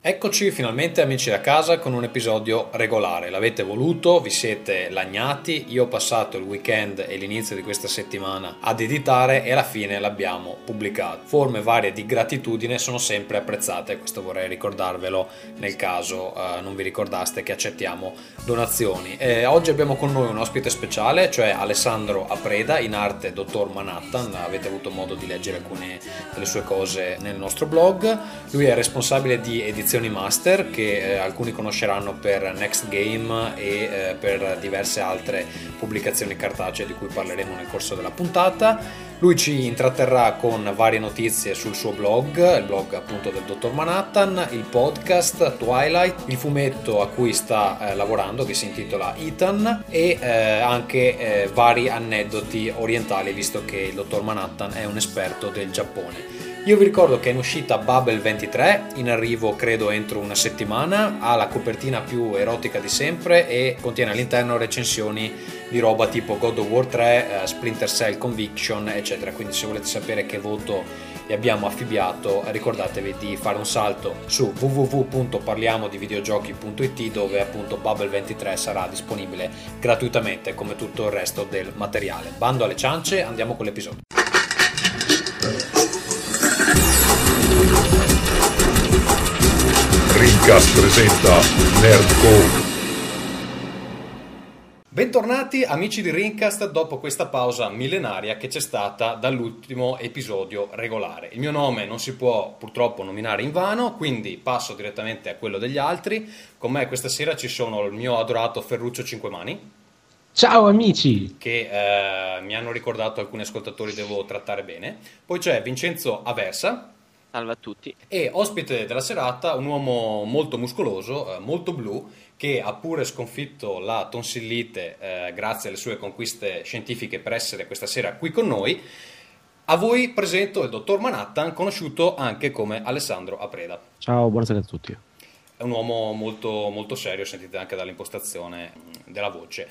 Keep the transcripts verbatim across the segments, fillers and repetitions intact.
Eccoci finalmente amici da casa con un episodio regolare, l'avete voluto, vi siete lagnati, io ho passato il weekend e l'inizio di questa settimana ad editare e alla fine l'abbiamo pubblicato. Forme varie di gratitudine sono sempre apprezzate, questo vorrei ricordarvelo nel caso eh, non vi ricordaste che accettiamo donazioni. E oggi abbiamo con noi un ospite speciale, cioè Alessandro Apreda, in arte Dottor Manhattan, avete avuto modo di leggere alcune delle sue cose nel nostro blog, lui è responsabile di edizione Master che eh, alcuni conosceranno per Next Game e eh, per diverse altre pubblicazioni cartacee di cui parleremo nel corso della puntata. Lui ci intratterrà con varie notizie sul suo blog, il blog appunto del Dottor Manhattan, il podcast Twilight, il fumetto a cui sta eh, lavorando che si intitola Ethan e eh, anche eh, vari aneddoti orientali, visto che il Dottor Manhattan è un esperto del Giappone. Io vi ricordo che è in uscita Bubble ventitré, in arrivo credo entro una settimana, ha la copertina più erotica di sempre e contiene all'interno recensioni di roba tipo God of War tre, eh, Splinter Cell Conviction eccetera, quindi se volete sapere che voto gli abbiamo affibbiato ricordatevi di fare un salto su w w w punto parliamo di videogiochi punto i t dove appunto Bubble ventitré sarà disponibile gratuitamente come tutto il resto del materiale. Bando alle ciance, andiamo con l'episodio. Rincast presenta Nerdcore. Bentornati amici di Rincast dopo questa pausa millenaria che c'è stata dall'ultimo episodio regolare. Il mio nome non si può purtroppo nominare in vano, quindi passo direttamente a quello degli altri. Con me questa sera ci sono il mio adorato Ferruccio Cinquemani. Ciao amici! Che eh, mi hanno ricordato alcuni ascoltatori devo trattare bene. Poi c'è Vincenzo Aversa. Salve a tutti. E ospite della serata un uomo molto muscoloso, eh, molto blu, che ha pure sconfitto la tonsillite eh, grazie alle sue conquiste scientifiche per essere questa sera qui con noi. A voi presento il Dottor Manhattan, conosciuto anche come Alessandro Apreda. Ciao, buonasera a tutti. È un uomo molto, molto serio, sentite anche dall'impostazione della voce.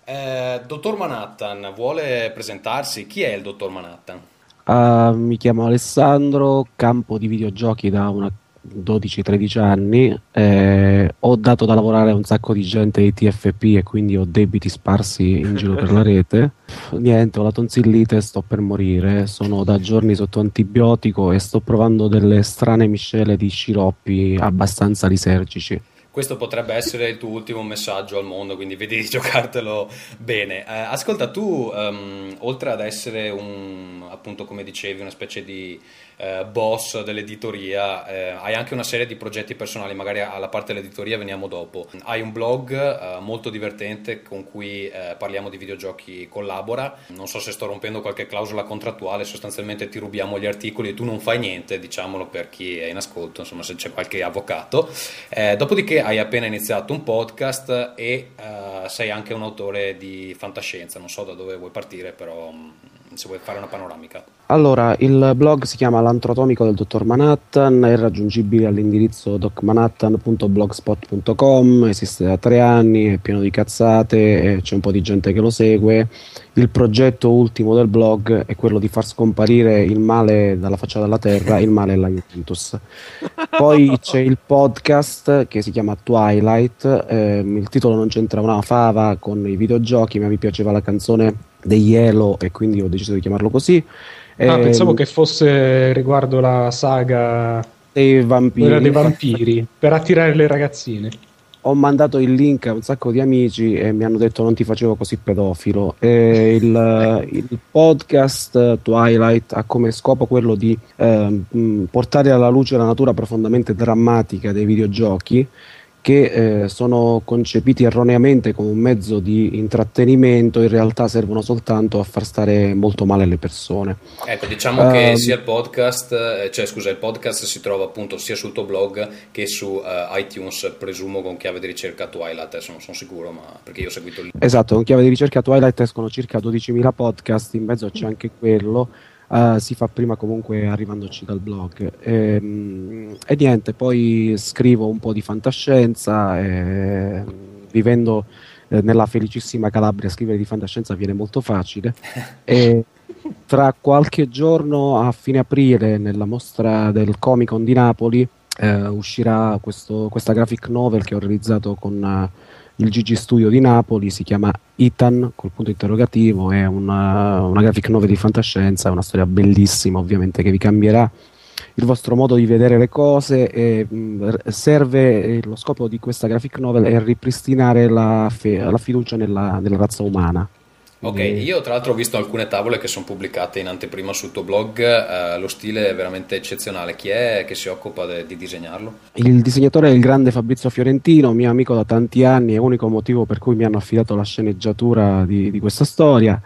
Eh, Dottor Manhattan, vuole presentarsi? Chi è il Dottor Manhattan? Uh, mi chiamo Alessandro, campo di videogiochi da una dodici tredici anni, eh, ho dato da lavorare a un sacco di gente di T F P e quindi ho debiti sparsi in giro per la rete. Niente, ho la tonsillite, sto per morire, sono da giorni sotto antibiotico e sto provando delle strane miscele di sciroppi abbastanza lisergici. Questo potrebbe essere il tuo ultimo messaggio al mondo, quindi vedi di giocartelo bene. Eh, ascolta, tu um, oltre ad essere un, appunto come dicevi, una specie di eh, boss dell'editoria, eh, hai anche una serie di progetti personali, magari alla parte dell'editoria veniamo dopo. Hai un blog eh, molto divertente con cui eh, parliamo di videogiochi collabora. Non so se sto rompendo qualche clausola contrattuale, sostanzialmente ti rubiamo gli articoli e tu non fai niente, diciamolo per chi è in ascolto, insomma se c'è qualche avvocato. Eh, dopodiché hai appena iniziato un podcast e uh, sei anche un autore di fantascienza, non so da dove vuoi partire, però um, se vuoi fare una panoramica. Allora, il blog si chiama L'Antrotomico del Dottor Manhattan, è raggiungibile all'indirizzo doc manhattan punto blogspot punto com, esiste da tre anni, è pieno di cazzate, c'è un po' di gente che lo segue. Il progetto ultimo del blog è quello di far scomparire il male dalla faccia della terra, il male è la Juventus. Poi c'è il podcast che si chiama Twilight, eh, il titolo non c'entra una fava con i videogiochi, ma mi piaceva la canzone degli Elo e quindi ho deciso di chiamarlo così. Ah, eh, pensavo che fosse riguardo la saga dei vampiri. dei vampiri per attirare le ragazzine. Ho mandato il link a un sacco di amici e mi hanno detto non ti facevo così pedofilo. E il, il podcast Twilight ha come scopo quello di eh, portare alla luce la natura profondamente drammatica dei videogiochi, che eh, sono concepiti erroneamente come un mezzo di intrattenimento, in realtà servono soltanto a far stare molto male le persone. Ecco, diciamo che um, sia il podcast, cioè scusa, il podcast si trova appunto sia sul tuo blog che su uh, iTunes, presumo con chiave di ricerca Twilight, adesso non sono sicuro, ma perché io ho seguito il... Esatto, con chiave di ricerca Twilight escono circa dodicimila podcast, in mezzo c'è anche quello. Uh, si fa prima comunque arrivandoci dal blog e, e niente, poi scrivo un po' di fantascienza e, vivendo eh, nella felicissima Calabria, scrivere di fantascienza viene molto facile e tra qualche giorno a fine aprile nella mostra del Comic Con di Napoli eh, uscirà questo- questa graphic novel che ho realizzato con eh, il G G Studio di Napoli, si chiama Ethan, col punto interrogativo, è una, una graphic novel di fantascienza, è una storia bellissima ovviamente che vi cambierà il vostro modo di vedere le cose e mh, r- serve, eh, lo scopo di questa graphic novel è ripristinare la, fe- la fiducia nella, nella razza umana. Ok, Quindi, io tra l'altro ho visto alcune tavole che sono pubblicate in anteprima sul tuo blog, eh, lo stile è veramente eccezionale. Chi è che si occupa de- di disegnarlo? il disegnatore è il grande Fabrizio Fiorentino, mio amico da tanti anni, è unico motivo per cui mi hanno affidato la sceneggiatura di, di questa storia.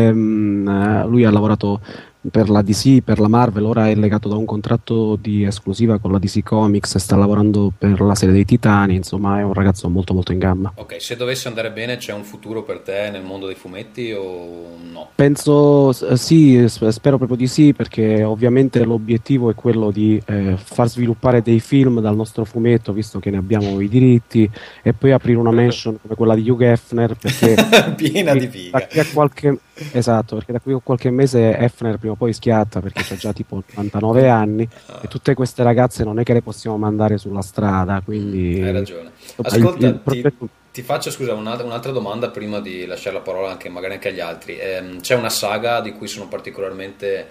Ehm, eh, lui ha lavorato per la D C, per la Marvel, ora è legato da un contratto di esclusiva con la D C Comics e sta lavorando per la serie dei Titani, insomma è un ragazzo molto molto in gamba. Ok, se dovesse andare bene, c'è un futuro per te nel mondo dei fumetti o no? Penso s- sì, s- spero proprio di sì, perché ovviamente l'obiettivo è quello di eh, far sviluppare dei film dal nostro fumetto, visto che ne abbiamo i diritti, e poi aprire una mansion come quella di Hugh Hefner, perché Piena di da figa. qui a qualche, esatto, perché da qui a qualche mese Hefner prima o poi schiatta, perché c'ha già tipo novantanove anni, e tutte queste ragazze non è che le possiamo mandare sulla strada, Mm, hai quindi ragione. insomma, il, Ascolta, il ti, progetto. ti faccio scusa un'altra, un'altra domanda prima di lasciare la parola anche magari anche agli altri. Ehm, c'è una saga di cui sono particolarmente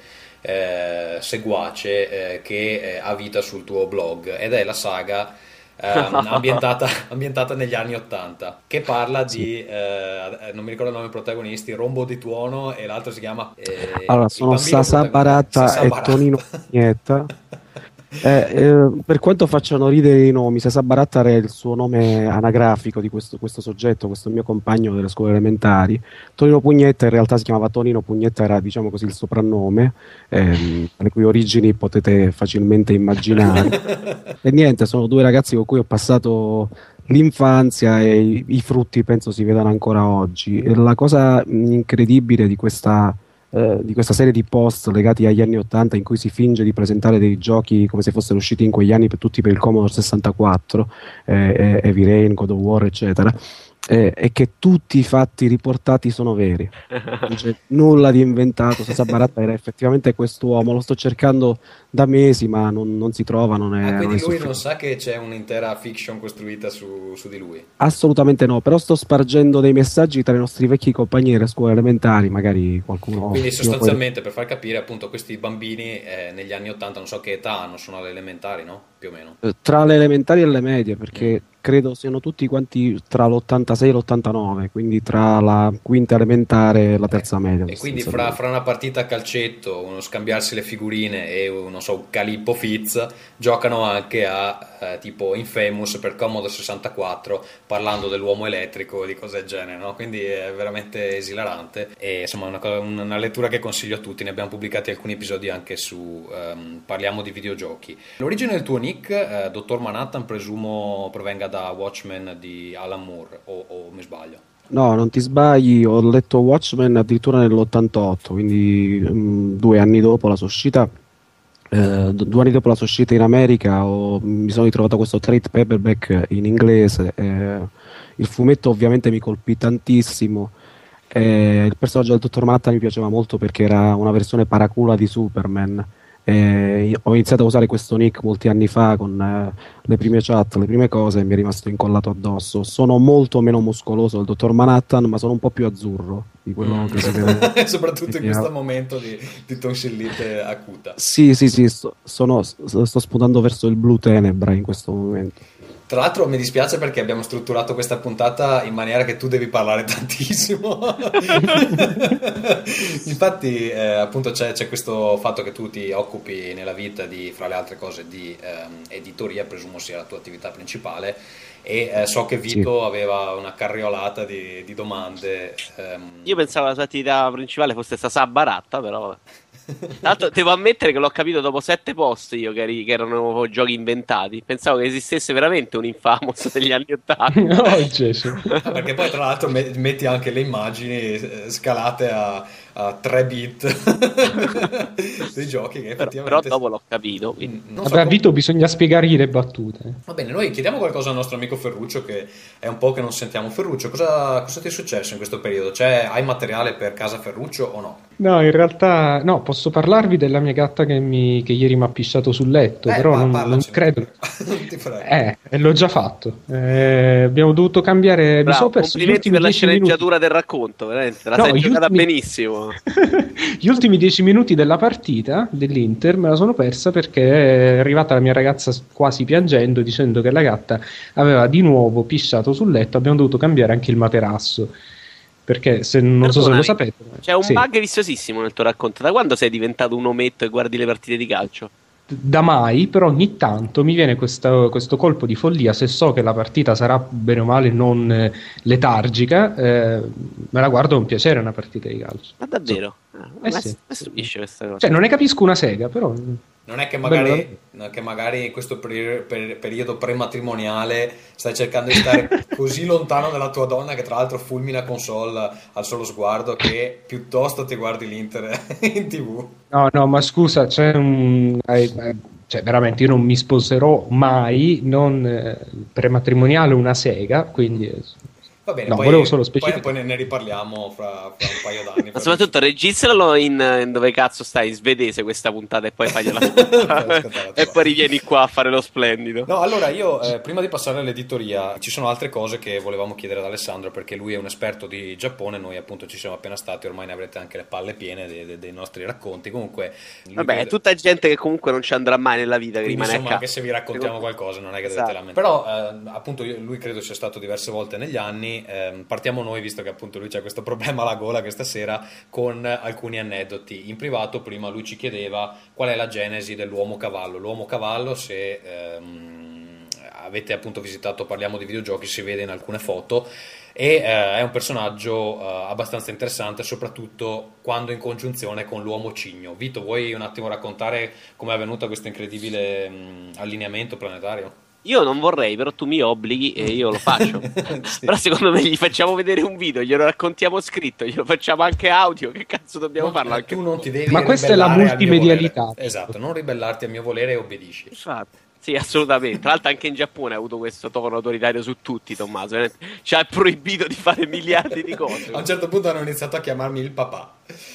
eh, seguace eh, che eh, ha vita sul tuo blog ed è la saga ehm, ambientata, ambientata negli anni Ottanta che parla Sì. di, eh, non mi ricordo il nome dei protagonisti, Rombo di Tuono e l'altro si chiama eh, Allora, il sono bambino Sasà protagonista. Baratta Sasà e Tonino Barata. Pugnetta. Eh, eh, per quanto facciano ridere i nomi, Sasà Baratta era il suo nome anagrafico di questo, questo soggetto, questo mio compagno delle scuole elementari. Tonino Pugnetta in realtà si chiamava Tonino, Pugnetta era diciamo così il soprannome, ehm, le cui origini potete facilmente immaginare. E niente, sono due ragazzi con cui ho passato l'infanzia e i, i frutti penso si vedano ancora oggi. E la cosa mh, incredibile di questa, eh, di questa serie di post legati agli anni Ottanta in cui si finge di presentare dei giochi come se fossero usciti in quegli anni per tutti per il Commodore sessantaquattro, eh, Heavy Rain, God of War, eccetera, eh, è che tutti i fatti riportati sono veri. Non c'è nulla di inventato. Sasa Baratta era effettivamente quest'uomo, lo sto cercando da mesi, ma non, non si trova, non Ah, è, non quindi è lui non sufficiente. sa che c'è un'intera fiction costruita su, su di lui. Assolutamente no, però sto spargendo dei messaggi tra i nostri vecchi compagni delle scuole elementari, magari qualcuno Quindi prima o poi. sostanzialmente per far capire appunto questi bambini eh, negli anni ottanta, non so che età hanno, sono alle elementari, no? Più o meno. Eh, Tra le elementari e le medie, Mm. perché credo siano tutti quanti tra l'ottantasei e l'ottantanove, quindi tra la quinta elementare e la Eh, terza media E quindi fra, sostanzialmente. fra una partita a calcetto, uno scambiarsi le figurine e un, non so, un Calippo Fizz, giocano anche a eh, tipo Infamous per Commodore sessantaquattro parlando dell'uomo elettrico e di cose del genere, no? Quindi è veramente esilarante e insomma è una, co- una lettura che consiglio a tutti, ne abbiamo pubblicati alcuni episodi anche su ehm, Parliamo di videogiochi. L'origine del tuo nick, eh, Dottor Manhattan, presumo provenga da Watchmen di Alan Moore o, o mi sbaglio? No, non ti sbagli, ho letto Watchmen addirittura nell'ottantotto, quindi mm, due anni dopo la sua uscita. Eh, d- due anni dopo la sua uscita in America ho- mi sono ritrovato questo trade paperback in inglese. Eh, il fumetto ovviamente mi colpì tantissimo. Eh, il personaggio del dottor Manhattan mi piaceva molto perché era una versione paracula di Superman. Eh, io ho iniziato a usare questo nick molti anni fa con eh, le prime chat, le prime cose e mi è rimasto incollato addosso. Sono molto meno muscoloso del dottor Manhattan, ma sono un po' più azzurro di quello che si vede. Mm. Soprattutto in questo momento di, di tonsillite acuta. Sì, sì, sì, sto, sono- sto sto spuntando verso il blu tenebra in questo momento. Tra l'altro mi dispiace perché abbiamo strutturato questa puntata in maniera che tu devi parlare tantissimo. Infatti, eh, appunto, c'è, c'è questo fatto che tu ti occupi nella vita di, fra le altre cose, di ehm, editoria, presumo sia la tua attività principale, e eh, so che Sì. Vito aveva una carriolata di, di domande. ehm. Io pensavo la sua attività principale fosse Sasà Baratta, però vabbè. Tra l'altro devo ammettere che l'ho capito dopo sette post io che, eri- che erano giochi inventati. Pensavo che esistesse veramente un Infamous degli anni Ottanta. Oh, Gesù. Ah, perché poi tra l'altro me- metti anche le immagini eh, scalate a, a tre bit dei giochi che Però, effettivamente... però dopo l'ho capito. quindi- Non so Vabbè, a come- Vito bisogna spiegargli le battute. Va bene, noi chiediamo qualcosa al nostro amico Ferruccio, che è un po' che non sentiamo. Ferruccio, cosa, cosa ti è successo in questo periodo? Cioè, hai materiale per casa Ferruccio o no? No, in realtà, no, posso parlarvi della mia gatta che, mi, che ieri mi ha pisciato sul letto, Eh, però pa- non, non parlacene. credo. Non ti prego. Eh, e l'ho già fatto. Eh, abbiamo dovuto cambiare. Mi Bravo, sono perso gli complimenti ultimi per la dieci minuti. sceneggiatura del racconto, veramente. Te la No, sei gli giocata ultimi- benissimo. Gli ultimi dieci minuti della partita dell'Inter me la sono persa perché è arrivata la mia ragazza quasi piangendo dicendo che la gatta aveva di nuovo pisciato sul letto. Abbiamo dovuto cambiare anche il materasso. Perché se non so se lo Perdonami, sapete, C'è un sì, bug vistosissimo nel tuo racconto. Da quando sei diventato un ometto e guardi le partite di calcio? da mai, però ogni tanto mi viene questa- questo colpo di follia. Se so che la partita sarà bene o male non eh, letargica, eh, me la guardo con piacere una partita di calcio. Ma davvero? Ah, Eh ma sì. mi stupisce questa cosa. Cioè, non ne capisco una sega, però. Non è che Bello, magari, no, che magari in questo peri- per- periodo prematrimoniale stai cercando di stare così lontano dalla tua donna, che tra l'altro fulmina console al solo sguardo, che piuttosto ti guardi l'Inter in tv. No, no, ma scusa, c'è un. eh, eh, cioè, veramente, io non mi sposerò mai, non eh, prematrimoniale una sega, quindi. eh, Va bene, No, poi, volevo solo poi, specificare. poi ne, ne riparliamo fra, fra un paio d'anni. Ma soprattutto registralo in, in dove cazzo stai, in svedese questa puntata e poi fagliela ascoltare, e poi rivieni qua a fare lo splendido. No, allora io eh, prima di passare all'editoria ci sono altre cose che volevamo chiedere ad Alessandro, perché lui è un esperto di Giappone, noi appunto ci siamo appena stati, ormai ne avrete anche le palle piene dei, dei- dei nostri racconti. Comunque lui Vabbè, è crede- tutta gente che comunque non ci andrà mai nella vita, che quindi rimane a insomma, casa. che se vi raccontiamo Secondo- qualcosa non è che Esatto. dovete lamentare. Però eh, appunto io- lui credo sia stato diverse volte negli anni. Ehm, partiamo noi, visto che appunto lui c'ha questo problema alla gola questa sera, con alcuni aneddoti. In privato prima lui ci chiedeva qual è la genesi dell'uomo cavallo. L'uomo cavallo, se ehm, avete appunto visitato Parliamo di videogiochi, si vede in alcune foto, e eh, è un personaggio eh, abbastanza interessante, soprattutto quando in congiunzione con l'uomo cigno. Vito, vuoi un attimo raccontare come è avvenuto questo incredibile mh, allineamento planetario? Io non vorrei, però tu mi obblighi e io lo faccio. Sì. Però secondo me gli facciamo vedere un video, glielo raccontiamo scritto, glielo facciamo anche audio. Che cazzo dobbiamo Non- farlo? Anche tu non ti devi Ma questa è la ribellare al mio multimedialità. volere. Esatto, non ribellarti al mio volere e obbedisci. Infatti. Sì, assolutamente. Tra l'altro anche in Giappone ha avuto questo tono autoritario su tutti, Tommaso. veramente. Ci ha proibito di fare miliardi di cose. A un certo punto hanno iniziato a chiamarmi il papà.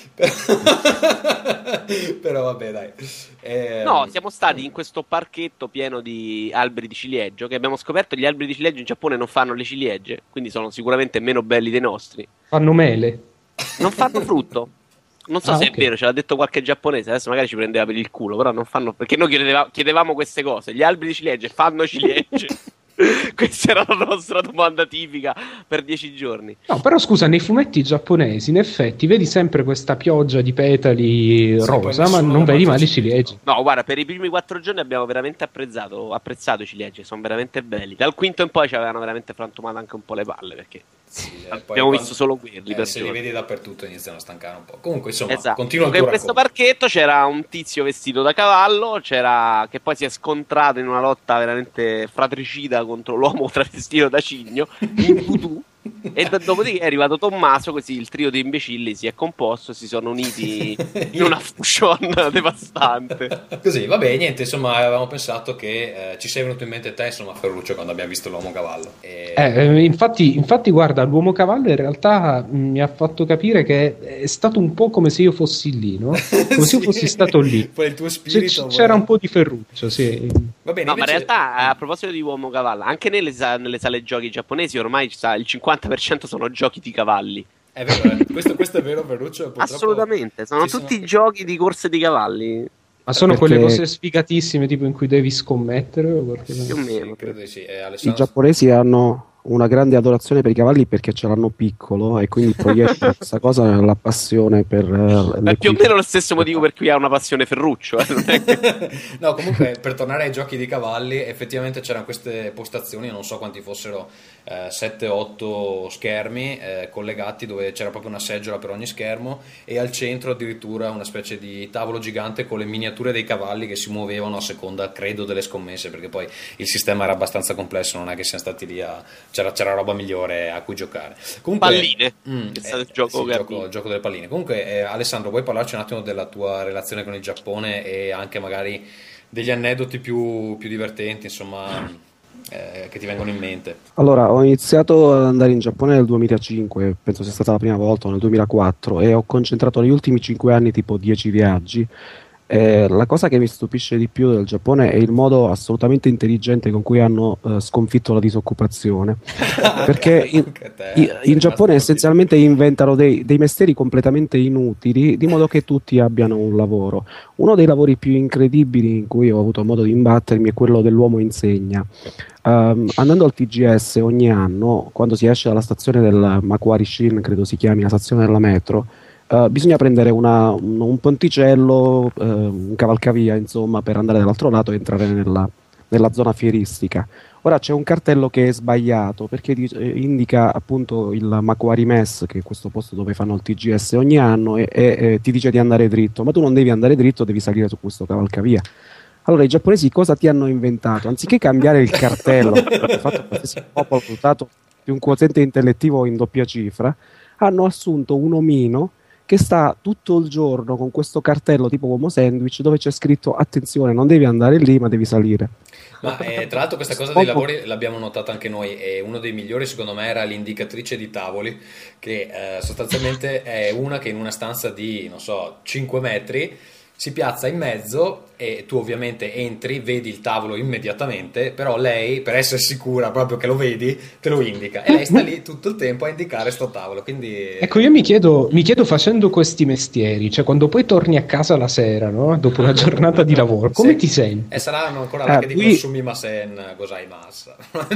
Però vabbè, dai. Ehm, No, siamo stati in questo parchetto pieno di alberi di ciliegio, che abbiamo scoperto gli alberi di ciliegio in Giappone non fanno le ciliegie, quindi sono sicuramente meno belli dei nostri. Fanno mele. Non fanno frutto. Non so Ah, se ok. è vero, ce l'ha detto qualche giapponese, adesso magari ci prendeva per il culo, però non fanno, perché noi chiedeva- chiedevamo queste cose, gli alberi di ciliegie fanno ciliegie? Questa era la nostra domanda tipica per dieci giorni. No, però scusa, nei fumetti giapponesi, in effetti, vedi sempre questa pioggia di petali Sì, poi rosa, ma nessuno non ne vedi mangia mai le ciliegie. ciliegie. No, guarda, per i primi quattro giorni abbiamo veramente apprezzato, apprezzato i ciliegie, sono veramente belli. Dal quinto in poi ci avevano veramente frantumato anche un po' le palle, perché sì, eh, poi abbiamo quando- visto solo quelli eh, per se li giorni. vedi dappertutto iniziano a stancare un po'. Comunque, insomma, Esatto. continua il Comunque tuo in questo racconto. parchetto c'era un tizio vestito da cavallo, c'era che poi si è scontrato in una lotta veramente fratricida contro l'uomo travestito da cigno in voodoo. E do- dopodiché è arrivato Tommaso, così il trio di imbecilli si è composto e si sono uniti in una fusion devastante. Così, vabbè, niente, insomma, avevamo pensato che eh, ci sei venuto in mente te, insomma, Ferruccio, quando abbiamo visto l'uomo cavallo. E... Eh, eh, infatti, infatti, guarda, l'uomo cavallo in realtà mh, mi ha fatto capire che è stato un po' come se io fossi lì, no? Come se Sì. io fossi stato lì. Poi il tuo C- spirito... c- c'era vuole- un po' di Ferruccio, sì. Va bene, No, ma in invece- realtà a proposito di uomo cavallo, anche nelle, sa- nelle sale giochi giapponesi ormai ci sta- il cinquanta per cento sono giochi di cavalli. È vero, eh. questo, questo è vero, Ferruccio. Purtroppo Assolutamente, sono ci tutti giochi di corse di cavalli. Ma sono Perché- quelle cose sfigatissime, tipo in cui devi scommettere o qualcosa. Più o Sì, meno. credo di sì. Eh, I Alessandro... giapponesi hanno una grande adorazione per i cavalli perché ce l'hanno piccolo e quindi proiettano questa cosa nella passione per eh, È le più o cui- meno lo stesso motivo per cui ha una passione Ferruccio. eh, non è che- No, comunque per tornare ai giochi di cavalli, effettivamente c'erano queste postazioni, non so quanti fossero, sette otto schermi eh, collegati, dove c'era proprio una seggiola per ogni schermo e al centro addirittura una specie di tavolo gigante con le miniature dei cavalli che si muovevano a seconda, credo, delle scommesse, perché poi il sistema era abbastanza complesso, non è che siamo stati lì a, c'era, c'era roba migliore a cui giocare. Comunque, palline, mm, è stato eh, il gioco sì, che il ha gioco, vinto. il gioco delle palline. Comunque, eh, Alessandro, vuoi parlarci un attimo della tua relazione con il Giappone e anche magari degli aneddoti più, più divertenti, insomma, eh, che ti vengono in mente? Allora, ho iniziato ad andare in Giappone nel duemilacinque, penso sia stata la prima volta, o nel duemilaquattro, e ho concentrato negli ultimi cinque anni tipo dieci viaggi. Eh, la cosa che mi stupisce di più del Giappone è il modo assolutamente intelligente con cui hanno eh, sconfitto la disoccupazione. Perché in, Anche te, in- sei in rimasto Giappone essenzialmente inventano dei, dei mestieri completamente inutili, di modo che tutti abbiano un lavoro. Uno dei lavori più incredibili in cui ho avuto modo di imbattermi è quello dell'uomo insegna. Ehm, andando al T G S ogni anno, quando si esce dalla stazione del Macquarie Shin, credo si chiami la stazione della metro, eh, bisogna prendere una- un, un ponticello, eh, un cavalcavia, insomma, per andare dall'altro lato e entrare nella, nella zona fieristica. Ora c'è un cartello che è sbagliato perché dice- eh, indica appunto il Macquarie Mess, che è questo posto dove fanno il T G S ogni anno, e, e- e ti dice di andare dritto, ma tu non devi andare dritto, devi salire su questo cavalcavia. Allora, i giapponesi cosa ti hanno inventato? Anziché cambiare il cartello, che di fatto qualsiasi popolo dotato di un quoziente intellettivo in doppia cifra, hanno assunto un omino che sta tutto il giorno con questo cartello tipo uomo sandwich dove c'è scritto attenzione, non devi andare lì, ma devi salire. Ma eh, tra l'altro questa cosa dei lavori l'abbiamo notata anche noi e uno dei migliori secondo me era l'indicatrice di tavoli che eh, sostanzialmente è una che in una stanza di, non so, cinque metri si piazza in mezzo e tu ovviamente entri, vedi il tavolo immediatamente, però lei, per essere sicura proprio che lo vedi, te lo indica e lei sta lì tutto il tempo a indicare sto tavolo, quindi... Ecco, io mi chiedo, mi chiedo facendo questi mestieri, cioè quando poi torni a casa la sera, no? Dopo una giornata di lavoro, come Sì. ti senti? E saranno ancora là Eh, che lui- dicono Sumimasen, gosai massa.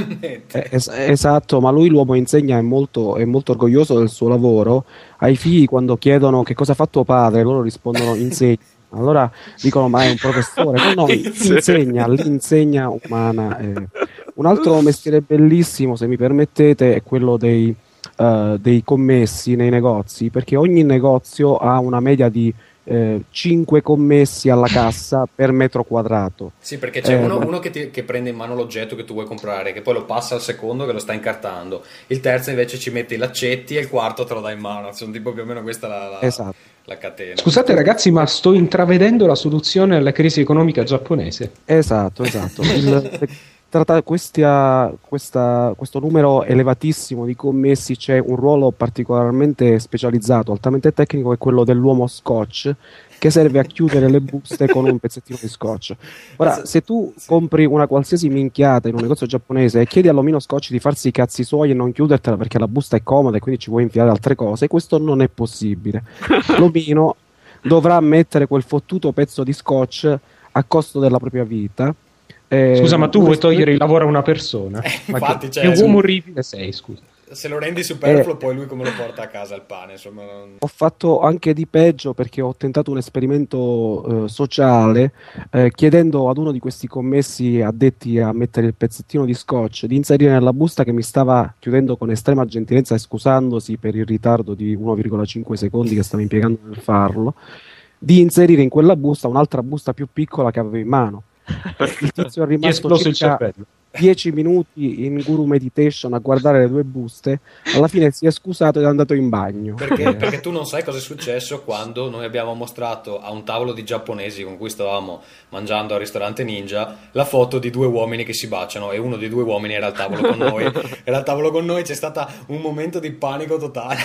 Eh, es- esatto, ma lui l'uomo insegna è molto, è molto orgoglioso del suo lavoro. Ai figli quando chiedono che cosa ha fatto padre, loro rispondono insegna. Allora dicono ma è un professore? No, no, insegna, l'insegna umana. eh. Un altro mestiere bellissimo, se mi permettete, è quello dei, eh, dei commessi nei negozi, perché ogni negozio ha una media di eh, cinque commessi alla cassa per metro quadrato. Sì, perché c'è Eh, uno, ma- uno che, ti- che prende in mano l'oggetto che tu vuoi comprare, che poi lo passa al secondo che lo sta incartando, il terzo invece ci mette i laccetti e il quarto te lo dà in mano. Sono tipo più o meno questa la, la, Esatto. la catena. Scusate ragazzi, ma sto intravedendo la soluzione alla crisi economica giapponese. Esatto, esatto. Il- tratta- questa- questa- questo numero elevatissimo di commessi c'è un ruolo particolarmente specializzato, altamente tecnico, che è quello dell'uomo scotch, che serve a chiudere le buste con un pezzettino di scotch. Ora, se tu compri una qualsiasi minchiata in un negozio giapponese e chiedi all'omino scotch di farsi i cazzi suoi e non chiudertela perché la busta è comoda e quindi ci vuoi infilare altre cose, questo non è possibile. L'omino dovrà mettere quel fottuto pezzo di scotch a costo della propria vita. Eh, Scusa, ma tu non vuoi es- togliere il lavoro a una persona? Eh, Ma infatti, che, cioè, che uomo orribile sei, scusa. Se lo rendi superfluo, Eh. poi lui come lo porta a casa il pane? Insomma, non- Ho fatto anche di peggio perché ho tentato un esperimento eh, sociale eh, chiedendo ad uno di questi commessi addetti a mettere il pezzettino di scotch di inserire nella busta, che mi stava chiudendo con estrema gentilezza e scusandosi per il ritardo di uno virgola cinque secondi che stava impiegando nel farlo, di inserire in quella busta un'altra busta più piccola che avevo in mano. Il tizio è Ti è rimasto esploso il circa cervello. dieci minuti in guru meditation a guardare le due buste, alla fine si è scusato ed è andato in bagno. Perché, Eh, perché tu non sai cosa è successo quando noi abbiamo mostrato a un tavolo di giapponesi con cui stavamo mangiando al ristorante Ninja la foto di due uomini che si baciano e uno dei due uomini era al tavolo con noi. Era al tavolo con noi, c'è stato un momento di panico totale.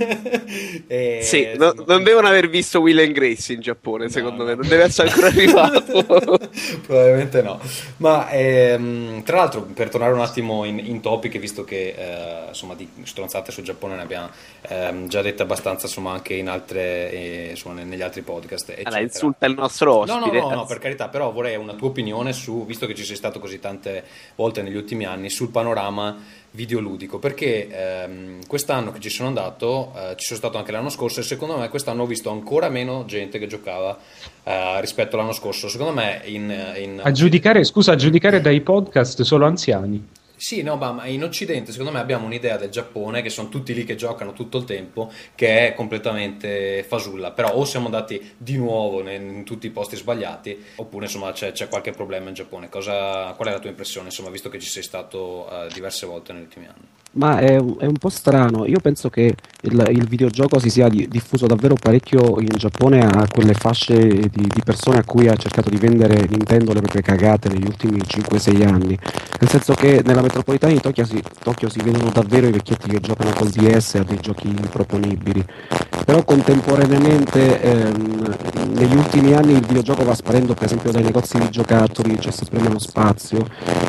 E- Sì, no- non devono aver visto Will and Grace in Giappone, No, secondo no. me, non deve essere ancora arrivato. Probabilmente no. Ma ehm, tra l'altro, per tornare un attimo in, in topic, visto che eh, insomma di stronzate sul Giappone ne abbiamo ehm, già dette abbastanza, insomma, anche in altre, eh, insomma, negli altri podcast, eccetera. Allora, insulta il nostro No, ospite. no, no, no, per carità, però vorrei una tua opinione su, visto che ci sei stato così tante volte negli ultimi anni, sul panorama videoludico, perché ehm, quest'anno che ci sono andato, eh, ci sono stato anche l'anno scorso e secondo me quest'anno ho visto ancora meno gente che giocava eh, rispetto all'anno scorso. Secondo me in, in A giudicare, scusa, a giudicare dai podcast solo anziani. Sì, no, ma in Occidente secondo me abbiamo un'idea del Giappone che sono tutti lì che giocano tutto il tempo, che è completamente fasulla, però o siamo andati di nuovo in, in tutti i posti sbagliati, oppure insomma c'è, c'è qualche problema in Giappone. Cosa, qual è la tua impressione, insomma, visto che ci sei stato uh, diverse volte negli ultimi anni? Ma è, un- è un po' strano, io penso che il, il videogioco si sia di- diffuso davvero parecchio in Giappone a quelle fasce di, di persone a cui ha cercato di vendere Nintendo le proprie cagate negli ultimi cinque sei anni, nel senso che nella metropolitana di Tokyo si, Tokyo si vedono davvero i vecchietti che giocano col D S a dei giochi improponibili, però contemporaneamente ehm, negli ultimi anni il videogioco va sparendo per esempio dai negozi di giocattoli, c'è sempre meno spazio.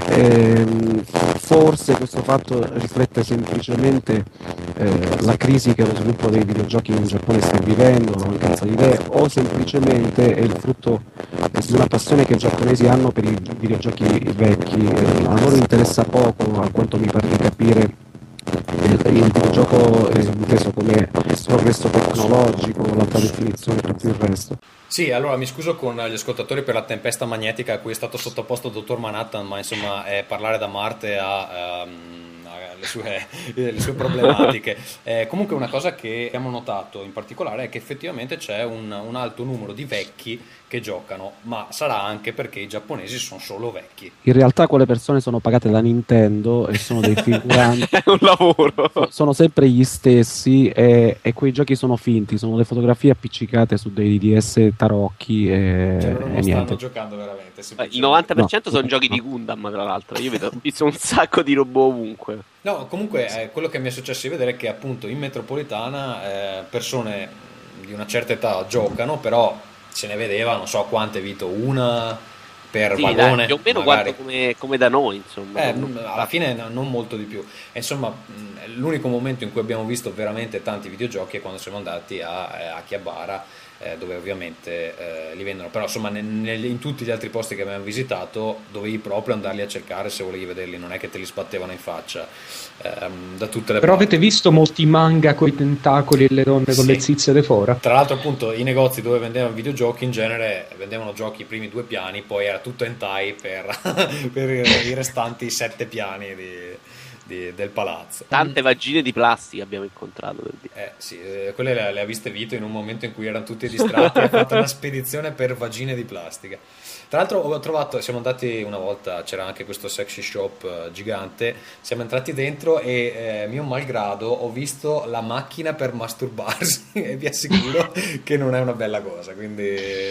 Ehm, forse questo fatto riflette semplicemente eh, la crisi che lo sviluppo dei videogiochi in Giappone sta vivendo, la mancanza di idee, o semplicemente è il frutto di una passione che i giapponesi hanno per i videogiochi vecchi. Eh, a loro interessa poco, a quanto mi pare di capire, il, il videogioco è inteso come progresso tecnologico, l'alta definizione e tutto il resto. Sì, allora mi scuso con gli ascoltatori per la tempesta magnetica a cui è stato sottoposto il dottor Manhattan, ma insomma eh, parlare da Marte ha ehm, ha le sue, le sue problematiche. Eh, comunque una cosa che abbiamo notato in particolare è che effettivamente c'è un, un alto numero di vecchi che giocano, ma sarà anche perché i giapponesi sono solo vecchi. In realtà quelle persone sono pagate da Nintendo e sono dei figuranti. È un lavoro. So- sono sempre gli stessi e, e quei giochi sono finti, sono le fotografie appiccicate su dei D S tarocchi e, Cioè loro e non stanno niente. giocando veramente. Il semplicemente. novanta per cento No. sono giochi di Gundam, tra l'altro. Io vedo, ho visto un sacco di robot ovunque. No, comunque eh, quello che mi è successo di vedere è che appunto in metropolitana eh, persone di una certa età giocano, però se ne vedeva non so quante vito, una per Sì, vagone, dai, più o meno magari. quanto come, come da noi, insomma. Eh, Non- alla fine no- non molto di più. E insomma, mh, l'unico momento in cui abbiamo visto veramente tanti videogiochi è quando siamo andati a, eh, a Chiabara, eh, dove ovviamente eh, li vendono. Però insomma, ne- nel- in tutti gli altri posti che abbiamo visitato dovevi proprio andarli a cercare se volevi vederli, non è che te li sbattevano in faccia ehm, da tutte le Però parti. avete visto molti manga con i tentacoli e le donne con Sì. le zizie fora? Tra l'altro appunto i negozi dove vendevano videogiochi in genere vendevano giochi i primi due piani, poi era tutto hentai per, per i restanti sette piani di, di- del palazzo. Tante vagine di plastica abbiamo incontrato per dire. Eh sì, eh, quelle le, le ha viste Vito in un momento in cui erano tutti distratti, ha fatto una spedizione per vagine di plastica. Tra l'altro ho trovato, siamo andati una volta, c'era anche questo sexy shop eh, gigante, siamo entrati dentro e eh, mio malgrado ho visto la macchina per masturbarsi e vi assicuro che non è una bella cosa, quindi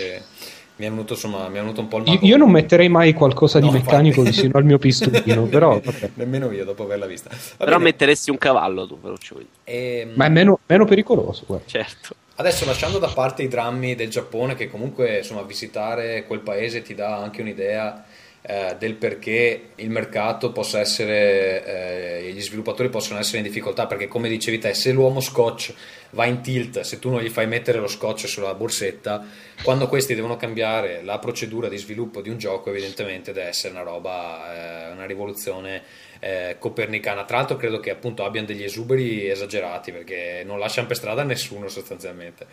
mi è venuto insomma, mi è venuto un po' il Io, mago. io non metterei mai qualcosa di No, meccanico infatti. vicino al mio pistolino, però vabbè. Nemmeno io dopo averla vista. Va Però bene. metteresti un cavallo tu, Ferruccio, quindi. Ehm, Ma è meno, meno pericoloso, guarda. Certo. Adesso lasciando da parte i drammi del Giappone, che comunque insomma visitare quel paese ti dà anche un'idea eh, del perché il mercato possa essere, eh, gli sviluppatori possono essere in difficoltà, perché come dicevi te, se l'uomo scotch va in tilt, se tu non gli fai mettere lo scotch sulla borsetta, quando questi devono cambiare la procedura di sviluppo di un gioco, evidentemente deve essere una roba, eh, una rivoluzione eh, copernicana. Tra l'altro credo che appunto abbiano degli esuberi esagerati perché non lasciano per strada nessuno sostanzialmente,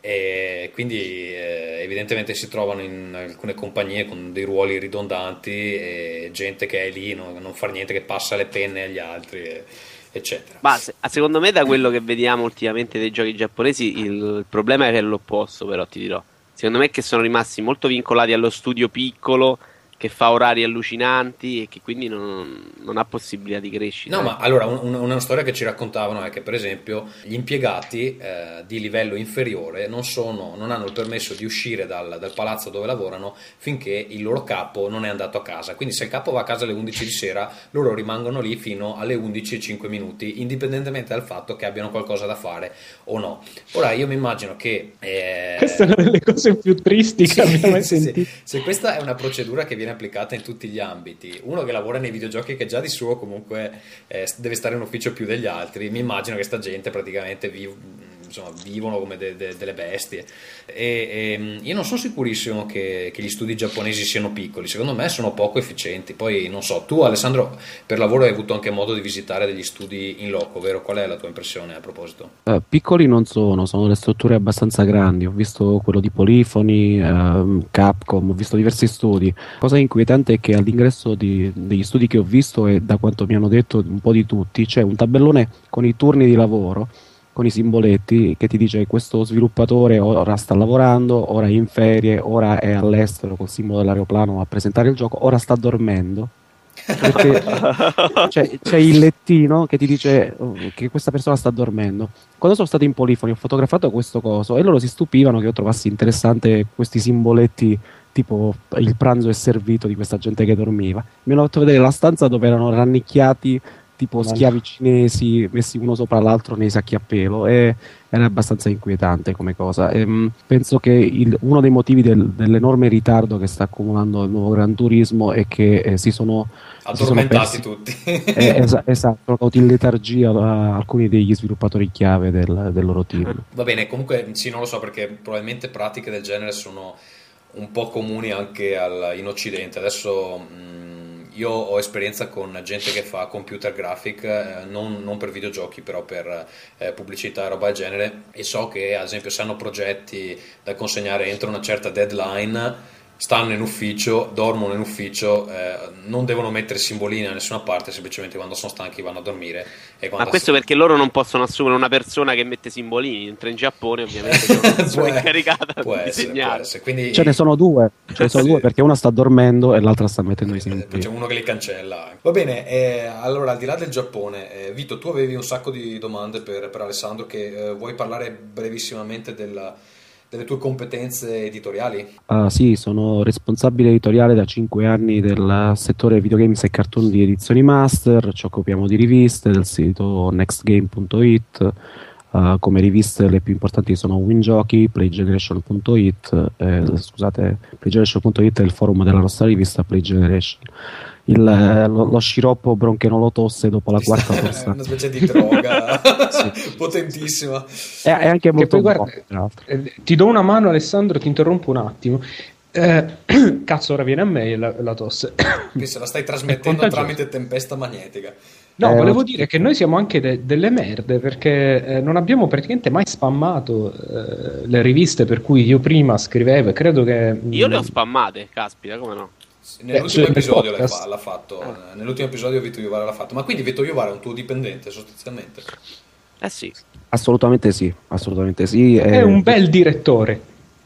e quindi eh, evidentemente si trovano in alcune compagnie con dei ruoli ridondanti e gente che è lì, non, non far niente, che passa le penne agli altri e- eccetera. Ma se- secondo me da quello che vediamo ultimamente dei giochi giapponesi il, il problema è l'opposto, però ti dirò. Secondo me è che sono rimasti molto vincolati allo studio piccolo che fa orari allucinanti e che quindi non, non ha possibilità di crescita. No, ma allora un- un- una storia che ci raccontavano è che per esempio gli impiegati eh, di livello inferiore non, sono, non hanno il permesso di uscire dal, dal palazzo dove lavorano finché il loro capo non è andato a casa. Quindi se il capo va a casa alle undici di sera, loro rimangono lì fino alle undici e cinque minuti, indipendentemente dal fatto che abbiano qualcosa da fare o no. Ora io mi immagino che... eh, Questa è una delle cose più tristi che Sì, abbia mai sì, sì. sentito. Se questa è una procedura che viene applicata in tutti gli ambiti, uno che lavora nei videogiochi che già di suo comunque eh, deve stare in ufficio più degli altri, mi immagino che sta gente praticamente vi- insomma, vivono come de, de, delle bestie. E, e io non sono sicurissimo che, che gli studi giapponesi siano piccoli, secondo me sono poco efficienti. Poi non so, tu Alessandro per lavoro hai avuto anche modo di visitare degli studi in loco, vero? Qual è la tua impressione a proposito? Uh, piccoli non sono, sono delle strutture abbastanza grandi. Ho visto quello di Polyphony, uh, Capcom, ho visto diversi studi. Cosa inquietante è che all'ingresso di, degli studi che ho visto, e da quanto mi hanno detto un po' di tutti, c'è un tabellone con i turni di lavoro, con i simboletti che ti dice questo sviluppatore ora sta lavorando, ora è in ferie, ora è all'estero col simbolo dell'aeroplano a presentare il gioco, ora sta dormendo. Perché c'è, c'è il lettino che ti dice che questa persona sta dormendo. Quando sono stato in Polyphony ho fotografato questo coso e loro si stupivano che io trovassi interessante questi simboletti tipo il pranzo è servito di questa gente che dormiva. Mi hanno fatto vedere la stanza dove erano rannicchiati tipo schiavi cinesi messi uno sopra l'altro nei sacchi a pelo, e era abbastanza inquietante come cosa. E, mh, penso che il, uno dei motivi del, dell'enorme ritardo che sta accumulando il nuovo Gran Turismo è che eh, si sono addormentati si sono tutti. eh, es- esatto, sono caduti in letargia uh, alcuni degli sviluppatori chiave del, del loro team. Va bene, comunque sì, non lo so, perché probabilmente pratiche del genere sono un po' comuni anche al, in Occidente. Adesso mh, io ho esperienza con gente che fa computer graphic, eh, non, non per videogiochi, però per eh, pubblicità e roba del genere, e so che ad esempio se hanno progetti da consegnare entro una certa deadline stanno in ufficio, dormono in ufficio, eh, non devono mettere simbolini da nessuna parte, semplicemente quando sono stanchi vanno a dormire. E Ma questo perché loro non possono assumere una persona che mette simbolini, mentre in Giappone ovviamente c'è una persona incaricata può di essere, disegnare. può essere. Quindi... Ce ne sono due, ce ne sono Sì. due perché una sta dormendo e l'altra sta mettendo i simboli. C'è uno che li cancella. Va bene, eh, allora al di là del Giappone, eh, Vito, tu avevi un sacco di domande per, per Alessandro, che eh, vuoi parlare brevissimamente della... delle tue competenze editoriali? Ah, sì, sono responsabile editoriale da cinque anni del settore videogames e cartoni di Edizioni Master. Ci occupiamo di riviste del sito nextgame punto it. Uh, come riviste le più importanti sono WinGiochi, playgeneration punto it, eh, scusate, playgeneration punto it è il forum della nostra rivista PlayGeneration. Il, lo, lo sciroppo bronchiolo tosse dopo la quarta corsa. È una specie di droga Sì. potentissima. È, è anche molto poi, buono, guarda, tra l'altro. eh, ti do una mano, Alessandro, ti interrompo un attimo. Eh, cazzo, ora viene a me la, la tosse. Che se la stai trasmettendo È tramite tempesta magnetica. No, Eh, volevo lo- dire che noi siamo anche de- delle merde, perché eh, non abbiamo praticamente mai spammato eh, le riviste per cui io prima scrivevo, e credo che... Io mh, le ho spammate, caspita, come no? Nell'ultimo cioè, episodio nel l'ha, podcast. fa- l'ha fatto. Ah. Nell'ultimo episodio Vito Iovara l'ha fatto. Ma quindi Vito Iovara è un tuo dipendente sostanzialmente? Eh sì. Assolutamente sì, assolutamente sì. È eh, un bel direttore.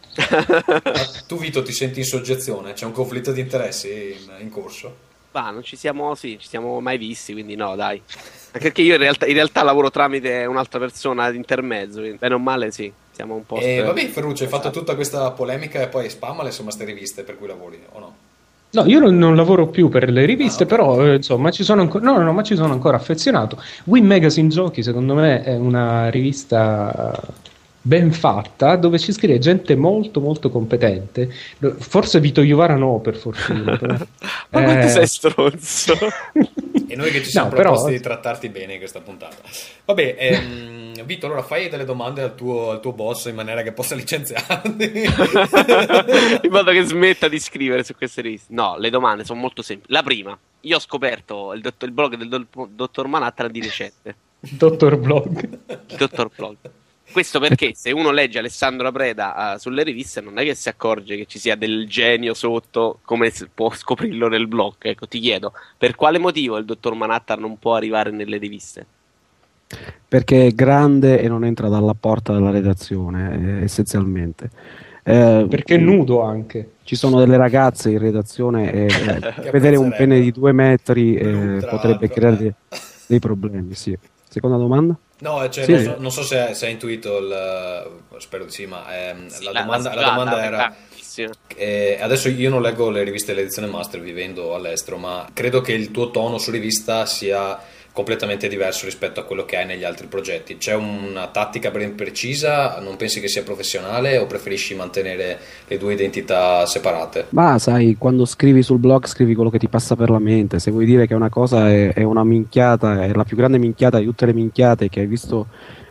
Ma tu Vito ti senti in soggezione? C'è un conflitto di interessi in, in corso? Ma non ci siamo, sì, ci siamo mai visti, quindi no, dai. Anche perché io in realtà, in realtà lavoro tramite un'altra persona di intermezzo, quindi bene o male sì, siamo un po'... E sper- vabbè, Ferruccio, hai fatto Esatto. tutta questa polemica e poi spammale insomma ste riviste per cui lavori, o no? No, io non, non lavoro più per le riviste, Ah, ok. però eh, insomma ci sono ancora, no, no, no, ma ci sono ancora affezionato. Win Magazine Giochi, secondo me, è una rivista ben fatta, dove ci scrive gente molto molto competente. Forse Vito Iovara no, per fortuna. Però. Ma quanto Eh, sei stronzo? E noi che ci siamo No, però- proposti di trattarti bene in questa puntata. Vabbè, ehm, Vito, allora fai delle domande al tuo, al tuo boss in maniera che possa licenziarti. In modo che smetta di scrivere su queste riviste. No, le domande sono molto semplici. La prima, io ho scoperto il, dott- il blog del do- dottor Manhattan di recente. Dottor Blog. Il dottor blog. Questo perché se uno legge Alessandro Preda uh, sulle riviste non è che si accorge che ci sia del genio sotto, come si può scoprirlo nel blog. Ecco, ti chiedo, per quale motivo il dottor Manhattan non può arrivare nelle riviste? perché è grande e non entra dalla porta della redazione, eh, essenzialmente. Eh, Perché è nudo anche. Ci sono delle ragazze in redazione e eh, vedere un pene di due metri eh, Ultra potrebbe alto, creare eh. dei, dei problemi, sì. Seconda domanda? No, cioè, Sì. non, so, non so se, se hai intuito il... spero di sì, ma ehm, Sì, la, domanda, la sfilata, domanda era... grandissima. Eh, adesso io non leggo le riviste dell'edizione Master vivendo all'estero, ma credo che il tuo tono su rivista sia completamente diverso rispetto a quello che hai negli altri progetti. C'è una tattica ben precisa? Non pensi che sia professionale o preferisci mantenere le due identità separate? Ma sai, quando scrivi sul blog scrivi quello che ti passa per la mente. Se vuoi dire che una cosa è, è una minchiata, è la più grande minchiata di tutte le minchiate che hai visto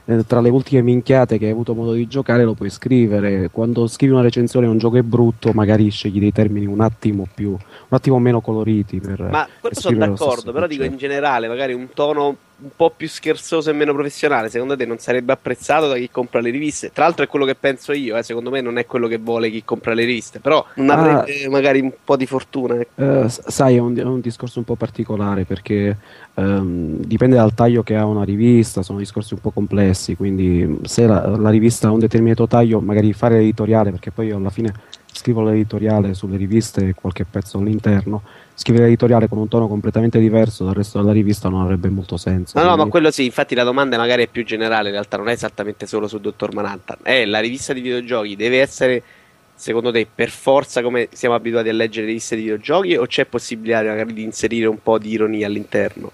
eh, tra le ultime minchiate che hai avuto modo di giocare lo puoi scrivere. Quando scrivi una recensione e un gioco è brutto, magari scegli dei termini un attimo più, un attimo meno coloriti per, Ma quello sono esprimere lo stesso d'accordo, però dico in concetto. generale, magari un tono un po' più scherzoso e meno professionale, secondo te non sarebbe apprezzato da chi compra le riviste? Tra l'altro è quello che penso io, eh, secondo me non è quello che vuole chi compra le riviste, però non Ah, avrebbe magari un po' di fortuna, ecco. Eh, s- sai, è un, è un discorso un po' particolare perché ehm, dipende dal taglio che ha una rivista, sono discorsi un po' complessi, quindi se la, la rivista ha un determinato taglio, magari fare l'editoriale, perché poi io alla fine scrivo l'editoriale sulle riviste e qualche pezzo all'interno, scrivere l'editoriale con un tono completamente diverso dal resto della rivista non avrebbe molto senso. No, no, ma Quindi, quello sì, infatti la domanda magari è più generale, in realtà non è esattamente solo su dottor Manhattan. Eh, la rivista di videogiochi deve essere, secondo te, per forza come siamo abituati a leggere riviste di videogiochi o c'è possibilità magari di inserire un po' di ironia all'interno?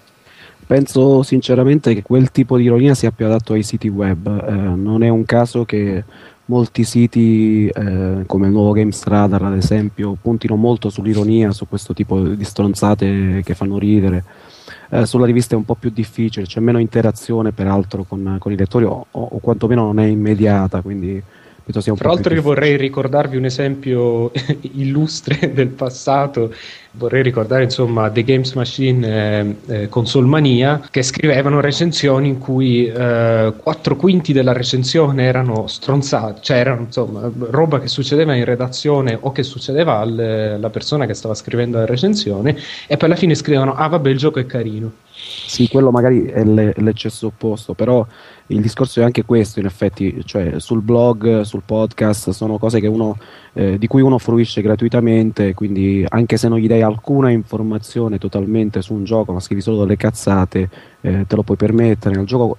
penso sinceramente che quel tipo di ironia sia più adatto ai siti web. Eh, non è un caso che molti siti, eh, come il nuovo GameSradar ad esempio, puntino molto sull'ironia, su questo tipo di stronzate che fanno ridere. Eh, sulla rivista è un po' più difficile, c'è meno interazione peraltro con, con i lettori, o, o quantomeno non è immediata, quindi penso sia un Tra po' più l'altro io difficile. vorrei ricordarvi un esempio illustre del passato, vorrei ricordare insomma The Games Machine e eh, Console Mania, che scrivevano recensioni in cui eh, quattro quinti della recensione erano stronzate, cioè erano insomma roba che succedeva in redazione o che succedeva al- alla persona che stava scrivendo la recensione, e poi alla fine scrivevano ah vabbè il gioco è carino. Sì, quello magari è le- l'eccesso opposto, però il discorso è anche questo, in effetti, cioè sul blog, sul podcast, sono cose che uno, eh, di cui uno fruisce gratuitamente, quindi anche se non gli dai alcuna informazione totalmente su un gioco, ma scrivi solo delle cazzate, eh, te lo puoi permettere. Nel gioco,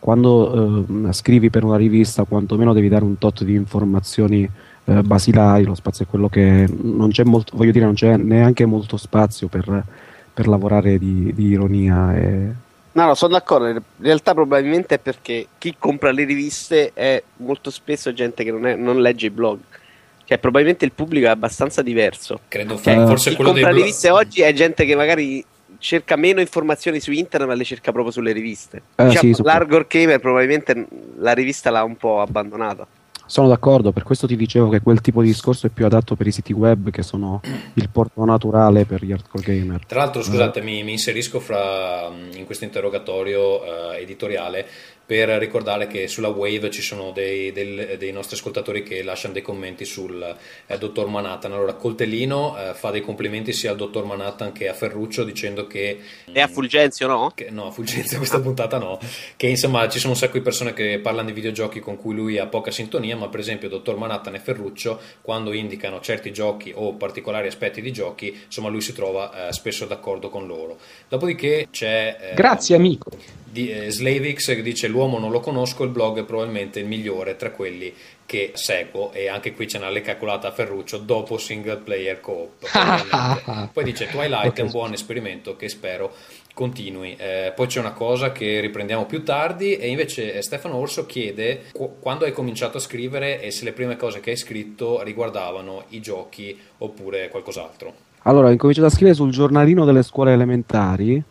quando eh, scrivi per una rivista, quantomeno devi dare un tot di informazioni eh, basilari, lo spazio è quello che non c'è molto, voglio dire, non c'è neanche molto spazio per per lavorare di, di ironia. E... No, no, sono d'accordo. In realtà probabilmente è perché chi compra le riviste è molto spesso gente che non, è- non legge i blog. Cioè, probabilmente il pubblico è abbastanza diverso. Credo f- Eh, forse Chi quello dei compra blog. riviste oggi è gente che magari cerca meno informazioni su internet, ma le cerca proprio sulle riviste. Eh, Diciamo, sì, su- l'hardcore gamer probabilmente la rivista l'ha un po' abbandonata. sono d'accordo, per questo ti dicevo che quel tipo di discorso è più adatto per i siti web che sono il porto naturale per gli hardcore gamer. Tra l'altro, scusate, mi, mi inserisco fra, in questo interrogatorio eh, editoriale per ricordare che sulla Wave ci sono dei, del- dei nostri ascoltatori che lasciano dei commenti sul eh, dottor Manhattan. Allora, Coltellino eh, fa dei complimenti sia al dottor Manhattan che a Ferruccio dicendo che... E a Fulgenzio, no? che- no, a Fulgenzio questa puntata no, che insomma ci sono un sacco di persone che parlano di videogiochi con cui lui ha poca sintonia, ma per esempio dottor Manhattan e Ferruccio quando indicano certi giochi o particolari aspetti di giochi, insomma lui si trova eh, spesso d'accordo con loro. Dopodiché c'è eh, Grazie amico. di, eh, Slavix che dice l'uomo non lo conosco, il blog è probabilmente il migliore tra quelli che seguo, e anche qui c'è una leccacolata a Ferruccio dopo single player co-op. Ovviamente. Poi dice Twilight è un buon esperimento che spero continui. Eh, poi c'è una cosa che riprendiamo più tardi, e invece eh, Stefano Orso chiede qu- quando hai cominciato a scrivere e se le prime cose che hai scritto riguardavano i giochi oppure qualcos'altro. Allora, ho incominciato a scrivere sul giornalino delle scuole elementari.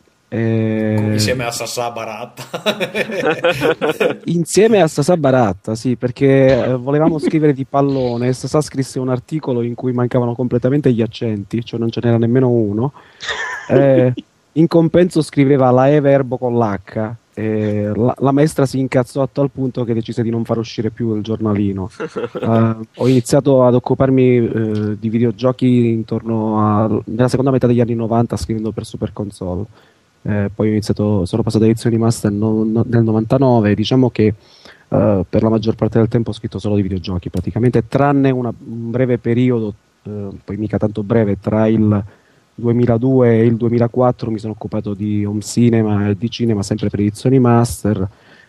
e- Insieme a Sassà Baratta. Insieme a Sasà Baratta, sì, perché eh, volevamo scrivere di pallone e Sasà scrisse un articolo in cui mancavano completamente gli accenti, cioè non ce n'era nemmeno uno. Eh, in compenso scriveva la E verbo con l'H. E la, la maestra si incazzò a tal punto che decise di non far uscire più il giornalino. Eh, ho iniziato ad occuparmi eh, di videogiochi intorno a, nella seconda metà degli anni novanta, scrivendo per Super Console. Eh, poi ho iniziato, sono passato ad edizioni master no- no- nel novantanove. Diciamo che eh, per la maggior parte del tempo ho scritto solo di videogiochi, praticamente, tranne una- un breve periodo, eh, poi mica tanto breve, tra il duemiladue e il duemilaquattro mi sono occupato di home cinema e di cinema, sempre per edizioni master.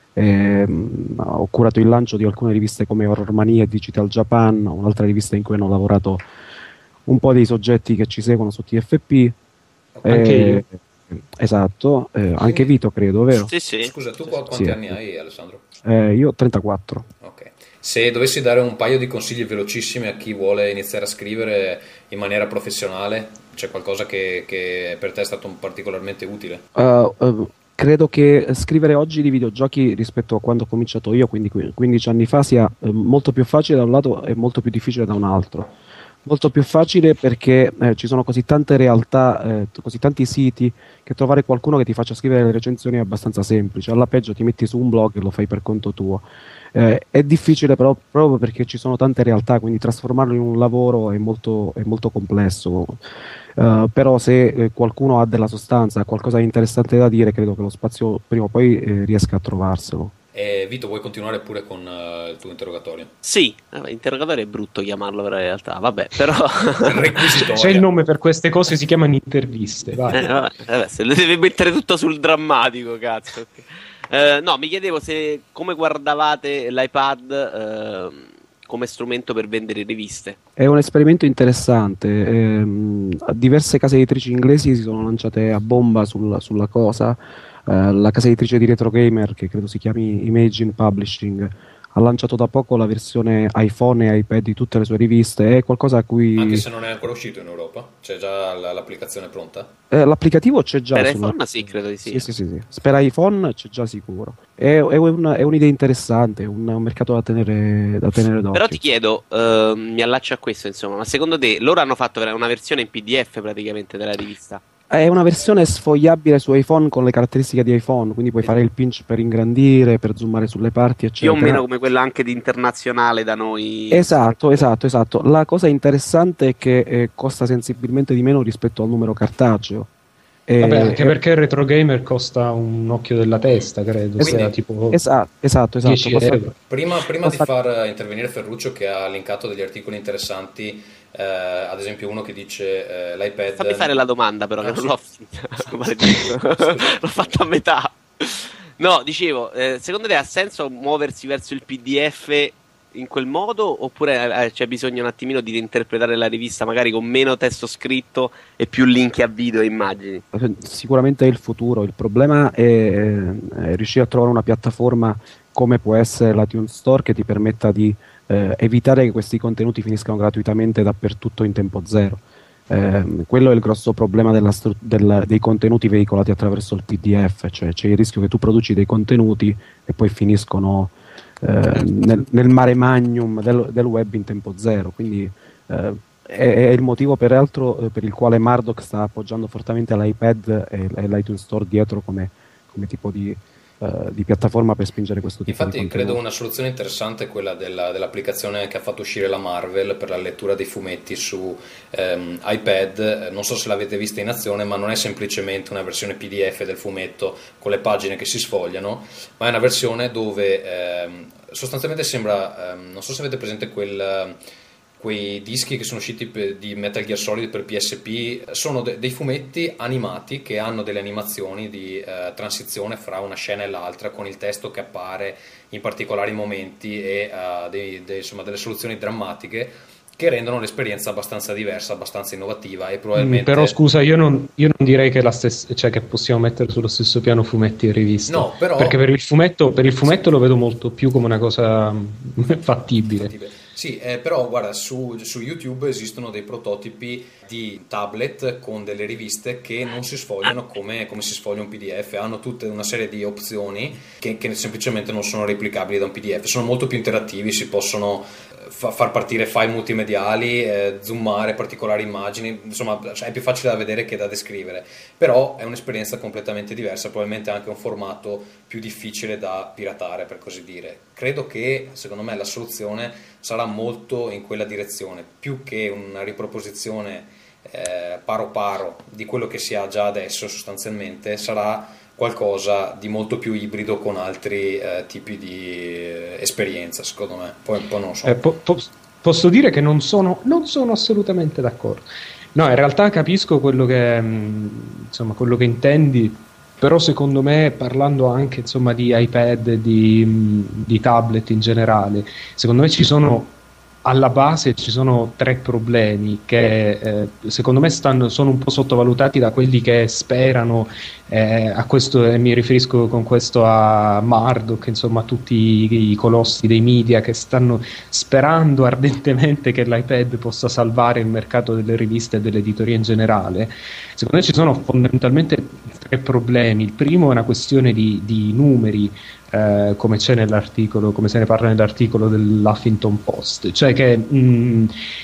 Ehm, ho curato il lancio di alcune riviste come Horror Mania e Digital Japan, un'altra rivista in cui hanno lavorato un po' dei soggetti che ci seguono su T F P. Anche Eh, io. Esatto, eh, anche Vito credo, vero? Sì, sì. Scusa, tu qua- quanti Sì. anni hai, Alessandro? Eh, io trentaquattro. Ok. Se dovessi dare un paio di consigli velocissimi a chi vuole iniziare a scrivere in maniera professionale, c'è qualcosa che, che per te è stato particolarmente utile? Uh, uh, credo che scrivere oggi di videogiochi rispetto a quando ho cominciato io, quindi quindici anni fa, sia eh, molto più facile da un lato e molto più difficile da un altro. Molto più facile perché eh, ci sono così tante realtà, eh, t- così tanti siti, che trovare qualcuno che ti faccia scrivere le recensioni è abbastanza semplice. Alla peggio ti metti su un blog e lo fai per conto tuo. Eh, è difficile però proprio perché ci sono tante realtà, quindi trasformarlo in un lavoro è molto, è molto complesso. Eh, però se eh, qualcuno ha della sostanza, ha qualcosa di interessante da dire, credo che lo spazio prima o poi eh, riesca a trovarselo. E Vito, vuoi continuare pure con uh, il tuo interrogatorio? Sì, vabbè, interrogatorio è brutto chiamarlo però in realtà, vabbè, però c'è il nome per queste cose, si chiamano interviste, vai. Eh, vabbè, vabbè, se lo devi mettere tutto sul drammatico, cazzo. Eh, no, mi chiedevo se come guardavate l'iPad eh, come strumento per vendere riviste. È un esperimento interessante. ehm, diverse case editrici inglesi si sono lanciate a bomba sul- sulla cosa. Eh, la casa editrice di Retro Gamer, che credo si chiami Imagine Publishing, ha lanciato da poco la versione iPhone e iPad di tutte le sue riviste. È qualcosa a cui Anche se non è ancora uscito in Europa? C'è già l- l'applicazione pronta? eh, l'applicativo c'è già Per sulla- iPhone sì, credo di sì. Sì, sì, sì, sì. Per iPhone c'è già sicuro. È, è un- è un'idea interessante, un, un mercato da tenere, da tenere d'occhio. Però ti chiedo, ehm, mi allaccio a questo insomma, ma secondo te loro hanno fatto una versione in P D F praticamente della rivista? È una versione sfogliabile su iPhone con le caratteristiche di iPhone, quindi puoi fare il pinch per ingrandire, per zoomare sulle parti, eccetera. Più o meno come quella anche di internazionale da noi. Esatto, esatto, esatto. La cosa interessante è che eh, costa sensibilmente di meno rispetto al numero cartaceo. E- Vabbè, anche e- perché il Retro Gamer costa un occhio della testa, credo, Es- sia tipo esatto, esatto, esatto. dieci Costa- euro. Prima, prima di Costa- far intervenire Ferruccio, che ha linkato degli articoli interessanti, eh, ad esempio uno che dice eh, l'iPad... Fammi fare la domanda però, Ah, che non sì. l'ho finita. Maledetto. L'ho fatta a metà. No, dicevo, eh, secondo te ha senso muoversi verso il P D F in quel modo, oppure eh, c'è bisogno un attimino di reinterpretare la rivista magari con meno testo scritto e più link a video e immagini? Sicuramente è il futuro. Il problema è, è riuscire a trovare una piattaforma come può essere l'iTunes Store che ti permetta di eh, evitare che questi contenuti finiscano gratuitamente dappertutto in tempo zero. Eh, quello è il grosso problema della stru- del- dei contenuti veicolati attraverso il P D F, cioè c'è il rischio che tu produci dei contenuti e poi finiscono eh, nel, nel mare magnum del, del web in tempo zero. Quindi eh, è, è il motivo peraltro eh, per il quale Murdoch sta appoggiando fortemente l'iPad e, e l'iTunes Store dietro come, come tipo di, eh, di piattaforma per spingere questo tipo Infatti di contenuti. credo una soluzione interessante è quella della- dell'applicazione che ha fatto uscire la Marvel per la lettura dei fumetti su ehm, iPad. Eh, non so se l'avete vista in azione, ma non è semplicemente una versione P D F del fumetto con le pagine che si sfogliano, ma è una versione dove ehm, sostanzialmente sembra, ehm, non so se avete presente quel... quei dischi che sono usciti per- di Metal Gear Solid per P S P, sono de- dei fumetti animati che hanno delle animazioni di eh, transizione fra una scena e l'altra, con il testo che appare in particolari momenti e eh, dei- dei- insomma, delle soluzioni drammatiche che rendono l'esperienza abbastanza diversa, abbastanza innovativa e Mm, probabilmente... però scusa, io non, io non direi che, la stessa, cioè che possiamo mettere sullo stesso piano fumetti e riviste. No, però... Perché per il fumetto, per il fumetto lo vedo molto più come una cosa mm, fattibile. Sì, eh, però guarda, su, su YouTube esistono dei prototipi di tablet con delle riviste che non si sfogliano come, come si sfoglia un P D F, hanno tutta una serie di opzioni che, che semplicemente non sono replicabili da un P D F, sono molto più interattivi, si possono eh, fa- far partire file multimediali, eh, zoomare particolari immagini, insomma è più facile da vedere che da descrivere, però è un'esperienza completamente diversa, probabilmente anche un formato più difficile da piratare, per così dire. Credo che secondo me la soluzione sarà molto in quella direzione, più che una riproposizione eh, paro paro di quello che si ha già adesso. Sostanzialmente sarà qualcosa di molto più ibrido con altri eh, tipi di eh, esperienza, secondo me. Poi, poi non so. Eh, po- po- posso dire che non sono, non sono assolutamente d'accordo. No, in realtà capisco quello che, mh, insomma, quello che intendi, però secondo me, parlando anche insomma, di iPad, di, mh, di tablet in generale, secondo me ci sono alla base ci sono tre problemi che eh, secondo me stanno, sono un po' sottovalutati da quelli che sperano eh, a questo, e mi riferisco con questo a Murdoch, insomma a tutti i, i colossi dei media che stanno sperando ardentemente che l'iPad possa salvare il mercato delle riviste e dell'editoria in generale. Secondo me ci sono fondamentalmente tre tre problemi. Il primo è una questione di, di numeri, eh, come c'è nell'articolo, come se ne parla nell'articolo dell'Huffington Post, cioè che mh,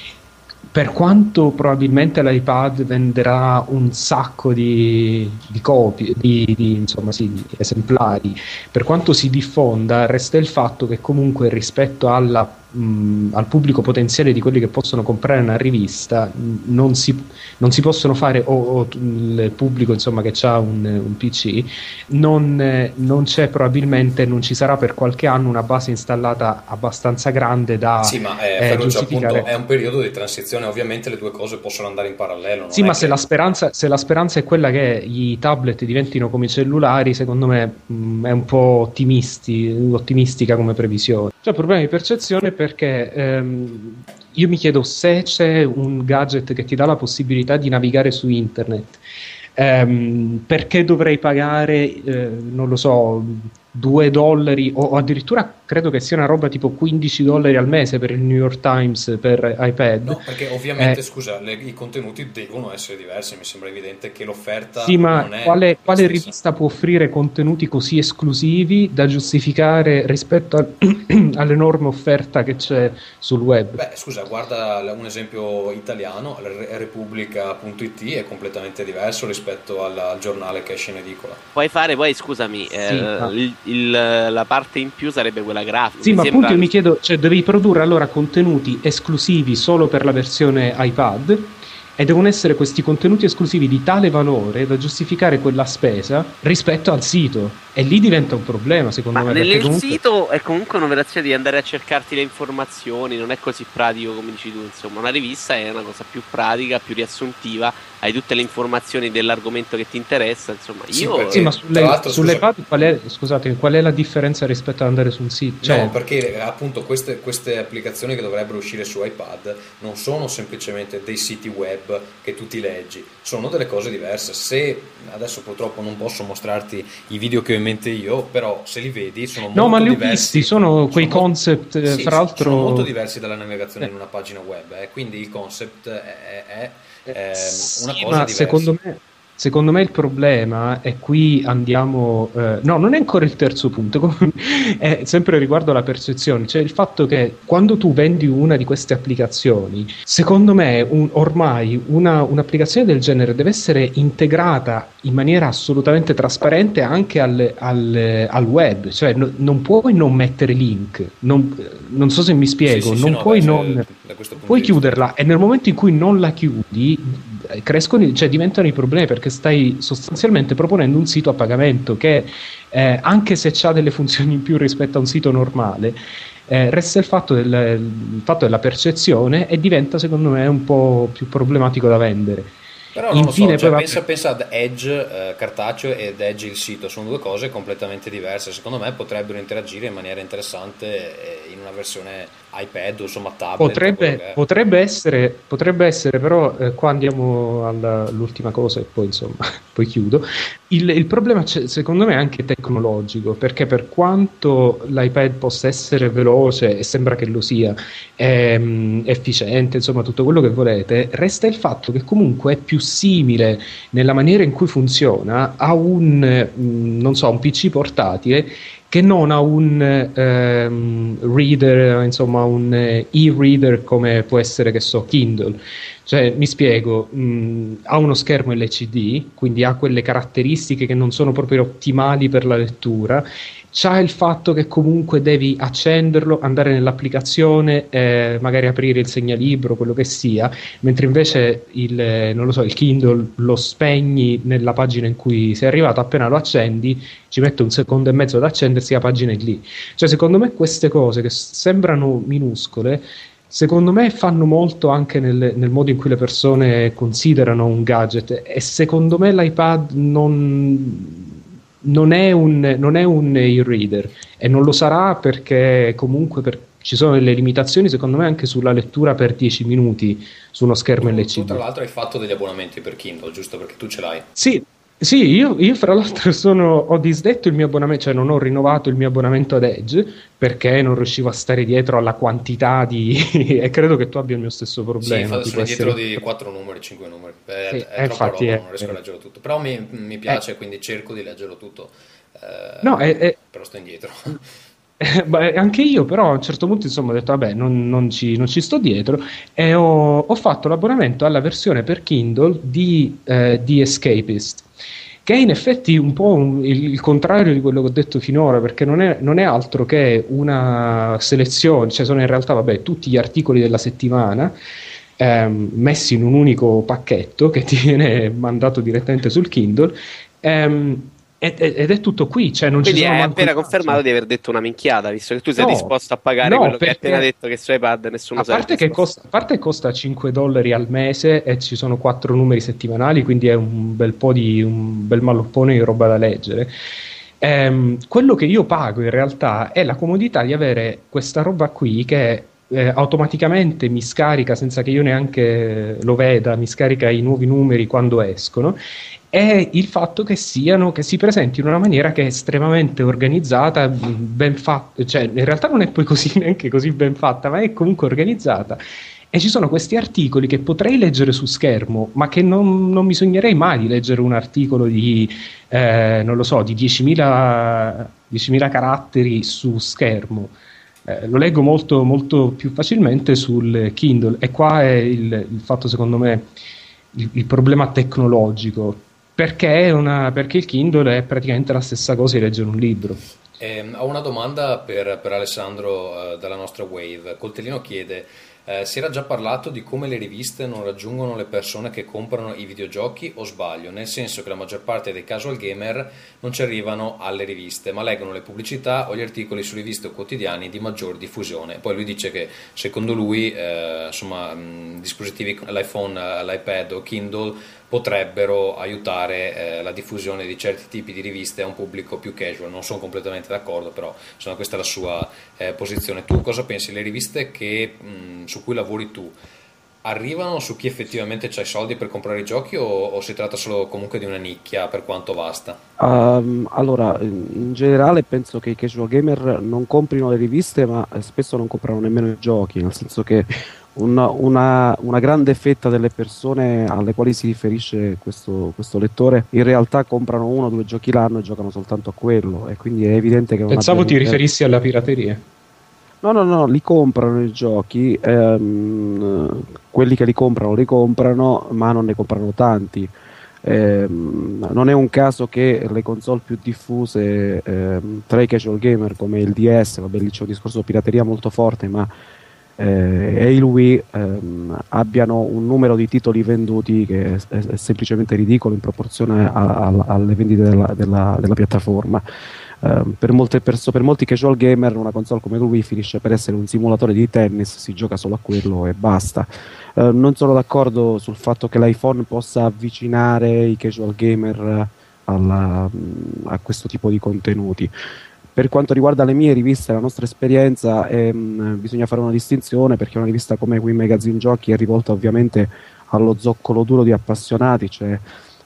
per quanto probabilmente l'iPad venderà un sacco di, di copie, di, di, insomma, sì, di esemplari, per quanto si diffonda, resta il fatto che comunque rispetto alla, mh, al pubblico potenziale di quelli che possono comprare una rivista, mh, non, si, non si possono fare, o, o il pubblico insomma che ha un, un P C, non, eh, non c'è probabilmente, non ci sarà per qualche anno una base installata abbastanza grande da sì, ma eh, eh, Ferruccio, giustificare. appunto, è un periodo di transizione, ovviamente le due cose possono andare in parallelo. Non sì, è ma che... se, la speranza, se la speranza è quella che i tablet diventino come i cellulari, secondo me mh, è un po' ottimisti, ottimistica come previsione. C'è un problema di percezione perché ehm, io mi chiedo se c'è un gadget che ti dà la possibilità di navigare su internet, ehm, perché dovrei pagare, eh, non lo so, due dollari o, o addirittura credo che sia una roba tipo quindici dollari al mese per il New York Times per iPad. No, perché ovviamente, eh, scusa, le, i contenuti devono essere diversi, mi sembra evidente che l'offerta sì, ma non è quale, quale stessa. rivista può offrire contenuti così esclusivi da giustificare rispetto al, all'enorme offerta che c'è sul web? Beh, scusa, guarda un esempio italiano, Repubblica punto it è completamente diverso rispetto al, al giornale che esce in edicola. Puoi fare poi, scusami, Sì, eh, ma- il, il- la parte in più sarebbe quella grafica. Sì, Mi ma sembra- appunto io mi chiedo, cioè devi produrre allora contenuti esclusivi solo per la versione iPad e devono essere questi contenuti esclusivi di tale valore da giustificare quella spesa rispetto al sito, e lì diventa un problema secondo Ma me, nel perché comunque... sito è comunque un'operazione di andare a cercarti le informazioni, non è così pratico come dici tu, insomma, una rivista è una cosa più pratica, più riassuntiva, hai tutte le informazioni dell'argomento che ti interessa, insomma, Sì, io... perché- Sì, ma Tra sulle, l'altro, sull'iPad qual è, scusate, qual è la differenza rispetto ad andare su un sito? Cioè, No, perché appunto queste, queste applicazioni che dovrebbero uscire su iPad non sono semplicemente dei siti web che tu ti leggi, sono delle cose diverse. Se adesso purtroppo non posso mostrarti i video che ho in mente io, però se li vedi sono molto no, ma li ho diversi. visti, sono quei molto- concept, eh, sì, fra l'altro... sono molto diversi dalla navigazione Eh. in una pagina web, eh, quindi il concept è, è- è, ehm, Sì, una cosa ma diversa. secondo me, secondo me il problema è qui andiamo eh, no, non è ancora il terzo punto, com- è sempre riguardo alla percezione, cioè il fatto che quando tu vendi una di queste applicazioni, secondo me un- ormai una, un'applicazione del genere deve essere integrata in maniera assolutamente trasparente anche al, al- al web, cioè no- non puoi non mettere link, non, non so se mi spiego, Sì, sì, sì, non no, puoi beh, non... cioè, da questo punto puoi di vista. chiuderla, e nel momento in cui non la chiudi eh, crescono, i- cioè diventano i problemi, perché stai sostanzialmente proponendo un sito a pagamento che eh, anche se ha delle funzioni in più rispetto a un sito normale, eh, resta il fatto, del, il fatto della percezione, e diventa secondo me un po' più problematico da vendere. Però non Infine, lo so, cioè, poi pensa, pensa ad Edge eh, cartaceo ed Edge il sito, sono due cose completamente diverse, secondo me potrebbero interagire in maniera interessante eh, in una versione iPad o insomma tablet. o quello Potrebbe, che è. potrebbe essere, potrebbe essere, però eh, qua andiamo alla- all'ultima cosa e poi insomma, poi chiudo. Il, il problema c'è, secondo me è anche tecnologico, perché per quanto l'iPad possa essere veloce, e sembra che lo sia, ehm, efficiente, insomma tutto quello che volete, resta il fatto che comunque è più simile nella maniera in cui funziona a un, mh, non so, un P C portatile, che non a un ehm, reader, insomma un eh, e-reader come può essere, che so, Kindle. Cioè, mi spiego, mh, ha uno schermo L C D, quindi ha quelle caratteristiche che non sono proprio ottimali per la lettura. C'ha il fatto che comunque devi accenderlo, andare nell'applicazione, eh, magari aprire il segnalibro, quello che sia, mentre invece il, eh, non lo so, il Kindle lo spegni nella pagina in cui sei arrivato, appena lo accendi ci mette un secondo e mezzo ad accendersi, la pagina è lì. Cioè, secondo me queste cose che s- sembrano minuscole, secondo me fanno molto anche nel, nel modo in cui le persone considerano un gadget, e secondo me l'iPad non, non è un, non è un e-reader, e non lo sarà perché comunque per- ci sono delle limitazioni secondo me anche sulla lettura per dieci minuti su uno schermo Tu, tu L C D. tra l'altro hai fatto degli abbonamenti per Kindle, giusto perché tu ce l'hai? Sì, Sì, io, io fra l'altro sono, ho disdetto il mio abbonamento, cioè non ho rinnovato il mio abbonamento ad Edge perché non riuscivo a stare dietro alla quantità di... e credo che tu abbia il mio stesso Sì, problema. fa- Ti sono può indietro essere... di quattro numeri, cinque numeri. È, Sì, è eh, troppa infatti roba, è... non riesco a è- leggerlo tutto. Però mi, mi è- piace, quindi cerco di leggerlo tutto. no, è, Eh, è- però sto indietro. Eh, beh, anche io, però a un certo punto insomma ho detto vabbè, non, non ci, non ci sto dietro e ho, ho fatto l'abbonamento alla versione per Kindle di eh, The Escapist, che è in effetti un po' un- il, il contrario di quello che ho detto finora, perché non è, non è altro che una selezione, cioè sono in realtà vabbè, tutti gli articoli della settimana ehm, messi in un unico pacchetto che ti viene mandato direttamente sul Kindle. ehm, ed, ed è tutto qui, cioè non ci Quindi sono hai manco i appena tasti. confermato di aver detto una minchiata, visto che tu sei No, disposto a pagare no, quello che hai perché appena detto che su iPad nessuno a sarebbe parte che disposto. costa, a parte che costa cinque dollari al mese e ci sono quattro numeri settimanali, quindi è un bel po' di un bel malloppone di roba da leggere. Ehm, quello che io pago in realtà è la comodità di avere questa roba qui che eh, automaticamente mi scarica senza che io neanche lo veda, mi scarica i nuovi numeri quando escono. È il fatto che siano, che si presenti in una maniera che è estremamente organizzata, mh, ben fatta, cioè in realtà non è poi così neanche così ben fatta, ma è comunque organizzata. E ci sono questi articoli che potrei leggere su schermo, ma che non, non mi sognerei mai di leggere un articolo di, eh, non lo so, di diecimila, diecimila caratteri su schermo. Eh, lo leggo molto, molto più facilmente sul Kindle, e qua è il, il fatto, secondo me, il, il problema tecnologico. Perché, è una, perché il Kindle è praticamente la stessa cosa di leggere un libro. Ehm, ho una domanda per, per Alessandro eh, dalla nostra Wave. Coltellino chiede: eh, si era già parlato di come le riviste non raggiungono le persone che comprano i videogiochi, o sbaglio? Nel senso che la maggior parte dei casual gamer non ci arrivano alle riviste, ma leggono le pubblicità o gli articoli su riviste o quotidiani di maggior diffusione. Poi lui dice che secondo lui eh, insomma, mh, dispositivi come l'iPhone, eh, l'iPad o Kindle potrebbero aiutare eh, la diffusione di certi tipi di riviste a un pubblico più casual. Non sono completamente d'accordo, però insomma, questa è la sua eh, posizione. Tu cosa pensi? Le riviste che, mh, su cui lavori tu arrivano su chi effettivamente ha i soldi per comprare i giochi, o, o si tratta solo comunque di una nicchia per quanto vasta? Um, allora, in generale penso che i casual gamer non comprino le riviste, ma eh, spesso non comprano nemmeno i giochi, nel senso che una, una- una grande fetta delle persone alle quali si riferisce questo, questo lettore in realtà comprano uno o due giochi l'anno e giocano soltanto a quello, e quindi è evidente che non Pensavo abbiano ti interesse. riferissi alla pirateria. No, no, no, li comprano i giochi, ehm, quelli che li comprano li comprano, ma non ne comprano tanti. Ehm, non è un caso che le console più diffuse ehm, tra i casual gamer come il D S, vabbè lì c'è un discorso di pirateria molto forte, ma eh, e il Wii ehm, abbiano un numero di titoli venduti che è, è- è semplicemente ridicolo in proporzione a- a- alle vendite della, della- della piattaforma. Ehm, per molte perso- per molti casual gamer una console come il Wii finisce per essere un simulatore di tennis, si gioca solo a quello e basta. Eh, non sono d'accordo sul fatto che l'iPhone possa avvicinare i casual gamer alla- a questo tipo di contenuti. Per quanto riguarda le mie riviste, la nostra esperienza, ehm, bisogna fare una distinzione, perché una rivista come Wii Magazine Giochi è rivolta ovviamente allo zoccolo duro di appassionati, cioè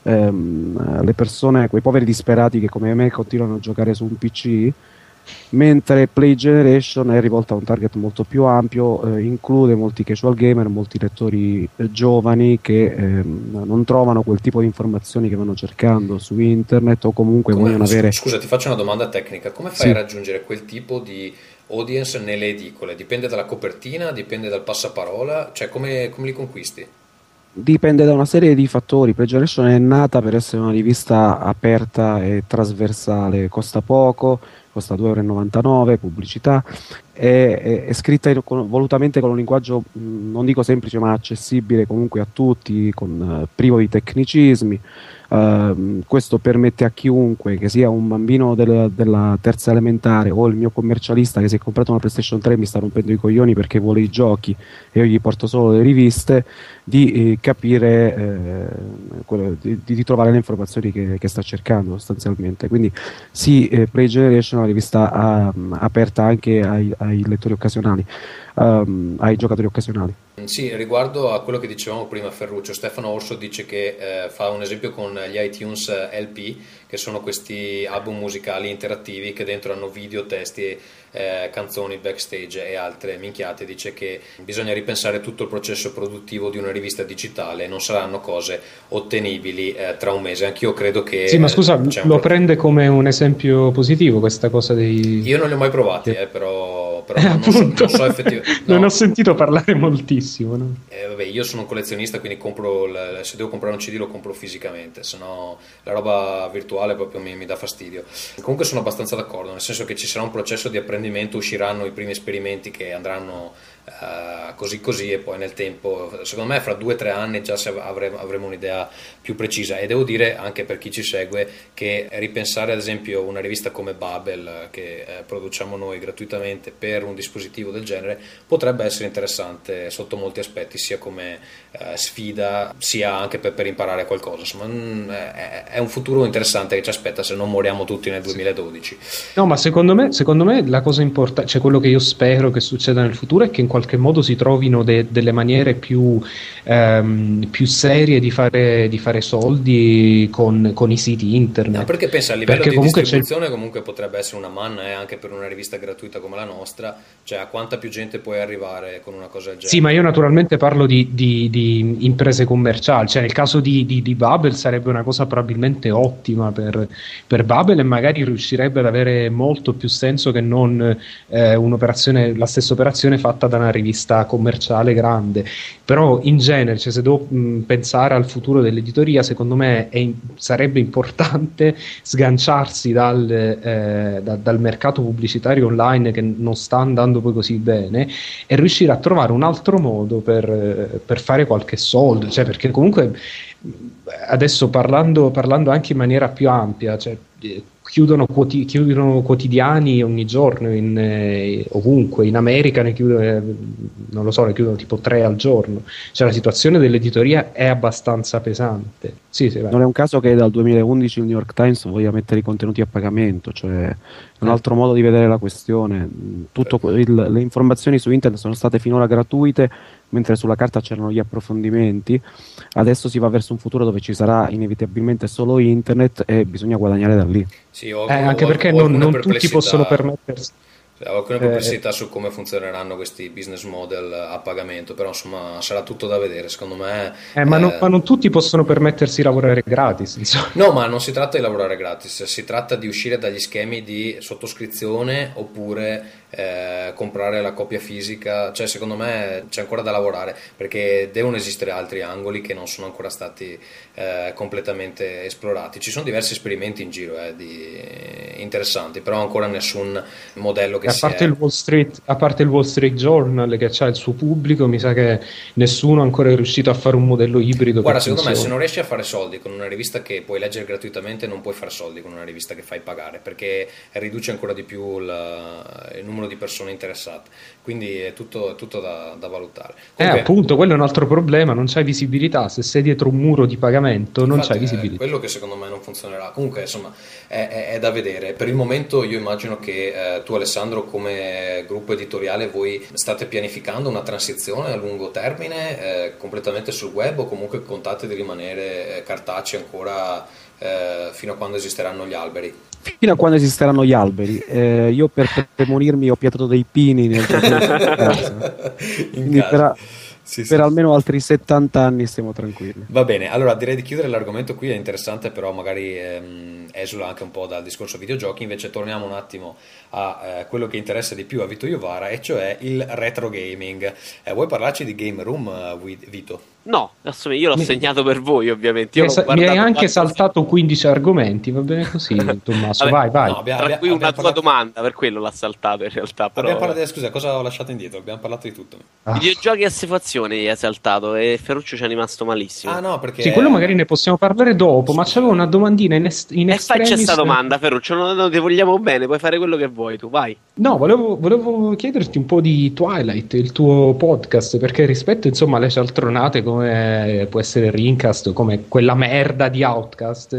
ehm, le persone, quei poveri disperati che come me continuano a giocare su un P C, mentre Play Generation è rivolta a un target molto più ampio, eh, include molti casual gamer, molti lettori eh, giovani che ehm, non trovano quel tipo di informazioni che vanno cercando su internet, o comunque Come- vogliono avere... Scusa, ti faccio una domanda tecnica. Come fai Sì. a raggiungere quel tipo di audience nelle edicole? Dipende dalla copertina, dipende dal passaparola, cioè come, come li conquisti? Dipende da una serie di fattori. Play Generation è nata per essere una rivista aperta e trasversale, costa poco, costa due euro e novantanove, pubblicità, è, è- è scritta in- con- volutamente con un linguaggio mh, non dico semplice ma accessibile comunque a tutti, con, eh, privo di tecnicismi. Ehm, questo permette a chiunque, che sia un bambino del- della terza elementare o il mio commercialista che si è comprato una PlayStation tre e mi sta rompendo i coglioni perché vuole i giochi e io gli porto solo le riviste, di eh, capire, eh, quello- di, di trovare le informazioni che, che sta cercando sostanzialmente. Quindi sì, eh, Play Generation è una rivista ah, aperta anche ai, ai lettori occasionali. um, ai giocatori occasionali. Sì, riguardo a quello che dicevamo prima Ferruccio, Stefano Orso dice che eh, fa un esempio con gli iTunes L P, che sono questi album musicali interattivi che dentro hanno video, testi, eh, canzoni, backstage e altre minchiate. Dice che bisogna ripensare tutto il processo produttivo di una rivista digitale, non saranno cose ottenibili eh, tra un mese. Anch'io credo che... Sì, ma scusa, eh, lo pro... prende come un esempio positivo questa cosa dei... Io non li ho mai provati, eh, però, però eh, non, so, non so effettivamente... No. Non ho sentito parlare moltissimo, no? Eh, vabbè, io sono un collezionista, quindi compro l- se devo comprare un C D lo compro fisicamente, se no la roba virtuale proprio mi, mi dà fastidio. Comunque sono abbastanza d'accordo, nel senso che ci sarà un processo di apprendimento, usciranno i primi esperimenti che andranno uh, così così e poi nel tempo, secondo me fra due o tre anni già avremo, avremo un'idea più precisa. E devo dire anche per chi ci segue che ripensare ad esempio una rivista come Babel che eh, produciamo noi gratuitamente per un dispositivo del genere potrebbe essere interessante sotto molti aspetti, sia come eh, sfida sia anche per, per imparare qualcosa. Insomma mh, è, è un futuro interessante che ci aspetta se non moriamo tutti nel duemiladodici. No, ma secondo me, secondo me la cosa importante, cioè quello che io spero che succeda nel futuro è che in qualche modo si trovino de, delle maniere più, ehm, più serie di fare, di fare soldi con, con i siti internet. No, perché pensa a livello perché di comunque distribuzione c'è... comunque potrebbe essere una manna eh, anche per una rivista gratuita come la nostra, cioè a quanta più gente puoi arrivare con una cosa del genere. Sì, ma io naturalmente parlo di, di, di imprese commerciali, cioè nel caso di, di, di Babel sarebbe una cosa probabilmente ottima per, per Babel e magari riuscirebbe ad avere molto più senso che non eh, un'operazione, la stessa operazione fatta da una rivista commerciale grande. Però in genere, cioè, se devo mh, pensare al futuro dell'editoria, secondo me è, sarebbe importante sganciarsi dal, eh, da, dal mercato pubblicitario online che non sta andando poi così bene e riuscire a trovare un altro modo per, per fare qualche soldo, cioè, perché comunque adesso parlando, parlando anche in maniera più ampia, cioè, chiudono, quoti- chiudono quotidiani ogni giorno in, eh, ovunque, in America ne chiudono, eh, non lo so, ne chiudono tipo tre al giorno, cioè la situazione dell'editoria è abbastanza pesante. Sì, sì, non è un caso che dal duemilaundici il New York Times voglia mettere i contenuti a pagamento, cioè un altro modo di vedere la questione. Tutto il, le informazioni su internet sono state finora gratuite, mentre sulla carta c'erano gli approfondimenti. Adesso si va verso un futuro dove ci sarà inevitabilmente solo internet e bisogna guadagnare da lì. Sì, ho, eh, anche ho, perché ho non, non tutti possono permettersi. Ho alcune perplessità eh, su come funzioneranno questi business model a pagamento, però insomma sarà tutto da vedere, secondo me. Eh, ma, eh, non, ma non tutti possono permettersi di lavorare gratis, insomma. No, ma non si tratta di lavorare gratis, si tratta di uscire dagli schemi di sottoscrizione oppure eh, comprare la copia fisica, cioè secondo me c'è ancora da lavorare perché devono esistere altri angoli che non sono ancora stati eh, completamente esplorati. Ci sono diversi esperimenti in giro eh, di, interessanti, però ancora nessun modello che a parte, il Wall Street, a parte il Wall Street Journal che ha il suo pubblico, mi sa che nessuno ancora è riuscito a fare un modello ibrido. Guarda, secondo funzione. me se non riesci a fare soldi con una rivista che puoi leggere gratuitamente, non puoi fare soldi con una rivista che fai pagare, perché riduce ancora di più la, il numero di persone interessate, quindi è tutto, è tutto da, da valutare. Comunque, eh, appunto, quello è un altro problema, non c'hai visibilità, se sei dietro un muro di pagamento non c'hai visibilità. È quello che secondo me non funzionerà. Comunque insomma è, è, è da vedere. Per il momento io immagino che eh, tu Alessandro come gruppo editoriale voi state pianificando una transizione a lungo termine eh, completamente sul web, o comunque contate di rimanere eh, cartacei ancora eh, fino a quando esisteranno gli alberi? Fino a quando esisteranno gli alberi. Eh, io per premonirmi ho piantato dei pini nel casa. Quindi per, sì, per sì. almeno altri settanta anni stiamo tranquilli. Va bene, allora direi di chiudere l'argomento qui, è interessante, però magari ehm, esula anche un po' dal discorso videogiochi. Invece torniamo un attimo a eh, quello che interessa di più a Vito Iovara, e cioè il retro gaming. Eh, vuoi parlarci di Game Room, uh, Vito? No, io l'ho mi... segnato per voi, ovviamente. Io mi, sa- mi hai anche saltato quindici argomenti, va bene così, Tommaso. Vabbè, vai, vai. No, abbiamo, Tra cui abbiamo una parlato... tua domanda, per quello l'ha saltato in realtà. Però... Abbiamo parlato, scusa, cosa ho lasciato indietro? Abbiamo parlato di tutto. Ah. Videogiochi a sefazione hai saltato e Ferruccio ci è rimasto malissimo. Ah, no, perché. Sì, quello magari ne possiamo parlare dopo, ma c'avevo una domandina in, est- in e extremis. E faccia sta domanda, Ferruccio, non, non ti vogliamo bene, puoi fare quello che vuoi tu, vai. No, volevo, volevo chiederti un po' di Twilight, il tuo podcast, perché rispetto insomma alle cialtronate come può essere Rincast o come quella merda di Outcast.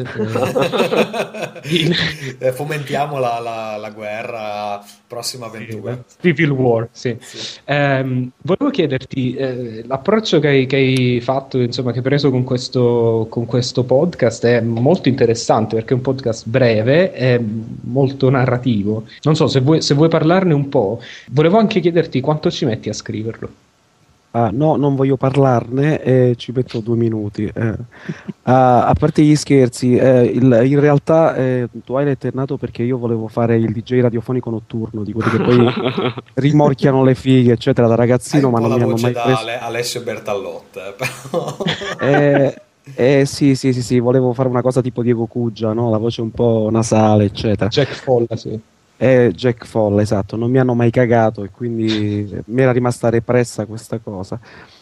eh, fomentiamo la, la, la guerra, prossima avventura. Civil War, sì. sì. Eh, volevo chiederti eh, l'approccio che hai, che hai fatto, insomma, che hai preso con questo, con questo podcast è molto interessante, perché è un podcast breve, è molto narrativo. Non so se vuoi, se vuoi parlarne un po'. Volevo anche chiederti quanto ci metti a scriverlo. Ah, no, non voglio parlarne, eh, ci metto due minuti. Eh. Ah, a parte gli scherzi, eh, il, in realtà eh, Twilight è nato perché io volevo fare il D J radiofonico notturno, di quelli che poi rimorchiano le fighe, eccetera, da ragazzino, ma non mi hanno mai da preso. Ale- Alessio Bertallotte, però. Eh, eh, sì, sì, sì, sì, volevo fare una cosa tipo Diego Cuggia, no? La voce un po' nasale, eccetera. Jack Folla, sì. Eh, Jack Folla, esatto, non mi hanno mai cagato e quindi mi era rimasta repressa questa cosa.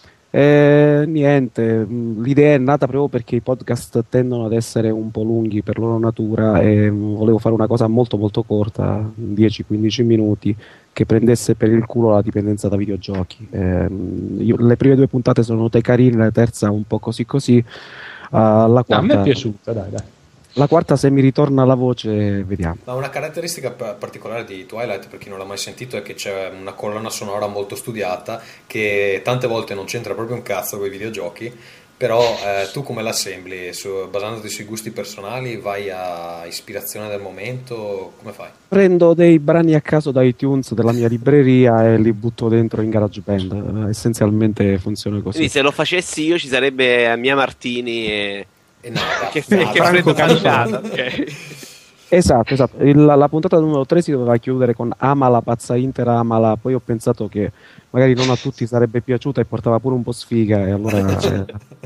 Eh, niente, l'idea è nata proprio perché i podcast tendono ad essere un po' lunghi per loro natura e volevo fare una cosa molto molto corta, dieci quindici minuti, che prendesse per il culo la dipendenza da videogiochi. Eh, io, le prime due puntate sono venute carine, la terza un po' così così. Uh, la quarta, a me è piaciuta, dai dai. La quarta, se mi ritorna la voce, vediamo. Ma una caratteristica particolare di Twilight, per chi non l'ha mai sentito, è che c'è una colonna sonora molto studiata che tante volte non c'entra proprio un cazzo con i videogiochi, però eh, tu come l'assembli? Su, basandoti sui gusti personali, vai a ispirazione del momento, come fai? Prendo dei brani a caso da iTunes della mia libreria e li butto dentro in GarageBand, essenzialmente funziona così. Quindi se lo facessi io ci sarebbe Mia Martini e... E nada, che, nada. che Franco Canciata, okay. Esatto, esatto. Il, la puntata numero tre si doveva chiudere con Amala, pazza Inter, Amala. Poi ho pensato che magari non a tutti sarebbe piaciuta e portava pure un po' sfiga. E allora. eh.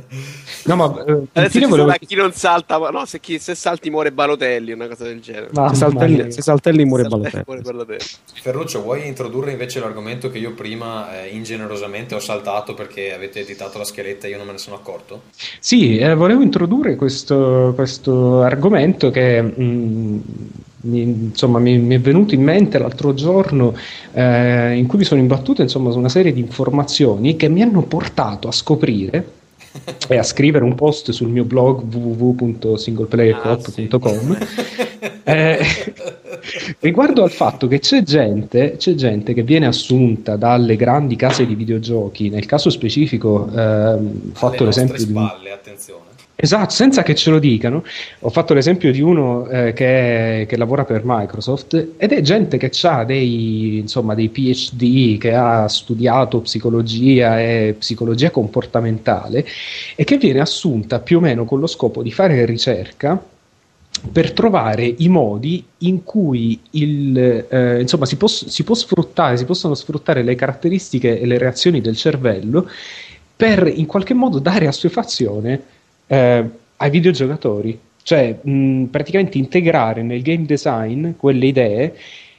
No, ma eh, adesso ci volevo... chi non salta, no, se, chi, se salti muore Balotelli, una cosa del genere. Ma se, saltelli, se saltelli muore Balotelli. muore Balotelli. Ferruccio, vuoi introdurre invece l'argomento che io prima eh, ingenerosamente ho saltato perché avete editato la scaletta e io non me ne sono accorto? Sì, eh, volevo introdurre questo, questo argomento che mh, mi, insomma, mi, mi è venuto in mente l'altro giorno, eh, in cui mi sono imbattuto insomma, su una serie di informazioni che mi hanno portato a scoprire e a scrivere un post sul mio blog w w w punto singleplayercop punto com ah, sì. eh, riguardo al fatto che c'è gente, c'è gente che viene assunta dalle grandi case di videogiochi, nel caso specifico eh, fatto l'esempio spalle, di spalle, attenzione. Esatto, senza che ce lo dicano. Ho fatto l'esempio di uno eh, che, che lavora per Microsoft ed è gente che ha dei, insomma, dei P H D, che ha studiato psicologia e psicologia comportamentale e che viene assunta più o meno con lo scopo di fare ricerca per trovare i modi in cui il, eh, insomma, si, pos- si può sfruttare, si possono sfruttare le caratteristiche e le reazioni del cervello per in qualche modo dare assuefazione Eh, ai videogiocatori, cioè mh, praticamente integrare nel game design quelle idee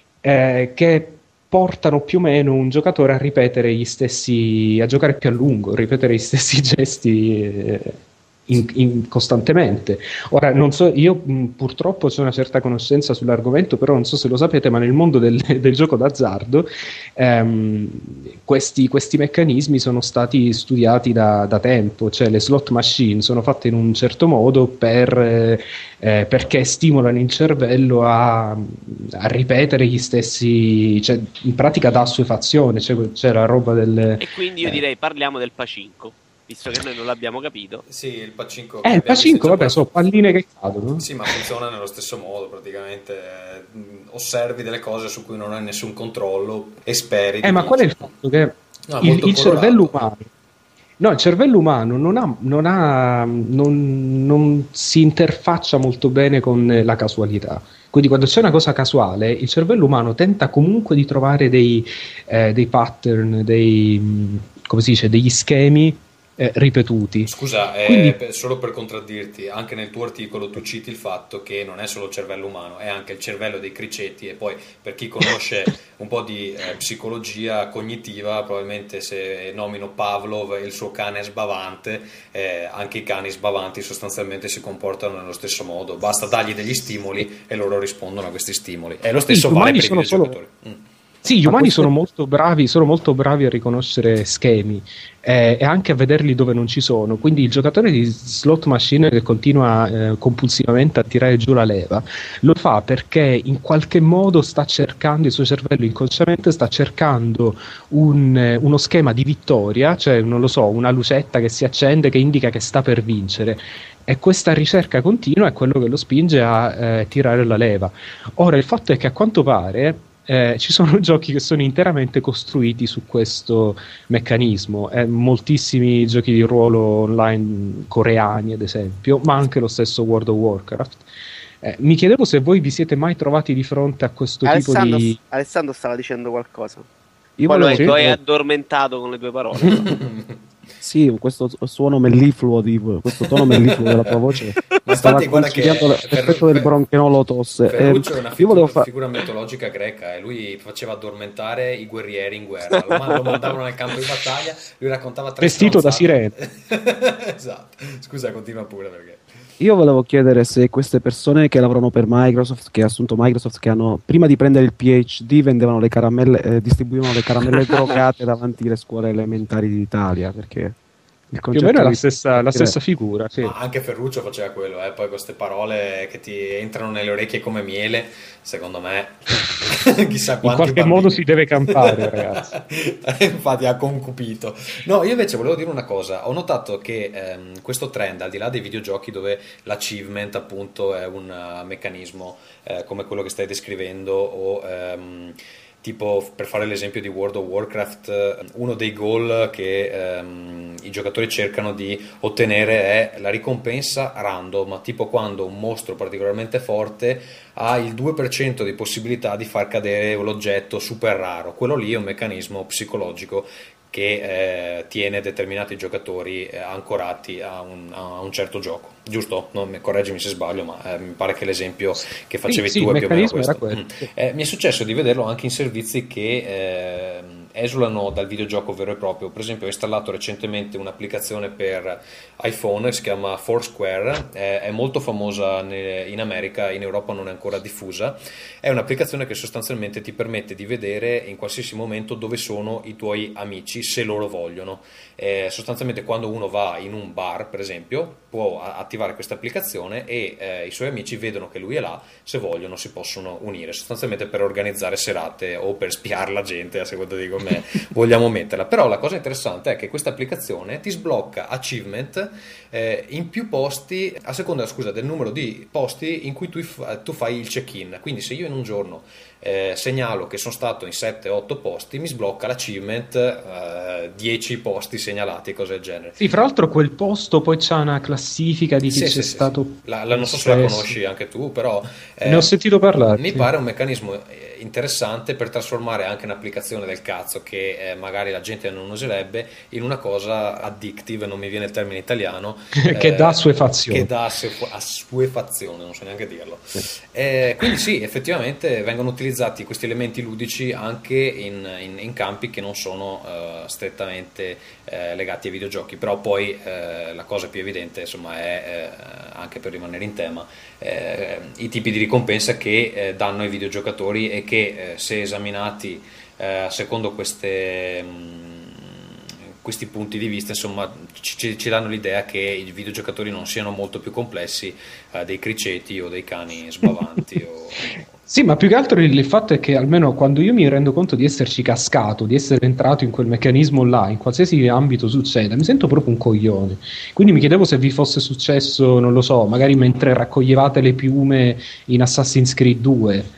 eh, che portano più o meno un giocatore a ripetere gli stessi, a giocare più a lungo, ripetere gli stessi gesti eh, in, in, costantemente. Ora, non so, io mh, purtroppo ho una certa conoscenza sull'argomento, però non so se lo sapete, ma nel mondo del, del gioco d'azzardo ehm, questi, questi meccanismi sono stati studiati da, da tempo, cioè le slot machine sono fatte in un certo modo per, eh, perché stimolano il cervello a, a ripetere gli stessi, cioè in pratica da assuefazione, cioè, c'è la roba del... E quindi io direi parliamo del pacinco, visto che noi non l'abbiamo capito. Sì, il pacinco. Eh, il pacinco, vabbè, sono palline che cadono. Sì, ma funziona nello stesso modo, praticamente. Osservi delle cose su cui non hai nessun controllo e speri. Eh, ma qual è il fatto? Che no, il, il cervello umano... No, il cervello umano non ha, non ha, non, non si interfaccia molto bene con la casualità. Quindi quando c'è una cosa casuale, il cervello umano tenta comunque di trovare dei, eh, dei pattern, dei, come si dice, degli schemi eh, ripetuti. Scusa, eh, Quindi... per, solo per contraddirti, anche nel tuo articolo tu citi il fatto che non è solo il cervello umano, è anche il cervello dei criceti, e poi per chi conosce un po' di eh, psicologia cognitiva, probabilmente se nomino Pavlov e il suo cane sbavante, eh, anche i cani sbavanti sostanzialmente si comportano nello stesso modo, basta dargli degli stimoli e loro rispondono a questi stimoli, e lo stesso vale per i videogiocatori. Solo... mm. Sì, gli Ma umani questo- sono molto bravi, sono molto bravi a riconoscere schemi eh, e anche a vederli dove non ci sono. Quindi il giocatore di slot machine che continua eh, compulsivamente a tirare giù la leva lo fa perché in qualche modo sta cercando, il suo cervello inconsciamente sta cercando un, eh, uno schema di vittoria, cioè non lo so, una lucetta che si accende che indica che sta per vincere. E questa ricerca continua è quello che lo spinge a eh, tirare la leva. Ora, il fatto è che a quanto pare eh, ci sono giochi che sono interamente costruiti su questo meccanismo, eh, moltissimi giochi di ruolo online coreani, ad esempio, ma anche lo stesso World of Warcraft. Eh, mi chiedevo se voi vi siete mai trovati di fronte a questo Alessandro, tipo di... Alessandro stava dicendo qualcosa. Io Poi lo, volevo hai- lo hai chiedere- addormentato con le tue parole. Sì, questo suono mellifluo, di, questo tono mellifluo della tua voce Ma stava infatti guarda che consigliando l'effetto del Fer- bronchenolo tosse. Ferruccio Eh, è una io figu- volevo fa- figura mitologica greca e lui faceva addormentare i guerrieri in guerra, lo, ma- lo mandavano nel campo di battaglia, lui raccontava tre Vestito da stronzate. Esatto, scusa, continua pure perché... Io volevo chiedere se queste persone che lavorano per Microsoft, che ha assunto Microsoft, che hanno prima di prendere il PhD vendevano le caramelle, eh, distribuivano le caramelle drogate davanti alle scuole elementari d'Italia, perché il Più o concetto meno è la di- stessa, la stessa figura, sì. Ma anche Ferruccio faceva quello, eh? Poi queste parole che ti entrano nelle orecchie come miele, secondo me, chissà In quanti qualche bambini. modo si deve campare, ragazzi. Infatti ha concupito. No, io invece volevo dire una cosa. Ho notato che ehm, questo trend, al di là dei videogiochi dove l'achievement appunto è un uh, meccanismo eh, come quello che stai descrivendo o... ehm, tipo, per fare l'esempio di World of Warcraft, uno dei goal che ehm, i giocatori cercano di ottenere è la ricompensa random, tipo quando un mostro particolarmente forte ha il due per cento di possibilità di far cadere l'oggetto super raro. Quello lì è un meccanismo psicologico che eh, tiene determinati giocatori eh, ancorati a un, a un certo gioco, giusto? Non, correggimi se sbaglio, ma eh, mi pare che l'esempio che facevi sì, tu il è più o meno meccanismo era questo. quello. Mm. Eh, mi è successo di vederlo anche in servizi che eh, esulano dal videogioco vero e proprio. Per esempio ho installato recentemente un'applicazione per iPhone che si chiama Foursquare, eh, è molto famosa ne- in America, in Europa non è ancora diffusa. È un'applicazione che sostanzialmente ti permette di vedere in qualsiasi momento dove sono i tuoi amici, se loro vogliono. Eh, sostanzialmente quando uno va in un bar, per esempio, può a- attivare questa applicazione e eh, i suoi amici vedono che lui è là, se vogliono si possono unire, sostanzialmente per organizzare serate o per spiare la gente, a seconda di come vogliamo metterla. Però la cosa interessante è che questa applicazione ti sblocca achievement eh, in più posti, a seconda, scusa, del numero di posti in cui tu, tu fai il check-in. Quindi se io in un giorno eh, segnalo che sono stato in sette otto posti, mi sblocca l'achievement eh, dieci posti segnalati, cose del genere. Sì, fra l'altro quel posto poi c'ha una classifica di chi Sì, c'è sì, sì, stato. sì. La, la- non so se la spesso. conosci anche tu, però eh, Ne ho sentito parlare. mi sì. pare un meccanismo eh, interessante per trasformare anche un'applicazione del cazzo che eh, magari la gente non userebbe in una cosa addictive, non mi viene il termine italiano, Che eh, dà assuefazione. che dà assu- assuefazione, non so neanche dirlo. Eh, quindi sì, effettivamente vengono utilizzati questi elementi ludici anche in, in- in campi che non sono eh, strettamente eh, legati ai videogiochi, però poi eh, la cosa più evidente insomma è eh, anche per rimanere in tema eh, i tipi di ricompensa che eh, danno ai videogiocatori e che eh, se esaminati eh, secondo queste mh, questi punti di vista insomma ci, ci danno l'idea che i videogiocatori non siano molto più complessi eh, dei criceti o dei cani sbavanti o... Sì, ma più che altro il, il fatto è che almeno quando io mi rendo conto di esserci cascato, di essere entrato in quel meccanismo là, in qualsiasi ambito succeda, mi sento proprio un coglione. Quindi mi chiedevo se vi fosse successo, non lo so, magari mentre raccoglievate le piume in Assassin's Creed due,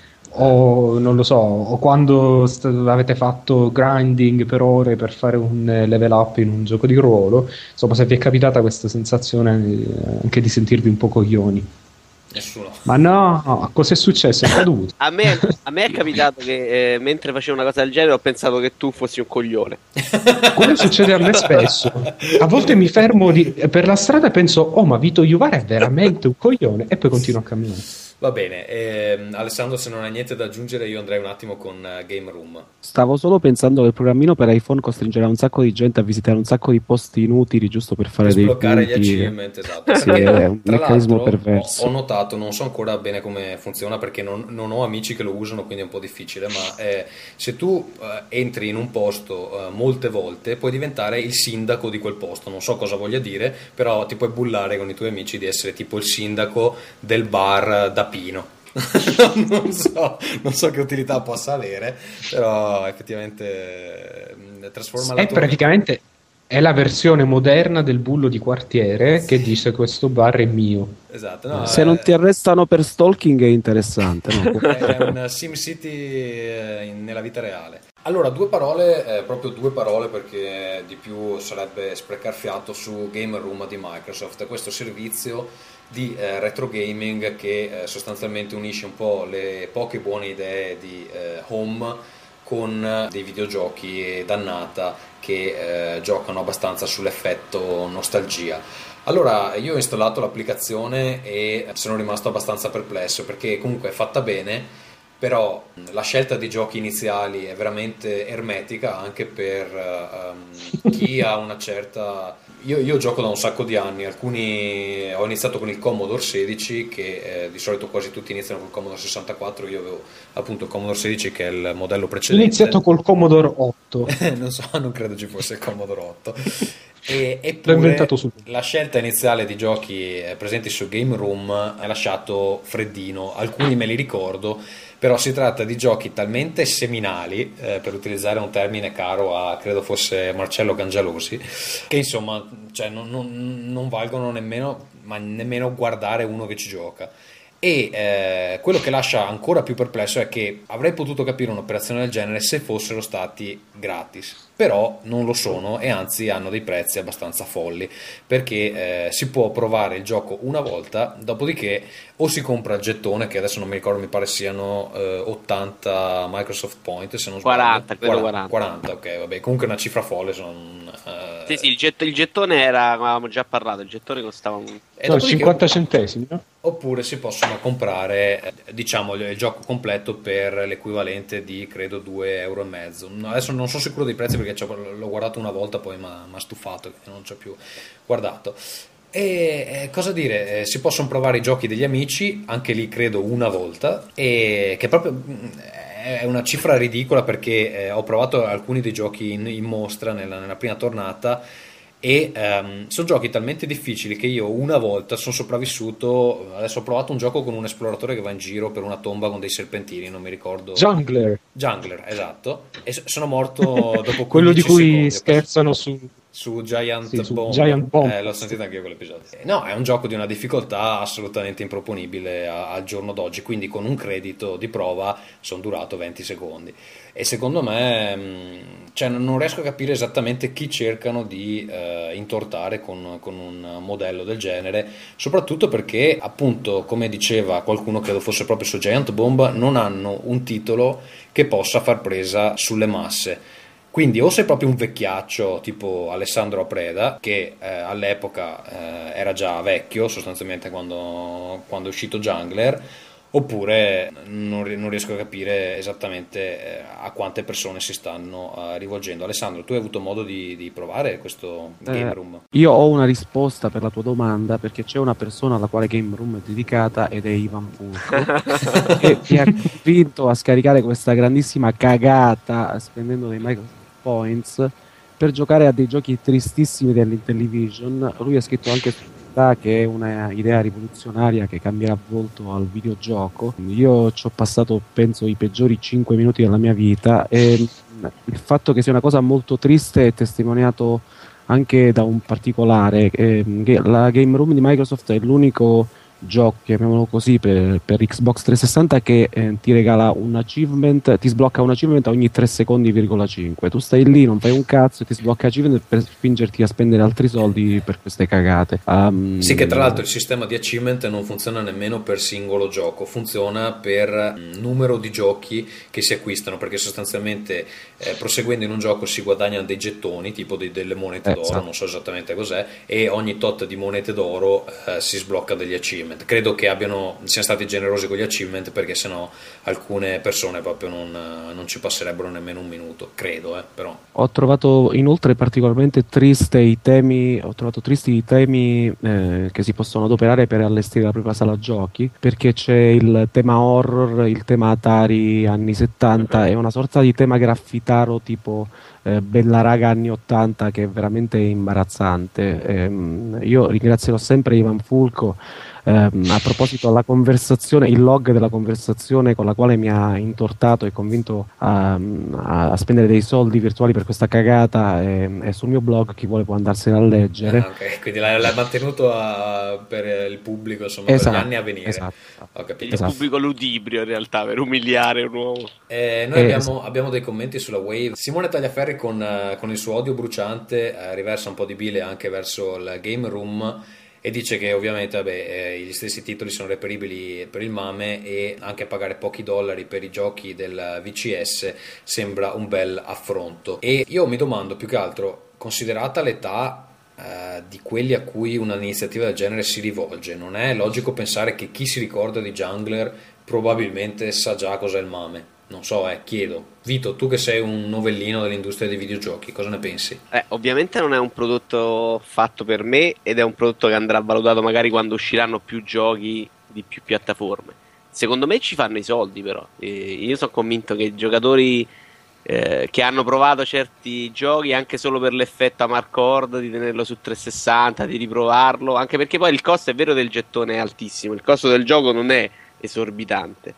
o non lo so, o quando st- avete fatto grinding per ore per fare un eh, level up in un gioco di ruolo, insomma, se vi è capitata questa sensazione eh, anche di sentirvi un po' coglioni. Nessuno. Ma no, cos'è successo? È caduto. A me, a me è capitato che eh, mentre facevo una cosa del genere ho pensato che tu fossi un coglione. Quello succede a me spesso. A volte mi fermo di- per la strada e penso, oh, ma Vito Iuvara è veramente un coglione, e poi continuo a camminare. Va bene, ehm, Alessandro, se non hai niente da aggiungere, io andrei un attimo con uh, Game Room. Stavo solo pensando che il programmino per iPhone costringerà un sacco di gente a visitare un sacco di posti inutili giusto per fare Per dei sbloccare punti. gli achievement, esatto. Sì, Perché, è un tra meccanismo l'altro, perverso. Ho, ho notato, non so ancora bene come funziona perché non, non ho amici che lo usano, quindi è un po' difficile, ma eh, se tu eh, entri in un posto eh, molte volte, puoi diventare il sindaco di quel posto. Non so cosa voglia dire, però ti puoi bullare con i tuoi amici di essere tipo il sindaco del bar da Pino. non, so, non so che utilità possa avere, però effettivamente eh, trasforma la È tua... praticamente è la versione moderna del bullo di quartiere che dice questo bar è mio. Esatto, no, Se è, non ti arrestano per stalking è interessante, no? è un SimCity eh, in- nella vita reale. Allora, due parole, eh, proprio due parole perché di più sarebbe sprecar fiato su Game Room di Microsoft, questo servizio di eh, retro gaming che eh, sostanzialmente unisce un po' le poche buone idee di eh, Home con eh, dei videogiochi dannata che eh, giocano abbastanza sull'effetto nostalgia. Allora, io ho installato l'applicazione e sono rimasto abbastanza perplesso perché comunque è fatta bene, però la scelta di giochi iniziali è veramente ermetica anche per ehm, chi ha una certa... Io, io gioco da un sacco di anni, alcuni ho iniziato con il Commodore sedici che eh, di solito quasi tutti iniziano col Commodore sessantaquattro, io avevo appunto il Commodore sedici che è il modello Ho precedente. iniziato col Commodore otto. Non so, non credo ci fosse il Commodore otto. E, L'ho eppure inventato su. la scelta iniziale di giochi eh, presenti su Game Room ha lasciato freddino, alcuni me li ricordo, però si tratta di giochi talmente seminali, eh, per utilizzare un termine caro a credo fosse Marcello Gangialosi, che insomma cioè, non, non- non valgono nemmeno, ma nemmeno guardare uno che ci gioca. E eh, quello che lascia ancora più perplesso è che avrei potuto capire un'operazione del genere se fossero stati gratis, però non lo sono e anzi hanno dei prezzi abbastanza folli perché eh, si può provare il gioco una volta, dopodiché o si compra il gettone, che adesso non mi ricordo, mi pare siano eh, ottanta Microsoft Point, se non sbaglio. quaranta, credo quaranta. quaranta, ok, vabbè, comunque è una cifra folle, sono, eh, Sì, sì, il, get- il gettone era, avevamo già parlato, il gettone costava un... e No, dopodiché- cinquanta centesimi, no? Oppure si possono comprare eh, diciamo il il gioco completo per l'equivalente di credo due euro e mezzo. No, adesso non sono sicuro dei prezzi perché c'ho- l'ho guardato una volta poi mi ha stufato e non ci ho più guardato. E eh, cosa dire, eh, si possono provare i giochi degli amici, anche lì credo una volta, e che proprio mm, è una cifra ridicola perché eh, ho provato alcuni dei giochi in, in mostra nella, nella prima tornata e ehm, sono giochi talmente difficili che io una volta sono sopravvissuto. Adesso ho provato un gioco con un esploratore che va in giro per una tomba con dei serpentini, non mi ricordo. Jungler, Jungler, esatto, e so- sono morto dopo quello di quindici cui secondi. scherzano su... Su Giant Sì, su Bomb, Giant Bomb. Eh, l'ho sentito anche io quell'episodio. Eh, No, è un gioco di una difficoltà assolutamente improponibile a- al giorno d'oggi, quindi con un credito di prova sono durato venti secondi. E secondo me, mh, cioè, non non riesco a capire esattamente chi cercano di eh, intortare con, con un modello del genere, soprattutto perché, appunto, come diceva qualcuno, credo fosse proprio su Giant Bomb, non hanno un titolo che possa far presa sulle masse. Quindi o sei proprio un vecchiaccio tipo Alessandro Apreda, che eh, all'epoca eh, era già vecchio sostanzialmente quando, quando è uscito Jungler, oppure non, ri- non riesco a capire esattamente eh, a quante persone si stanno eh, rivolgendo. Alessandro, tu hai avuto modo di, di provare questo Game Eh, Room? io ho una risposta per la tua domanda perché c'è una persona alla quale Game Room è dedicata ed è Ivan Fulco che mi ha convinto a scaricare questa grandissima cagata spendendo dei Microsoft Points per giocare a dei giochi tristissimi dell'Intellivision. Lui ha scritto anche su Twitter che è una idea rivoluzionaria che cambierà volto al videogioco. Io ci ho passato penso i peggiori cinque minuti della mia vita e il fatto che sia una cosa molto triste è testimoniato anche da un particolare. ehm, che la Game Room di Microsoft è l'unico gioco, chiamiamolo così, per, per Xbox trecentosessanta che eh, ti regala un achievement, ti sblocca un achievement ogni tre secondi virgola cinque. Tu stai lì, non fai un cazzo e ti sblocca achievement per spingerti a spendere altri soldi per queste cagate. Um, Sì, che tra l'altro il sistema di achievement non funziona nemmeno per singolo gioco, funziona per mm, numero di giochi che si acquistano, perché sostanzialmente eh, proseguendo in un gioco si guadagnano dei gettoni, tipo dei- delle monete Eh, d'oro, esatto. non so esattamente cos'è, e ogni tot di monete d'oro eh, si sblocca degli achievement. achievement. Credo che abbiano siano stati generosi con gli achievement, perché sennò alcune persone proprio non, non ci passerebbero nemmeno un minuto, credo, eh, però. Ho trovato inoltre particolarmente triste i temi, ho trovato tristi i temi eh, che si possono adoperare per allestire la propria sala giochi, perché c'è il tema horror, il tema Atari anni settanta e una sorta di tema graffitaro tipo eh, Bella raga anni ottanta, che è veramente imbarazzante. Ehm, io ringrazierò sempre Ivan Fulco. Ehm, a proposito della conversazione, il log della conversazione con la quale mi ha intortato e convinto a, a, a spendere dei soldi virtuali per questa cagata è, è sul mio blog, chi vuole può andarsene a leggere. Ah, okay. Quindi l'hai, l'hai mantenuto a, per il pubblico, insomma, esatto, per gli anni a venire. Esatto. Ho capito. Il Esatto. pubblico ludibrio in realtà, per umiliare un uomo. Eh, noi Eh, abbiamo, esatto. abbiamo dei commenti sulla Wave. Simone Tagliaferri con, eh, con il suo odio bruciante eh, riversa un po' di bile anche verso il Game Room e dice che ovviamente vabbè, eh, gli stessi titoli sono reperibili per il MAME e anche pagare pochi dollari per i giochi del V C S sembra un bel affronto. E io mi domando più che altro, considerata l'età eh, di quelli a cui un'iniziativa del genere si rivolge, non è logico pensare che chi si ricorda di Jungler probabilmente sa già cos'è il MAME? Non so, eh, chiedo. Vito, tu che sei un novellino dell'industria dei videogiochi, cosa ne pensi? Eh, ovviamente non è un prodotto fatto per me ed è un prodotto che andrà valutato magari quando usciranno più giochi di più piattaforme. Secondo me ci fanno i soldi però. Eh, io sono convinto che i giocatori eh, che hanno provato certi giochi anche solo per l'effetto Amarcord di tenerlo su trecentosessanta, di riprovarlo, anche perché poi il costo è vero del gettone è altissimo, il costo del gioco non è esorbitante.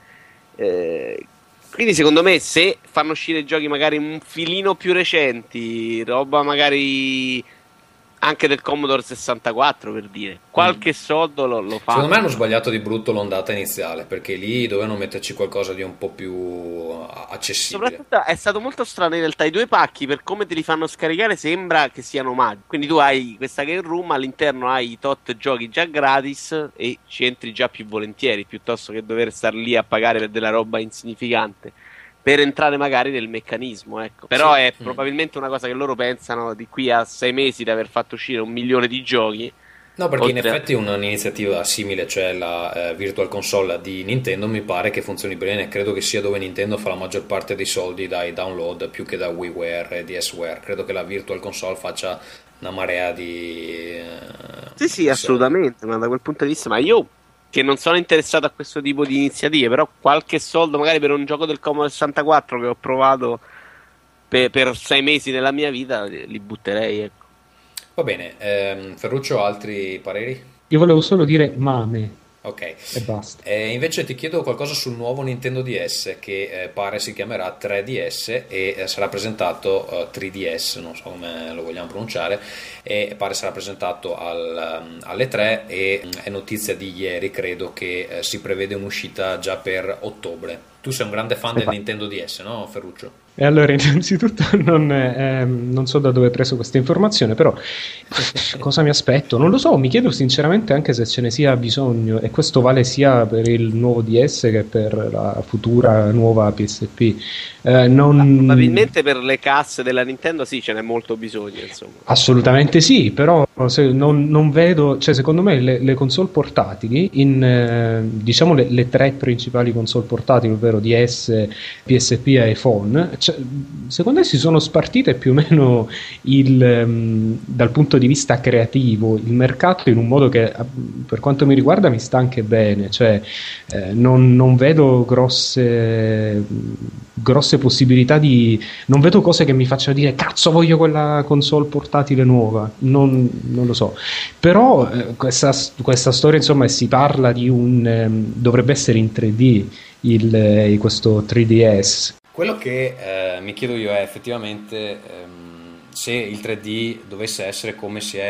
Eh, Quindi secondo me se fanno uscire giochi magari un filino più recenti, roba magari anche del Commodore sessantaquattro per dire, qualche soldo lo, lo fanno. Secondo me hanno sbagliato di brutto l'ondata iniziale, perché lì dovevano metterci qualcosa di un po' più accessibile. Soprattutto è stato molto strano in realtà, i due pacchi per come te li fanno scaricare sembra che siano magici. Quindi tu hai questa game room, all'interno hai i tot giochi già gratis e ci entri già più volentieri, piuttosto che dover star lì a pagare per della roba insignificante per entrare magari nel meccanismo, ecco. Però Sì. è Mm. probabilmente una cosa che loro pensano di qui a sei mesi di aver fatto uscire un milione di giochi. No, perché in Oltre- effetti un'iniziativa simile, cioè la eh, Virtual Console di Nintendo, mi pare che funzioni bene. Credo che sia dove Nintendo fa la maggior parte dei soldi dai download più che da WiiWare e DSware. Credo che la Virtual Console faccia una marea di... eh, Sì, sì, di assolutamente, ma da quel punto di vista, ma io che non sono interessato a questo tipo di iniziative, però qualche soldo magari per un gioco del Commodore sessantaquattro che ho provato per, per sei mesi nella mia vita, li butterei, ecco. Va bene, ehm, Ferruccio, altri pareri? Io volevo solo dire mame Ok. e basta. E invece ti chiedo qualcosa sul nuovo Nintendo D S che eh, pare si chiamerà tre D S e eh, sarà presentato eh, tre D S, non so come lo vogliamo pronunciare, e pare sarà presentato al, um, alle tre e mm, è notizia di ieri, credo che eh, si prevede un'uscita già per ottobre. Tu sei un grande fan del Nintendo D S, no Ferruccio? E allora, innanzitutto, non, ehm, non so da dove hai preso questa informazione, però eh, cosa mi aspetto? Non lo so, mi chiedo sinceramente anche se ce ne sia bisogno, e questo vale sia per il nuovo D S che per la futura nuova P S P. Eh, non... Ah, probabilmente per le casse della Nintendo sì, ce n'è molto bisogno, insomma. Assolutamente sì, però se non, non vedo, cioè secondo me le, le console portatili, in, eh, diciamo le, le tre principali console portatili, ovvero D S, P S P e iPhone, cioè, secondo me si sono spartite più o meno il, um, dal punto di vista creativo il mercato in un modo che per quanto mi riguarda mi sta anche bene, cioè eh, non, non vedo grosse grosse possibilità di non vedo cose che mi facciano dire cazzo voglio quella console portatile nuova, non, non lo so, però eh, questa, questa storia insomma si parla di un um, dovrebbe essere in tre D il, eh, questo tre D S. Quello che eh, mi chiedo io è effettivamente ehm, se il tre D dovesse essere come si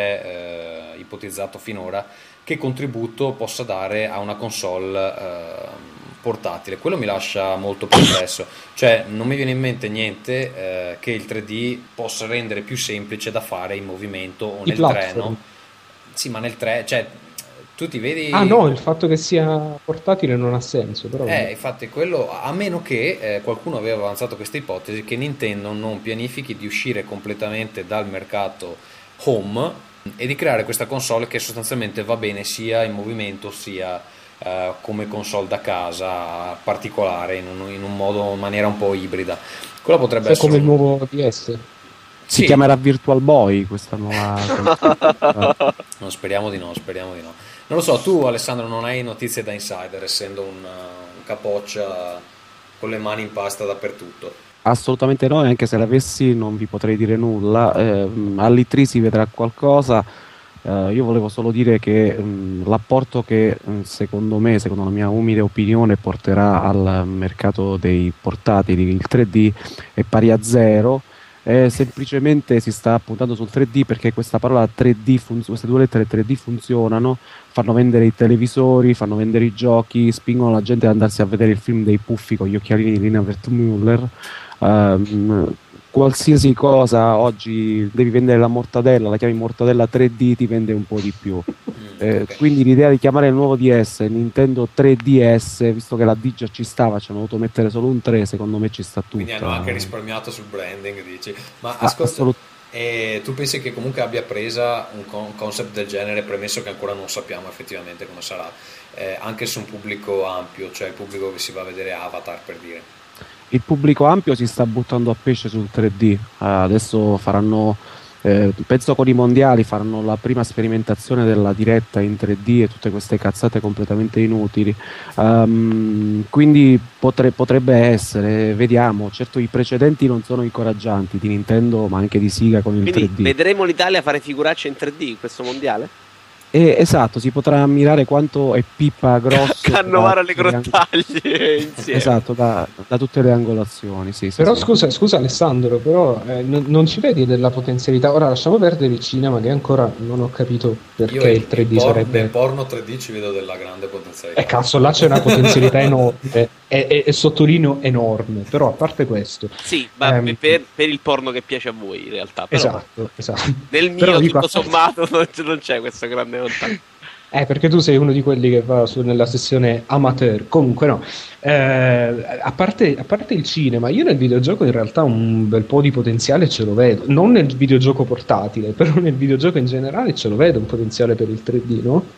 è eh, ipotizzato finora, che contributo possa dare a una console eh, portatile. Quello mi lascia molto perplesso, cioè non mi viene in mente niente eh, che il tre D possa rendere più semplice da fare in movimento o I nel treno. platform. Sì, ma nel tre, cioè tu ti vedi... Ah no, il fatto che sia portatile non ha senso, però Eh, infatti quello, a meno che eh, qualcuno aveva avanzato questa ipotesi che Nintendo non pianifichi di uscire completamente dal mercato home e di creare questa console che sostanzialmente va bene sia in movimento sia uh, come console da casa particolare, in un, in un modo, in maniera un po' ibrida. Quella potrebbe È essere come il un... nuovo D S. Si Sì. chiamerà Virtual Boy questa nuova console. No, speriamo di no, speriamo di no. Non lo so, tu Alessandro non hai notizie da insider, essendo un, un capoccia con le mani in pasta dappertutto. Assolutamente no, e anche se l'avessi non vi potrei dire nulla. Eh, all'I tre si vedrà qualcosa. Eh, io volevo solo dire che mh, l'apporto che mh, secondo me, secondo la mia umile opinione, porterà al mercato dei portatili il tre D è pari a zero. Eh, semplicemente si sta puntando sul tre D perché questa parola tre D, fun- queste due lettere tre D funzionano, fanno vendere i televisori, fanno vendere i giochi, spingono la gente ad andarsi a vedere il film dei puffi con gli occhialini di Lina Wertmüller. Um, qualsiasi cosa oggi devi vendere la mortadella, la chiami mortadella tre D, ti vende un po' di più. Eh, ok. quindi l'idea di chiamare il nuovo D S Nintendo tre D S, visto che la D già ci stava, ci hanno dovuto mettere solo un tre, secondo me ci sta tutto. Quindi hanno anche risparmiato sul branding, dici. Ma Ah, ascolta, assolut- e tu pensi che comunque abbia presa un con- concept del genere, premesso che ancora non sappiamo effettivamente come sarà, eh, anche su un pubblico ampio, cioè il pubblico che si va a vedere Avatar, per dire? Il pubblico ampio si sta buttando a pesce sul tre D. Ah, adesso faranno, eh, penso con i mondiali, faranno la prima sperimentazione della diretta in tre D e tutte queste cazzate completamente inutili. Um, quindi potre- potrebbe essere, vediamo. Certo, i precedenti non sono incoraggianti di Nintendo, ma anche di Sega con il Quindi tre D. vedremo l'Italia fare figuracce in tre D in questo mondiale? E, esatto, si potrà ammirare quanto è pippa grosso. Cannavaro da alle tutte le ang- grottaglie insieme. Esatto, da, da tutte le angolazioni. Sì, sì, Però sì. scusa, scusa Alessandro, però eh, non, non ci vedi della potenzialità? Ora lasciamo perdere il cinema, che ancora non ho capito perché Io il tre D nel, por- sarebbe... nel porno tre D ci vedo della grande potenzialità. Eh cazzo, là c'è una potenzialità enorme, e, e- e sottolineo enorme, però a parte questo... Sì, ma Ehm, per, per il porno che piace a voi in realtà. Però Esatto, esatto. nel Però mio, dico, tutto a parte- sommato, non, non c'è questa grande volontà. Eh, perché tu sei uno di quelli che va su, nella sessione amateur. Comunque no, eh, a parte, a parte il cinema, io nel videogioco in realtà un bel po' di potenziale ce lo vedo. Non nel videogioco portatile, però nel videogioco in generale ce lo vedo un potenziale per il tre D, no?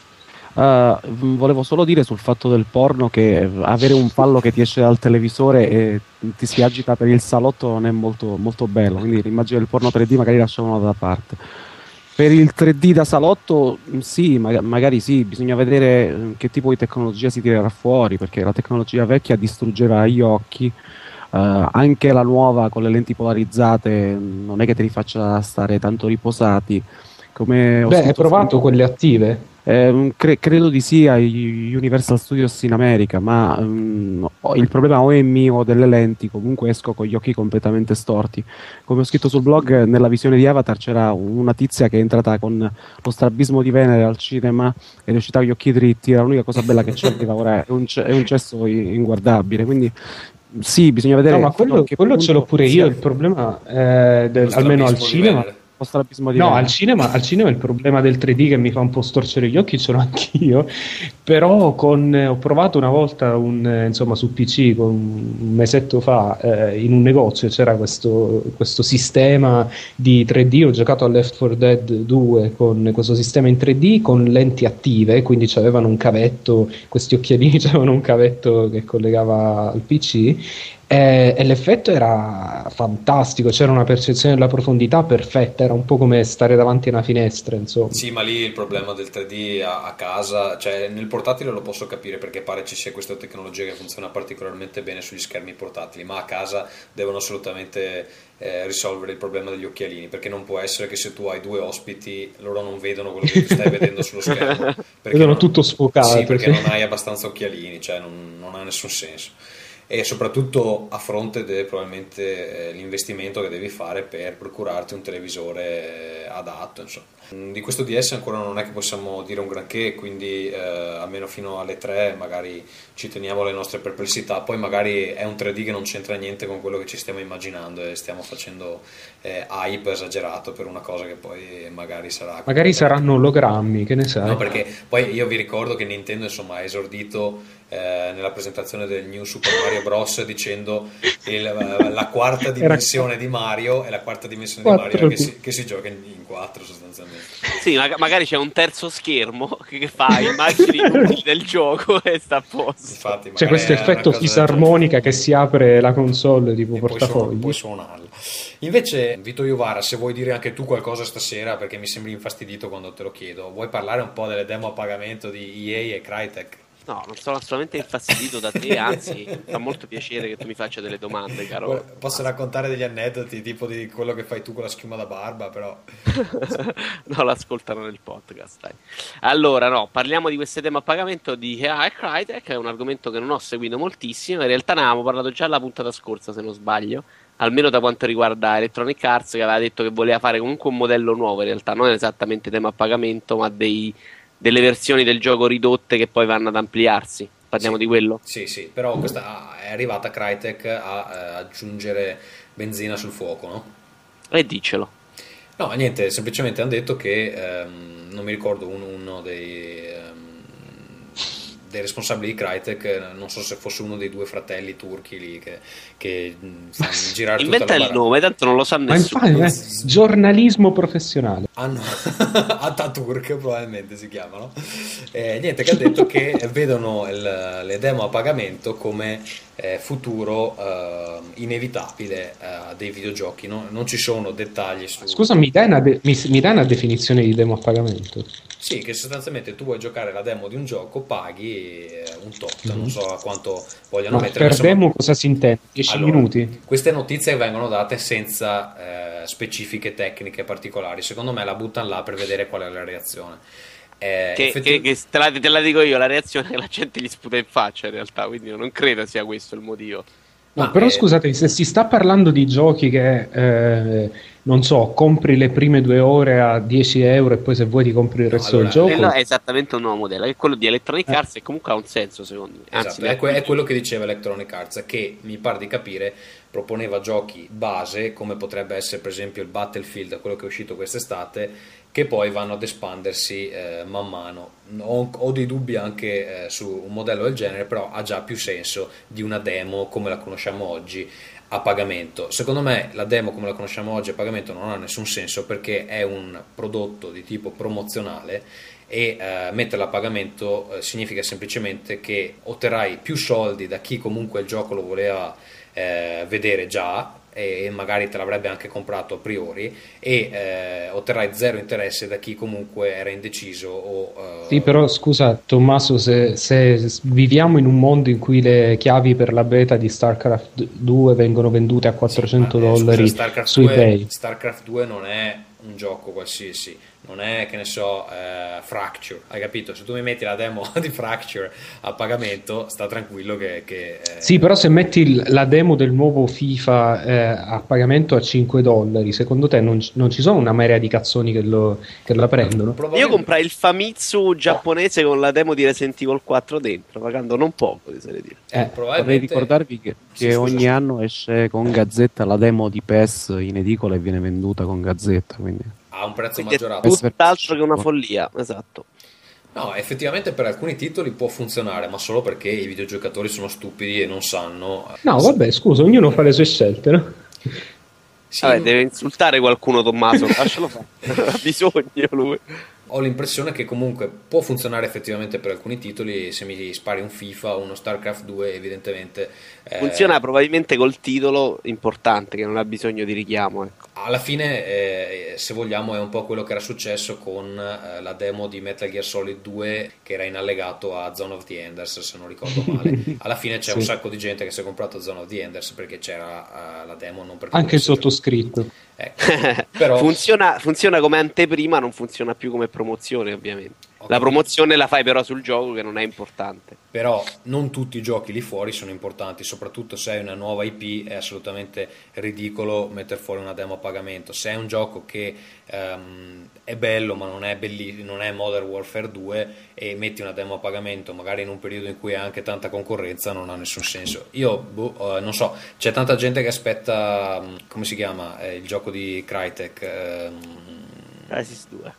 Uh, volevo solo dire sul fatto del porno che avere un fallo che ti esce dal televisore e ti si agita per il salotto non è molto, molto bello, quindi l'immagine del porno tre D magari lasciamolo da parte. Per il tre D da salotto sì, ma- magari sì, bisogna vedere eh, che tipo di tecnologia si tirerà fuori, perché la tecnologia vecchia distruggeva gli occhi. Uh, anche la nuova con le lenti polarizzate non è che te li faccia stare tanto riposati. Come ho Beh, hai scritto provato su- quelle attive? Eh, cre- credo di sì ai Universal Studios in America, ma mm, ho- il problema o è mio o delle lenti, comunque esco con gli occhi completamente storti. Come ho scritto sul blog, nella visione di Avatar c'era una tizia che è entrata con lo strabismo di Venere al cinema ed è uscita con gli occhi dritti, era l'unica cosa bella che c'era, ora è un, ce- è un cesso i- inguardabile, quindi sì, bisogna vedere No, ma fino quello, a che quello ce l'ho punto pure sia io. Il problema, eh, del- Lo almeno al strabismo di cinema, Venere. lo strabismo di no, Venere. al cinema, al cinema il problema del tre D che mi fa un po' storcere gli occhi ce l'ho anch'io, però con, eh, ho provato una volta un, eh, insomma, su P C con, un mesetto fa eh, in un negozio c'era questo, questo sistema di tre D, ho giocato a Left four Dead due con questo sistema in tre D con lenti attive, quindi c'avevano un cavetto, questi occhialini c'avevano un cavetto che collegava al P C. E, e l'effetto era fantastico, c'era una percezione della profondità perfetta, era un po' come stare davanti a una finestra, insomma. Sì, ma lì il problema del tre D a, a casa, cioè nel portatile lo posso capire perché pare ci sia questa tecnologia che funziona particolarmente bene sugli schermi portatili, ma a casa devono assolutamente eh, risolvere il problema degli occhialini, perché non può essere che se tu hai due ospiti loro non vedono quello che tu stai vedendo sullo schermo. Perché Vedono non- tutto sfocato, Sì, perché sì. non hai abbastanza occhialini, cioè non, non ha nessun senso. E soprattutto a fronte del probabilmente eh, l'investimento che devi fare per procurarti un televisore eh, adatto, insomma. Mm, Di questo D S ancora non è che possiamo dire un granché, quindi eh, almeno fino alle tre magari ci teniamo le nostre perplessità, poi magari è un tre D che non c'entra niente con quello che ci stiamo immaginando e stiamo facendo eh, hype esagerato per una cosa che poi magari sarà... Magari saranno ologrammi, che ne sai? No, perché poi io vi ricordo che Nintendo insomma ha esordito eh, nella presentazione del New Super Mario Bros. Dicendo il, la quarta dimensione di Mario è la quarta dimensione di Mario che si, che si gioca in, in quattro sostanzialmente. Sì, ma, magari c'è un terzo schermo che fa immagini del gioco e sta a posto. Infatti, c'è questo effetto fisarmonica che si apre la console tipo e portafogli. Puoi suonarla. Invece, Vito Iovara, se vuoi dire anche tu qualcosa stasera, perché mi sembri infastidito quando te lo chiedo, vuoi parlare un po' delle demo a pagamento di E A e Crytek? No, non sono assolutamente infastidito da te, anzi, fa molto piacere che tu mi faccia delle domande, caro. Posso raccontare degli aneddoti, tipo di quello che fai tu con la schiuma da barba, però... No, l'ascoltano nel podcast, dai. Allora, no, parliamo di queste teme a pagamento di E A e Crytek, è un argomento che non ho seguito moltissimo, in realtà ne avevamo parlato già la puntata scorsa, se non sbaglio, almeno da quanto riguarda Electronic Arts, che aveva detto che voleva fare comunque un modello nuovo, in realtà non esattamente tema a pagamento, ma dei... delle versioni del gioco ridotte che poi vanno ad ampliarsi. Parliamo sì, di quello? Sì, sì, però questa è arrivata Crytek a eh, aggiungere benzina sul fuoco, no? E dicelo. No, niente, semplicemente hanno detto che ehm, non mi ricordo uno, uno dei, ehm, dei responsabili di Crytek, non so se fosse uno dei due fratelli turchi lì che, che fanno girare tutta inventa la il nome, tanto non lo sa Ma nessuno. infatti, eh, giornalismo professionale. Hanno Ataturk probabilmente si chiamano. Eh, niente, che ha detto che vedono il, le demo a pagamento come eh, futuro eh, inevitabile eh, dei videogiochi, no? Non ci sono dettagli su... Scusa, mi dai, una de- mi, mi dai una definizione di demo a pagamento? Sì, che sostanzialmente tu vuoi giocare la demo di un gioco, paghi eh, un tot, mm-hmm. non so a quanto vogliono No, mettere. per insomma... demo cosa si intende? dieci allora, minuti? Queste notizie vengono date senza eh, specifiche tecniche particolari, secondo me la buttano là per vedere qual è la reazione. Eh, che, effettiv- che, che te, la, te la dico io, la reazione che la gente gli sputa in faccia in realtà, quindi non credo sia questo il motivo. No, Ma però eh... scusate, se si sta parlando di giochi che, eh, non so, compri le prime due ore a dieci euro e poi se vuoi ti compri il No, resto allora, del gioco... Quello è esattamente un nuovo modello, che quello di Electronic Eh. Arts e comunque ha un senso secondo me. Anzi, Esatto, è, que- è quello che diceva Electronic Arts, che mi pare di capire proponeva giochi base, come potrebbe essere per esempio il Battlefield, quello che è uscito quest'estate, che poi vanno ad espandersi eh, man mano. Ho, ho dei dubbi anche eh, su un modello del genere, però ha già più senso di una demo come la conosciamo oggi a pagamento. Secondo me la demo come la conosciamo oggi a pagamento non ha nessun senso, perché è un prodotto di tipo promozionale e eh, metterla a pagamento eh, significa semplicemente che otterrai più soldi da chi comunque il gioco lo voleva eh, vedere già e magari te l'avrebbe anche comprato a priori, e eh, otterrai zero interesse da chi comunque era indeciso o, uh... Sì, però scusa Tommaso, se, se viviamo in un mondo in cui le chiavi per la beta di StarCraft due vengono vendute a quattrocento sì, ma, eh, dollari scusa, StarCraft su due, eBay. StarCraft due non è un gioco qualsiasi, non è, che ne so, eh, Fracture, hai capito? Se tu mi metti la demo di Fracture a pagamento, sta tranquillo che... che eh... Sì, però se metti la demo del nuovo FIFA eh, a pagamento a cinque dollari, secondo te non, non ci sono una marea di cazzoni che, lo, che la prendono? Io comprai il Famitsu giapponese con la demo di Resident Evil quattro dentro, pagando non poco, oserei dire. Eh, vorrei ricordarvi che, sì, che scusa. ogni anno esce con Gazzetta la demo di P E S in edicola e viene venduta con Gazzetta, quindi... ha un prezzo Quindi maggiorato. è tutt'altro che una follia, esatto. No, effettivamente per alcuni titoli può funzionare, ma solo perché i videogiocatori sono stupidi e non sanno. No, vabbè, scusa, ognuno fa le sue scelte, no? Sì, Vabbè, deve insultare qualcuno, Tommaso, lascialo fare. Ha bisogno lui. ho l'impressione che comunque può funzionare effettivamente per alcuni titoli. Se mi spari un FIFA o uno StarCraft due, evidentemente eh, funziona probabilmente col titolo importante che non ha bisogno di richiamo, ecco. alla fine eh, se vogliamo è un po' quello che era successo con eh, la demo di Metal Gear Solid due, che era in allegato a Zone of the Enders, se non ricordo male. Alla fine c'è Sì. un sacco di gente che si è comprato Zone of the Enders perché c'era uh, la demo, non perché Anche il volesse sottoscritto. ecco. Però funziona, funziona come anteprima, non funziona più come promozione, ovviamente. Ho La capito. promozione la fai però sul gioco, che non è importante. Però non tutti i giochi lì fuori sono importanti, soprattutto se hai una nuova I P è assolutamente ridicolo mettere fuori una demo a pagamento. Se è un gioco che um, è bello ma non è, belli- non è Modern Warfare due e metti una demo a pagamento magari in un periodo in cui hai anche tanta concorrenza, non ha nessun senso. Io boh, uh, non so, c'è tanta gente che aspetta, um, come si chiama, eh, il gioco di Crytek, um, Crysis due.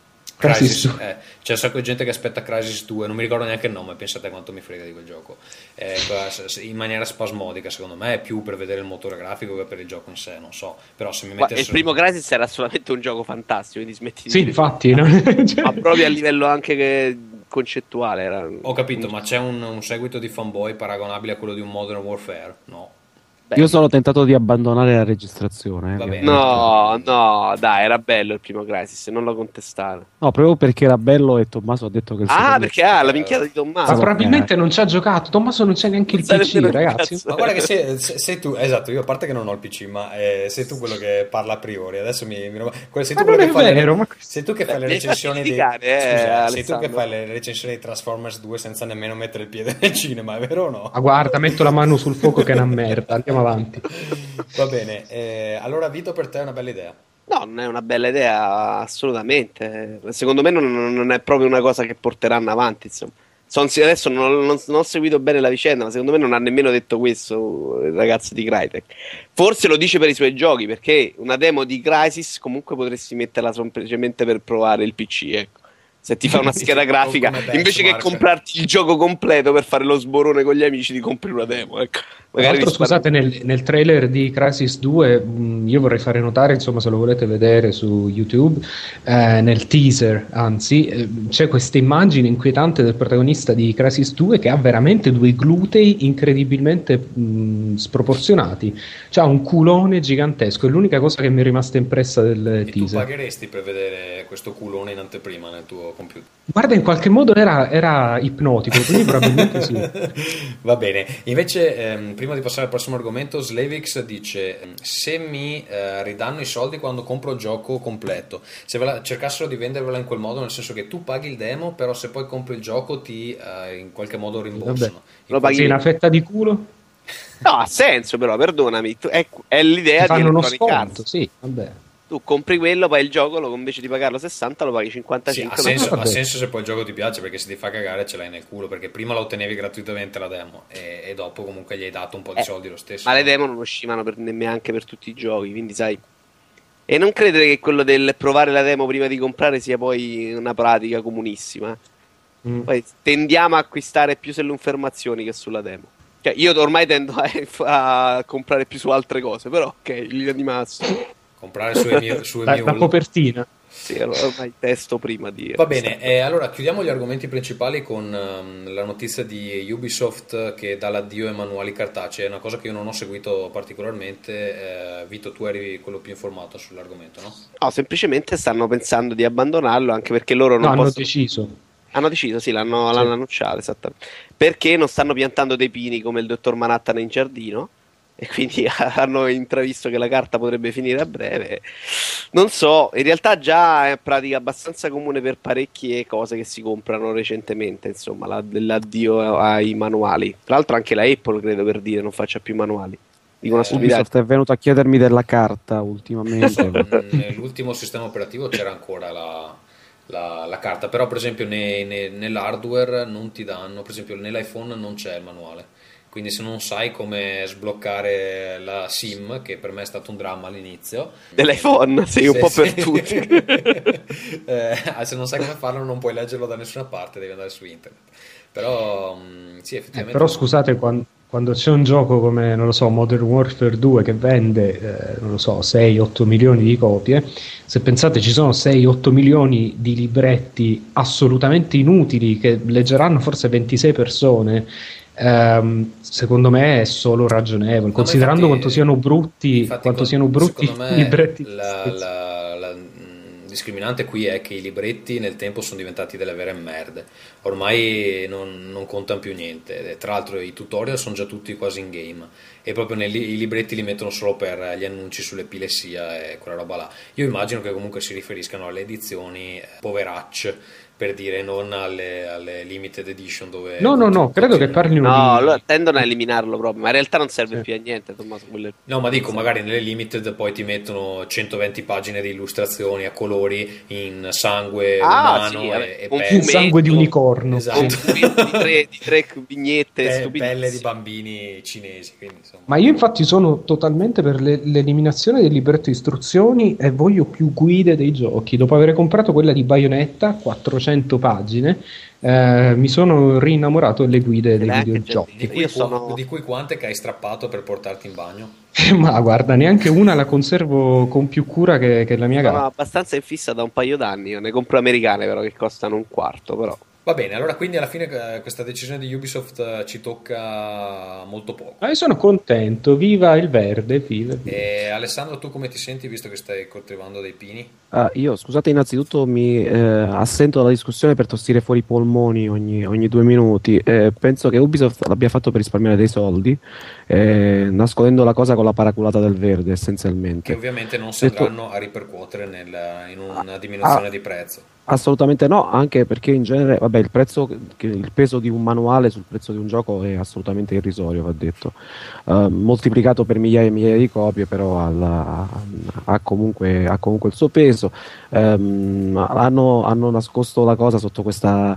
Crysis, eh, c'è un sacco di gente che aspetta Crysis due, non mi ricordo neanche il nome, pensate quanto mi frega di quel gioco, eh, in maniera spasmodica. Secondo me è più per vedere il motore grafico che per il gioco in sé, non so, però se mi mettessero... Il primo Crysis era solamente un gioco fantastico, quindi smetti di sì, dire... infatti non... ma proprio a livello anche che concettuale era... Ho capito, ma c'è un, un seguito di Fanboy paragonabile a quello di un Modern Warfare? No. Beh, Io sono tentato di abbandonare la registrazione. Va eh, bene. no, no, dai, era bello il primo Crysis, non lo contestare. No, proprio perché era bello e Tommaso ha detto che il Ah, secondo- perché ha ah, la minchiata di Tommaso. Ma probabilmente non ci ha giocato. Tommaso non c'è neanche il Non P sa C, nemmeno il ragazzi. cazzo. Ma guarda che sei, sei- sei tu, esatto, io a parte che non ho il P C, ma eh, sei tu quello che parla a priori. Adesso mi, mi sei tu Ma quello non che è fa le- vero, ma- sei tu che fai le Mi hai fatto recensioni di litigare, eh, Scusa, sei tu che Alessandro. fai le recensioni di Transformers due senza nemmeno mettere il piede nel cinema, è vero o no? Ma guarda, metto la mano sul fuoco che è una merda. Andiamo avanti. Va bene, eh, allora Vito, per te è una bella idea. No, non è una bella idea, assolutamente. Secondo me non, non è proprio una cosa che porteranno avanti, insomma. Son- adesso non, non- non ho seguito bene la vicenda, ma secondo me non ha nemmeno detto questo il ragazzo di Crytek. Forse lo dice per i suoi giochi, perché una demo di Crysis comunque potresti metterla semplicemente per provare il P C, ecco. Se ti fa una scheda grafica, Come benchmark. invece che comprarti il gioco completo per fare lo sborone con gli amici, ti compri una demo, ecco. Tra Magari l'altro, risparmi- scusate, nel, nel trailer di Crysis due, mh, io vorrei fare notare, insomma, se lo volete vedere su YouTube, eh, nel teaser, anzi, eh, c'è questa immagine inquietante del protagonista di Crysis due che ha veramente due glutei incredibilmente mh, sproporzionati. C'ha un culone gigantesco, è l'unica cosa che mi è rimasta impressa del E tu teaser. pagheresti per vedere questo culone in anteprima nel tuo computer? Guarda, in qualche modo era, era ipnotico, quindi probabilmente sì. Va bene, invece ehm, prima di passare al prossimo argomento, Slavix dice: se mi eh, ridanno i soldi quando compro il gioco completo, se ve la, cercassero di vendervela in quel modo, nel senso che tu paghi il demo, però se poi compri il gioco ti eh, in qualche modo rimborsano. Lo paghi- Sì, una fetta di culo? No, ha senso, però, perdonami. tu- È, è l'idea Ti di fanno uno Electronic sconto, Arts. sì, vabbè. Tu compri quello, poi il gioco, lo, invece di pagarlo sessanta, lo paghi Sì, cinquantacinque. ha, senso, vabbè. ha senso se poi il gioco ti piace, perché se ti fa cagare ce l'hai nel culo, perché prima la ottenevi gratuitamente la demo e, e dopo comunque gli hai dato un po' di Eh, soldi lo stesso. Ma le demo non uscivano per, neanche per tutti i giochi, quindi sai. E non credere che quello del provare la demo prima di comprare sia poi una pratica comunissima. Mm. Poi tendiamo a acquistare più sulle informazioni che sulla demo. Cioè, io ormai tendo a, a comprare più su altre cose, però ok, in linea di massima. Comprare su Emu- su Dai, la Emule. copertina. Sì, allora ormai testo prima di... Va bene, eh, allora chiudiamo gli argomenti principali con ehm, la notizia di Ubisoft che dà l'addio ai manuali cartacei. È una cosa che io non ho seguito particolarmente. eh, Vito, tu eri quello più informato sull'argomento, no? No, semplicemente stanno pensando di abbandonarlo, anche perché loro non No, hanno possono... deciso. Hanno deciso, sì, l'hanno, Sì. l'hanno annunciato, esattamente. Perché non stanno piantando dei pini come il dottor Manhattan in giardino, e quindi hanno intravisto che la carta potrebbe finire a breve. Non so, in realtà già è pratica abbastanza comune per parecchie cose che si comprano recentemente, insomma, la- l'addio ai manuali. Tra l'altro anche la Apple, credo, per dire, non faccia più manuali. Dico una Eh, stupidità. Ubisoft è venuto a chiedermi della carta ultimamente. Mm, Nell'ultimo sistema operativo c'era ancora la, la- la carta, però per esempio ne- ne- nell'hardware non ti danno, per esempio nell'iPhone non c'è il manuale. Quindi se non sai come sbloccare la SIM, che per me è stato un dramma all'inizio, dell'iPhone, sì, un se- po' se- per tutti. eh, se non sai come farlo non puoi leggerlo da nessuna parte, devi andare su internet. Però mm, sì, Eh, effettivamente... però scusate, quan- quando c'è un gioco come, non lo so, Modern Warfare due che vende, eh, non lo so, sei otto milioni di copie, se pensate ci sono sei otto milioni di libretti assolutamente inutili che leggeranno forse ventisei persone, ehm, secondo me è solo ragionevole, No, considerando ma infatti- quanto siano brutti, infatti, quanto con- siano brutti secondo me i libretti. la, stessi. la- la, mh, discriminante qui è che i libretti nel tempo sono diventati delle vere merde, ormai non, non contano più niente. E tra l'altro i tutorial sono già tutti quasi in game e proprio nei, li- i libretti li mettono solo per gli annunci sull'epilessia e quella roba là. Io immagino che comunque si riferiscano alle edizioni eh, poveracce, per dire, non alle, alle limited edition dove... No, no, no, credo che parlino No, di... loro tendono a eliminarlo proprio, ma in realtà non serve Sì. più a niente, Tommaso. quelle- No, ma dico, magari nelle limited poi ti mettono centoventi pagine di illustrazioni a colori in sangue Ah, umano sì, e, vabbè, e un pelle, Il sangue di unicorno. Esatto. Con fumetti di tre, di tre vignette Pe- stupidissime. pelle di bambini cinesi, quindi insomma. Ma io infatti sono totalmente per le- l'eliminazione del libretto istruzioni e voglio più guide dei giochi. Dopo aver comprato quella di Bayonetta, quattrocento pagine, eh, mi sono rinnamorato delle guide dei neanche videogiochi. Di cui, Io qu- sono- di cui quante che hai strappato per portarti in bagno? Ma guarda, neanche una la conservo con più cura che, che la mia Sono gatta. abbastanza in fissa da un paio d'anni. Io ne compro americane, però, che costano un quarto. Però. Va bene, allora quindi alla fine eh, questa decisione di Ubisoft eh, ci tocca molto poco. Ma io sono contento, viva il verde, viva, viva. E Alessandro, tu come ti senti visto che stai coltivando dei pini? Ah, io scusate, innanzitutto mi eh, assento dalla discussione per tossire fuori i polmoni ogni, ogni due minuti. Eh, penso che Ubisoft l'abbia fatto per risparmiare dei soldi, eh, nascondendo la cosa con la paraculata del verde Che essenzialmente. ovviamente non si Detto- andranno a ripercuotere nel- in una diminuzione Ah. di prezzo. Assolutamente no, anche perché in genere, vabbè, il prezzo, che- il peso di un manuale sul prezzo di un gioco è assolutamente irrisorio, va detto. Eh, moltiplicato per migliaia e migliaia di copie, però alla- ha, comunque, ha comunque il suo peso. Ehm, hanno, hanno nascosto la cosa sotto questa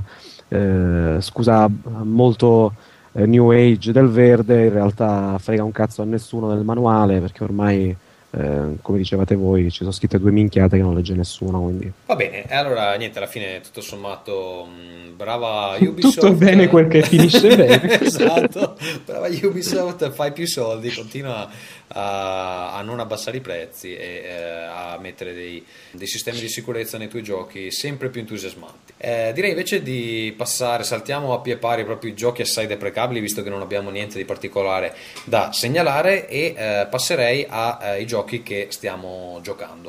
eh, scusa molto eh, new age del verde, in realtà frega un cazzo a nessuno del manuale, perché ormai, eh, come dicevate voi, ci sono scritte due minchiate che non legge nessuno, quindi... Va bene, e allora niente, alla fine tutto sommato mh, brava Ubisoft. Tutto bene quel che finisce bene. Esatto, brava Ubisoft, fai più soldi, continua a, a non abbassare i prezzi e eh, a mettere dei, dei sistemi di sicurezza nei tuoi giochi sempre più entusiasmanti. Eh, direi invece di passare, saltiamo a pie pari proprio i giochi assai deprecabili, visto che non abbiamo niente di particolare da segnalare, e eh, passerei ai giochi che stiamo giocando.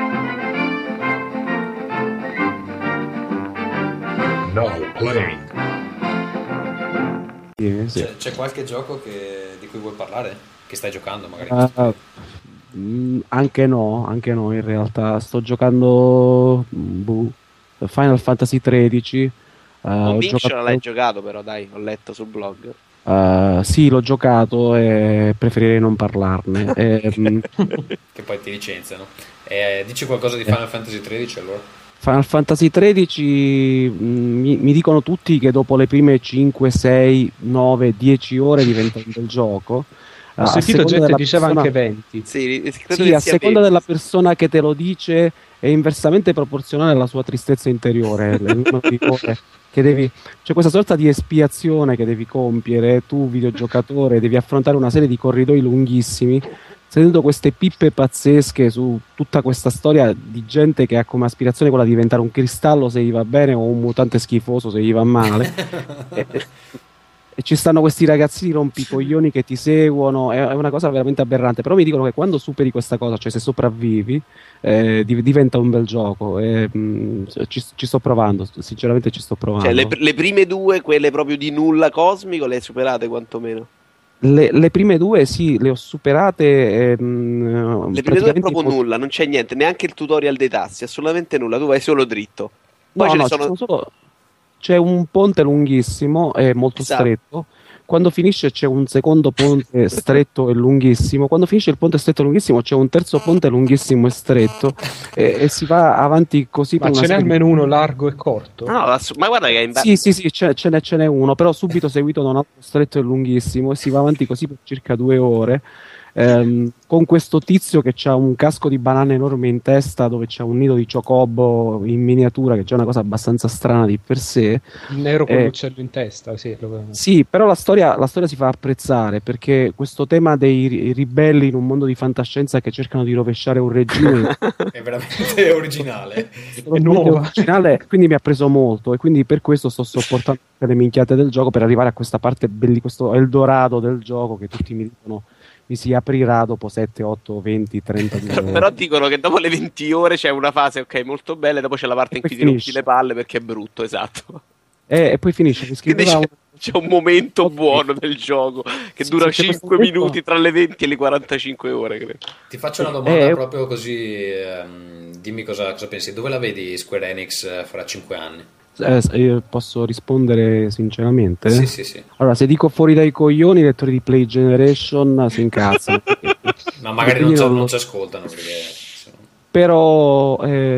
Now playing. Sì, sì. C'è, c'è qualche gioco che- di cui vuoi parlare? Che stai giocando magari? Ah, mm, anche no, anche no, in realtà sto giocando mm, boh, Final Fantasy tredici. eh, ho Conviction giocato- l'hai giocato, però, dai, ho letto sul blog. eh, sì, l'ho giocato e preferirei non parlarne. Eh, mm, Che poi ti licenziano. Eh, dici qualcosa di Final Fantasy tredici allora? Final Fantasy tredici, mm, mi, mi dicono tutti che dopo le prime cinque, sei, nove, dieci ore diventa un bel gioco. Ho A sentito seconda gente della diceva persona- anche venti. Sì, credo Sì, che a sia seconda vero. della persona che te lo dice è inversamente proporzionale alla sua tristezza interiore. Il numero di ore che devi, c'è questa sorta di espiazione che devi compiere, tu videogiocatore, devi affrontare una serie di corridoi lunghissimi, sentendo queste pippe pazzesche su tutta questa storia di gente che ha come aspirazione quella di diventare un cristallo se gli va bene o un mutante schifoso se gli va male. e, e- e ci stanno questi ragazzini rompicoglioni che ti seguono, è, è una cosa veramente aberrante, però mi dicono che quando superi questa cosa, cioè se sopravvivi, eh, div- diventa un bel gioco e, mh, ci, ci sto provando, sinceramente ci sto provando. Cioè, le, le prime due, quelle proprio di nulla cosmico, le hai superate quantomeno. Le, le prime due sì, le ho superate. ehm, Le prime due è praticamente proprio mo- nulla, non c'è niente, neanche il tutorial dei tassi, assolutamente nulla, tu vai solo dritto. Poi No, ce no, ne ci sono... sono solo- c'è un ponte lunghissimo e molto Esatto. stretto. Quando finisce c'è un secondo ponte stretto e lunghissimo. Quando finisce il ponte stretto e lunghissimo c'è un terzo ponte lunghissimo e stretto. E, e si va avanti così Ma per una ce n'è serie di- almeno uno largo e corto? No, ass- ma guarda che è in ba- Sì, sì, sì, ce, ce n'è, ce n'è uno, però subito seguito da un altro stretto e lunghissimo e si va avanti così per circa due ore. ehm, con questo tizio che ha un casco di banane enorme in testa dove c'è un nido di ciocobo in miniatura, che è una cosa abbastanza strana di per sé. Il nero con Eh, l'uccello in testa, sì, lo- Sì, però la storia, la storia si fa apprezzare perché questo tema dei ri- ribelli in un mondo di fantascienza che cercano di rovesciare un regime È veramente originale. è nuova. originale, quindi mi ha preso molto e quindi per questo sto sopportando tutte le minchiate del gioco per arrivare a questa parte belli, questo Eldorado del gioco che tutti mi dicono mi si aprirà dopo sette, otto, venti, trenta di ore. Però dicono che dopo le venti ore c'è una fase, ok, molto bella, e dopo c'è la parte E in cui poi ti rompi finisce. le palle perché è brutto, esatto. E, e poi finisce, mi Quindi scriveva c'è, un- c'è un momento buono del gioco che Sì, dura sì, c'è questo cinque momento- minuti tra le venti e le quarantacinque ore, credo. Ti faccio una domanda Eh, proprio così, ehm, dimmi cosa, cosa pensi. Dove la vedi Square Enix eh, fra cinque anni? Eh, s- io posso rispondere sinceramente? Sì, sì, sì. Allora, se dico fuori dai coglioni, i lettori di Play Generation si incazzano. Ma magari non, Quindi ci- non non lo- ci ascoltano perché... Però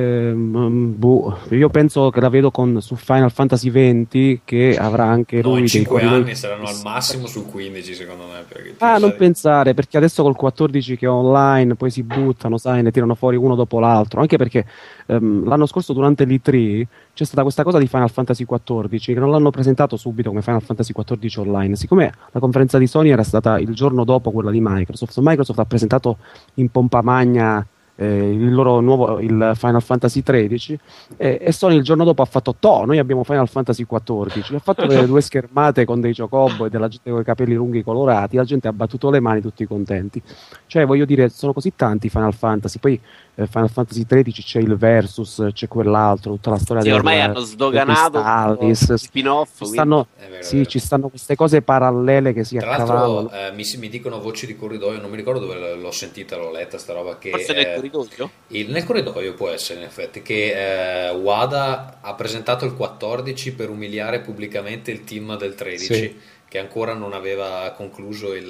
ehm, boh, io penso che la vedo con, su Final Fantasy venti, che avrà anche No, in lui dei cinque corridoi. anni saranno al massimo sul quindici, secondo me. Perché più Ah, non sai- pensare, perché adesso col quattordici che è online, poi si buttano, sai, ne tirano fuori uno dopo l'altro. Anche perché ehm, l'anno scorso durante l'E tre c'è stata questa cosa di Final Fantasy quattordici, che non l'hanno presentato subito come Final Fantasy quattordici online. Siccome la conferenza di Sony era stata il giorno dopo quella di Microsoft, Microsoft ha presentato in pompa magna eh, il loro nuovo il Final Fantasy tredici e, e Sony il giorno dopo ha fatto to, noi abbiamo Final Fantasy quattordici, ha fatto vedere due schermate con dei Chocobo e della gente con i capelli lunghi colorati, la gente ha battuto le mani, tutti contenti. Cioè, voglio dire, sono così tanti Final Fantasy, poi eh, Final Fantasy tredici c'è il Versus, c'è quell'altro, tutta la storia Sì, del, ormai hanno del sdoganato Crystallis, lo spin-off, ci quindi- stanno, È vero, è sì, vero. ci stanno queste cose parallele che si Tra accavallano. l'altro, eh, mi, mi dicono voci di corridoio, non mi ricordo dove l'ho sentita, l'ho letta sta roba. Che Forse nel eh, corridoio? il- nel corridoio può essere, in effetti, che eh, Wada ha presentato il quattordici per umiliare pubblicamente il team del tredici, Sì. che ancora non aveva concluso il,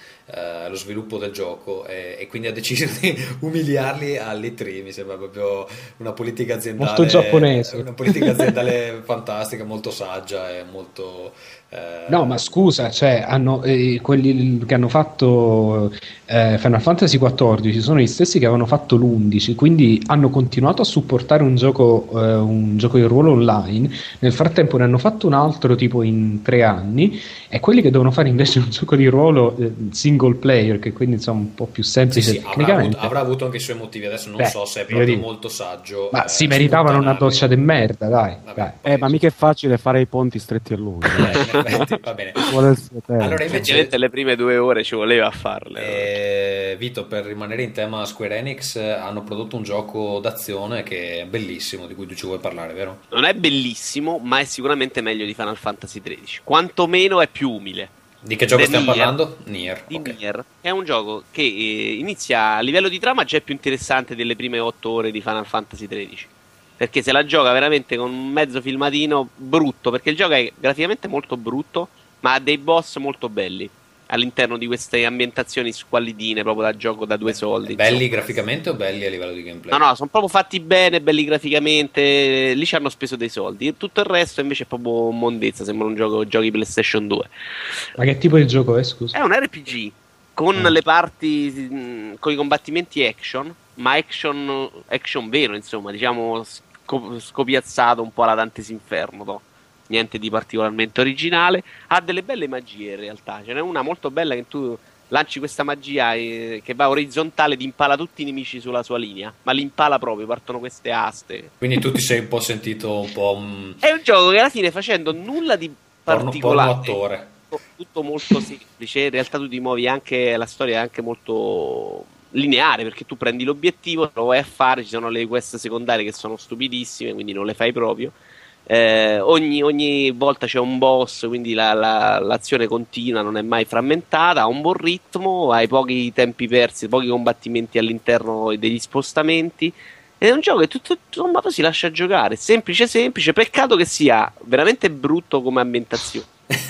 eh, lo sviluppo del gioco, e, e quindi ha deciso di umiliarli all'E tre. Mi sembra proprio una politica aziendale Molto giapponese. una politica aziendale fantastica, molto saggia e molto eh, No, ma scusa, cioè, hanno, eh, quelli che hanno fatto eh, Final Fantasy quattordici sono gli stessi che avevano fatto l'undici, quindi hanno continuato a supportare un gioco, eh, un gioco di ruolo online. Nel frattempo ne hanno fatto un altro tipo in tre anni, e quelli che devono fare invece un gioco di ruolo eh, single player, che quindi insomma un po' più Sì, semplice sì, avrà tecnicamente. avuto, avrà avuto anche i suoi motivi. Adesso non Beh, so se è voglio proprio dire, molto saggio. ma eh, si meritavano una sputtanarli. doccia di merda, dai. Vabbè, dai. Eh, ma mica è facile fare i ponti stretti a lungo. Eh, in effetti, va bene. Ci vuole il suo tempo. Allora, Effettivamente invece, le prime due ore ci voleva a farle. eh, Vito, per rimanere in tema Square Enix, eh, hanno prodotto un gioco d'azione che è bellissimo, di cui tu ci vuoi parlare, vero? Non è bellissimo, ma è sicuramente meglio di Final Fantasy tredici. Quantomeno è più umile. Di che gioco The stiamo Nier. parlando? Nier. Di ok. Nier, che è un gioco che eh, inizia a livello di trama già è più interessante delle prime otto ore di Final Fantasy tredici. Perché se la gioca veramente con un mezzo filmatino brutto, perché il gioco è graficamente molto brutto, ma ha dei boss molto belli all'interno di queste ambientazioni squallidine, proprio da gioco da due soldi. Belli insomma. graficamente o belli a livello di gameplay? No, no, sono proprio fatti bene, belli graficamente. Lì ci hanno speso dei soldi. Tutto il resto invece è proprio mondezza. Sembra un gioco giochi PlayStation due. Ma che tipo di gioco è, scusa? È un R P G con Mm. le parti, mh, con i combattimenti action, ma action, action vero, insomma, diciamo sco- scopiazzato un po' alla Dante's Inferno, no? Niente di particolarmente originale. Ha delle belle magie in realtà. Ce n'è una molto bella che tu lanci questa magia eh, che va orizzontale ed impala tutti i nemici sulla sua linea, ma li impala proprio, partono queste aste. Quindi tu ti sei un po' sentito un po' un È un gioco che alla fine, facendo nulla di porno, porno particolare, attore. tutto molto semplice, in realtà tu ti muovi anche, la storia è anche molto lineare, perché tu prendi l'obiettivo, lo vai a fare, ci sono le quest secondarie che sono stupidissime, quindi non le fai proprio. Eh, ogni, ogni volta c'è un boss, quindi la- la- l'azione continua, non è mai frammentata, ha un buon ritmo, hai pochi tempi persi, pochi combattimenti all'interno degli spostamenti. Ed è un gioco che tutto sommato si lascia giocare, semplice semplice, peccato che sia veramente brutto come ambientazione.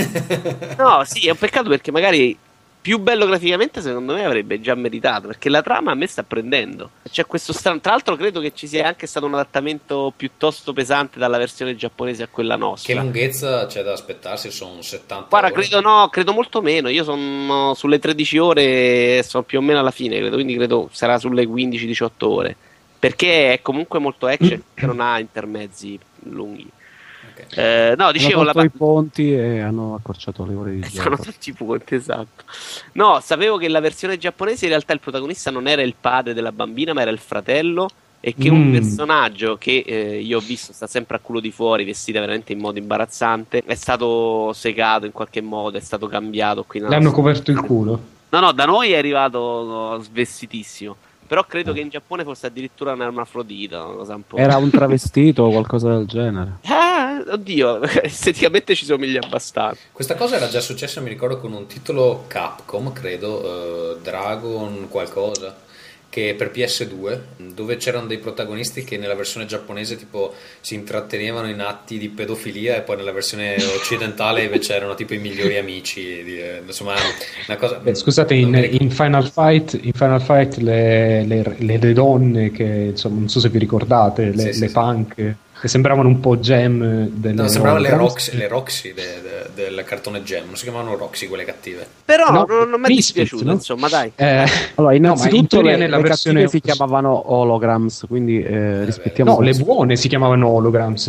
No, sì, è un peccato perché magari più bello graficamente secondo me avrebbe già meritato, perché la trama a me sta prendendo. C'è questo strano, tra l'altro credo che ci sia anche stato un adattamento piuttosto pesante dalla versione giapponese a quella Che nostra. lunghezza c'è da aspettarsi? Sono settanta Guarda, ore. credo no, credo molto meno. Io sono sulle tredici ore, sono più o meno alla fine, credo, quindi credo sarà sulle quindici diciotto ore. Perché è comunque molto action, che non ha intermezzi lunghi. Ok. Eh, no, dicevo hanno la tolto pa- i ponti e hanno accorciato le ore di sono gioco. tutti punti, esatto. No, sapevo che la versione giapponese in realtà il protagonista non era il padre della bambina, ma era il fratello. E che un Mm. personaggio che eh, io ho visto sta sempre a culo di fuori, vestita veramente in modo imbarazzante, è stato segato in qualche modo, è stato cambito qui nella Le hanno nostra- coperto il culo. No, no, da noi è arrivato no, svestitissimo. Però credo che in Giappone fosse addirittura un ermafrodita, una cosa un po'. Era un travestito o qualcosa del genere. Ah, oddio, esteticamente ci somiglia abbastanza. Questa cosa era già successa, mi ricordo, con un titolo Capcom, credo, eh, Dragon qualcosa, che per P S due, dove c'erano dei protagonisti che nella versione giapponese tipo si intrattenevano in atti di pedofilia e poi nella versione occidentale invece erano tipo i migliori amici, di, insomma una cosa. Beh, scusate, in, in Final Fight, in Final Fight le, le, le, le donne che insomma non so se vi ricordate, le, sì, le sì, punk che sembravano un po' gem delle no, sembravano le Holograms. Roxy, le Roxy de, de, del cartone Gem, non si chiamavano Roxy quelle cattive. Però No, non, non mi è Misfits, dispiaciuto, no? insomma, dai. Eh, Allora, no, innanzitutto ma in teoria le, nella le versione cattive si chiamavano holograms, quindi eh, rispettiamo. no, le buone si chiamavano holograms.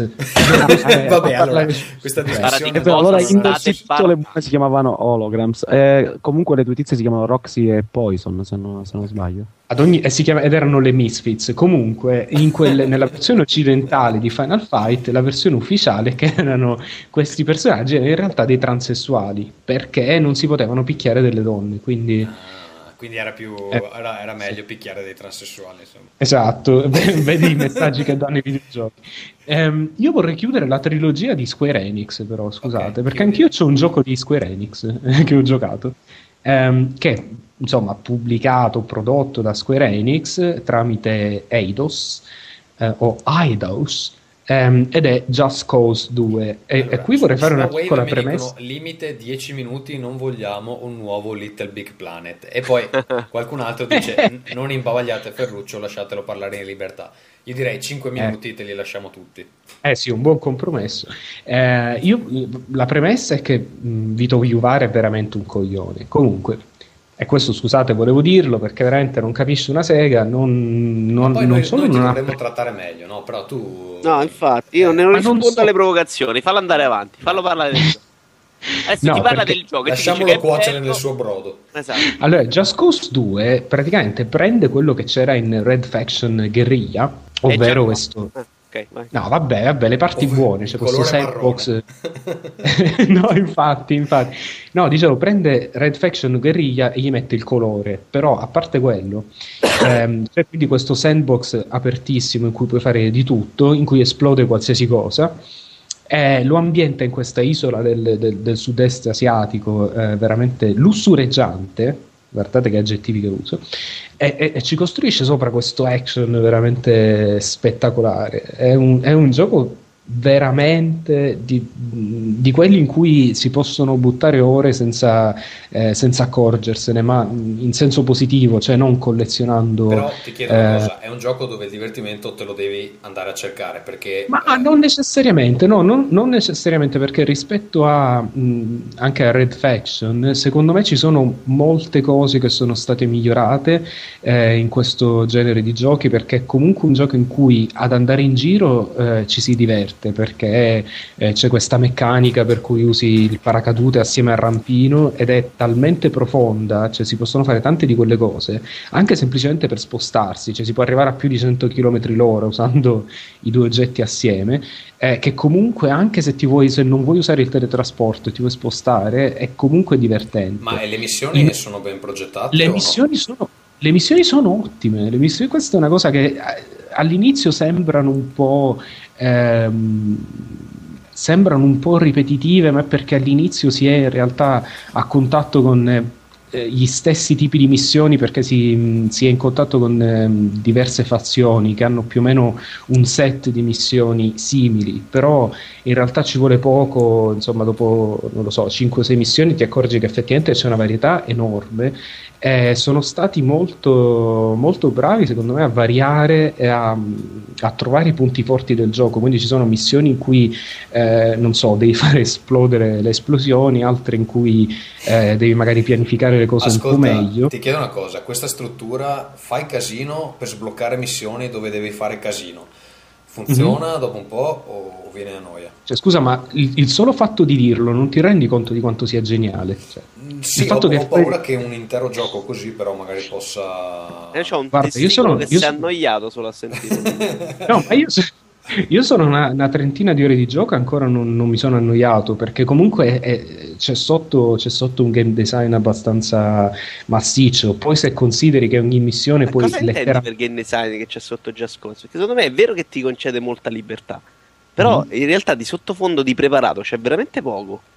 Eh, Vabbè, allora, parlare- questa Guarda, discussione di Eh, però cosa allora state innanzitutto parlando? le buone si chiamavano holograms. Eh, comunque le due tizie si chiamano Roxy e Poison, se non, se non sbaglio. Ad ogni, e si chiama, ed erano le Misfits. Comunque, in quelle, nella versione occidentale di Final Fight, la versione ufficiale che erano questi personaggi erano in realtà dei transessuali, perché non si potevano picchiare delle donne. Quindi, Ah, quindi era più Eh, era, era meglio picchiare dei transessuali, insomma. esatto, vedi i messaggi che danno i videogiochi. Ehm, io vorrei chiudere la trilogia di Square Enix, però scusate, Ok, perché chiudi. anch'io c'ho un gioco di Square Enix eh, che ho giocato, ehm, che insomma pubblicato, prodotto da Square Enix tramite Eidos eh, o Eidos, ehm, ed è Just Cause due. E, Allora, e qui vorrei fare una sulla Wave piccola mi premessa. dicono limite dieci minuti, non vogliamo un nuovo Little Big Planet. E poi qualcun altro dice "N- non imbavagliate Ferruccio, lasciatelo parlare in libertà". Io direi cinque minuti te li lasciamo tutti. Eh sì, un buon compromesso. Eh, io, la premessa è che mh, Vito Iuvara è veramente un coglione. Comunque, e questo scusate, volevo dirlo perché veramente non capisce una sega. Non, non, Ma poi non noi, solo noi ti non ha- dovremmo trattare meglio, no? Però tu... No, infatti, io non Ma non rispondo so- alle provocazioni, fallo andare avanti, fallo parlare del gioco. Adesso No, ti parla perché- del gioco e ti dice Lasciamolo che è cuocere bello. nel suo brodo. Esatto. Allora, Just Cause due praticamente prende quello che c'era in Red Faction Guerrilla, È già ovvero qua. questo. Ah, ok, vai. No, vabbè, vabbè, le parti Ovvero buone, il c'è questo colore sandbox. No, infatti, infatti. No, dicevo, prende Red Faction Guerrilla e gli mette il colore, però a parte quello, ehm, c'è quindi questo sandbox apertissimo in cui puoi fare di tutto, in cui esplode qualsiasi cosa. Eh, lo ambienta in questa isola del, del- del sud-est asiatico eh, veramente lussureggiante, guardate che aggettivi che uso, e, e- e ci costruisce sopra questo action veramente spettacolare. È un, è un gioco veramente di, di quelli in cui si possono buttare ore senza, eh, senza accorgersene, ma in senso positivo, cioè non collezionando. Però ti chiedo una eh, cosa, è un gioco dove il divertimento te lo devi andare a cercare, perché... Ma eh, non necessariamente, no, non, non necessariamente perché rispetto a mh, anche a Red Faction, secondo me ci sono molte cose che sono state migliorate eh, in questo genere di giochi, perché è comunque un gioco in cui ad andare in giro eh, ci si diverte, perché eh, c'è questa meccanica per cui usi il paracadute assieme al rampino ed è talmente profonda, cioè si possono fare tante di quelle cose, anche semplicemente per spostarsi, cioè si può arrivare a più di cento chilometri l'ora usando i due oggetti assieme, eh, che comunque anche se ti vuoi, se non vuoi usare il teletrasporto e ti vuoi spostare, è comunque divertente. Ma e le missioni In- sono ben progettate? le o no? missioni sono le missioni sono ottime. Le missioni, questa è una cosa che eh, all'inizio sembrano un po' ehm, sembrano un po' ripetitive, ma è perché all'inizio si è in realtà a contatto con eh, gli stessi tipi di missioni, perché si, mh, si è in contatto con eh, diverse fazioni che hanno più o meno un set di missioni simili, però in realtà ci vuole poco, insomma dopo non lo so, cinque sei missioni ti accorgi che effettivamente c'è una varietà enorme. Eh, sono stati molto, molto bravi secondo me a variare e a, a trovare i punti forti del gioco, quindi ci sono missioni in cui eh, non so, devi fare esplodere le esplosioni, altre in cui eh, devi magari pianificare le cose Ascolta, un po' meglio. ti chiedo una cosa, questa struttura fai casino per sbloccare missioni dove devi fare casino, funziona Mhm. dopo un po' o viene a noia? Cioè, scusa, ma il, il solo fatto di dirlo non ti rendi conto di quanto sia geniale? Cioè, Mm, Sì, il ho, fatto che ho paura che un intero gioco così però magari possa... E c'ho un Guarda, io testicolo sono- che io si è sono- annoiato solo a sentire. No, ma io, so- io sono una, una trentina di ore di gioco e ancora non, non mi sono annoiato, perché comunque è- c'è, sotto, c'è sotto un game design abbastanza massiccio. Poi se consideri che ogni missione Ma poi cosa intendi letteralmente... per game design che c'è sotto Just Cause? Perché secondo me è vero che ti concede molta libertà, però Mhm. in realtà di sottofondo di preparato c'è veramente poco.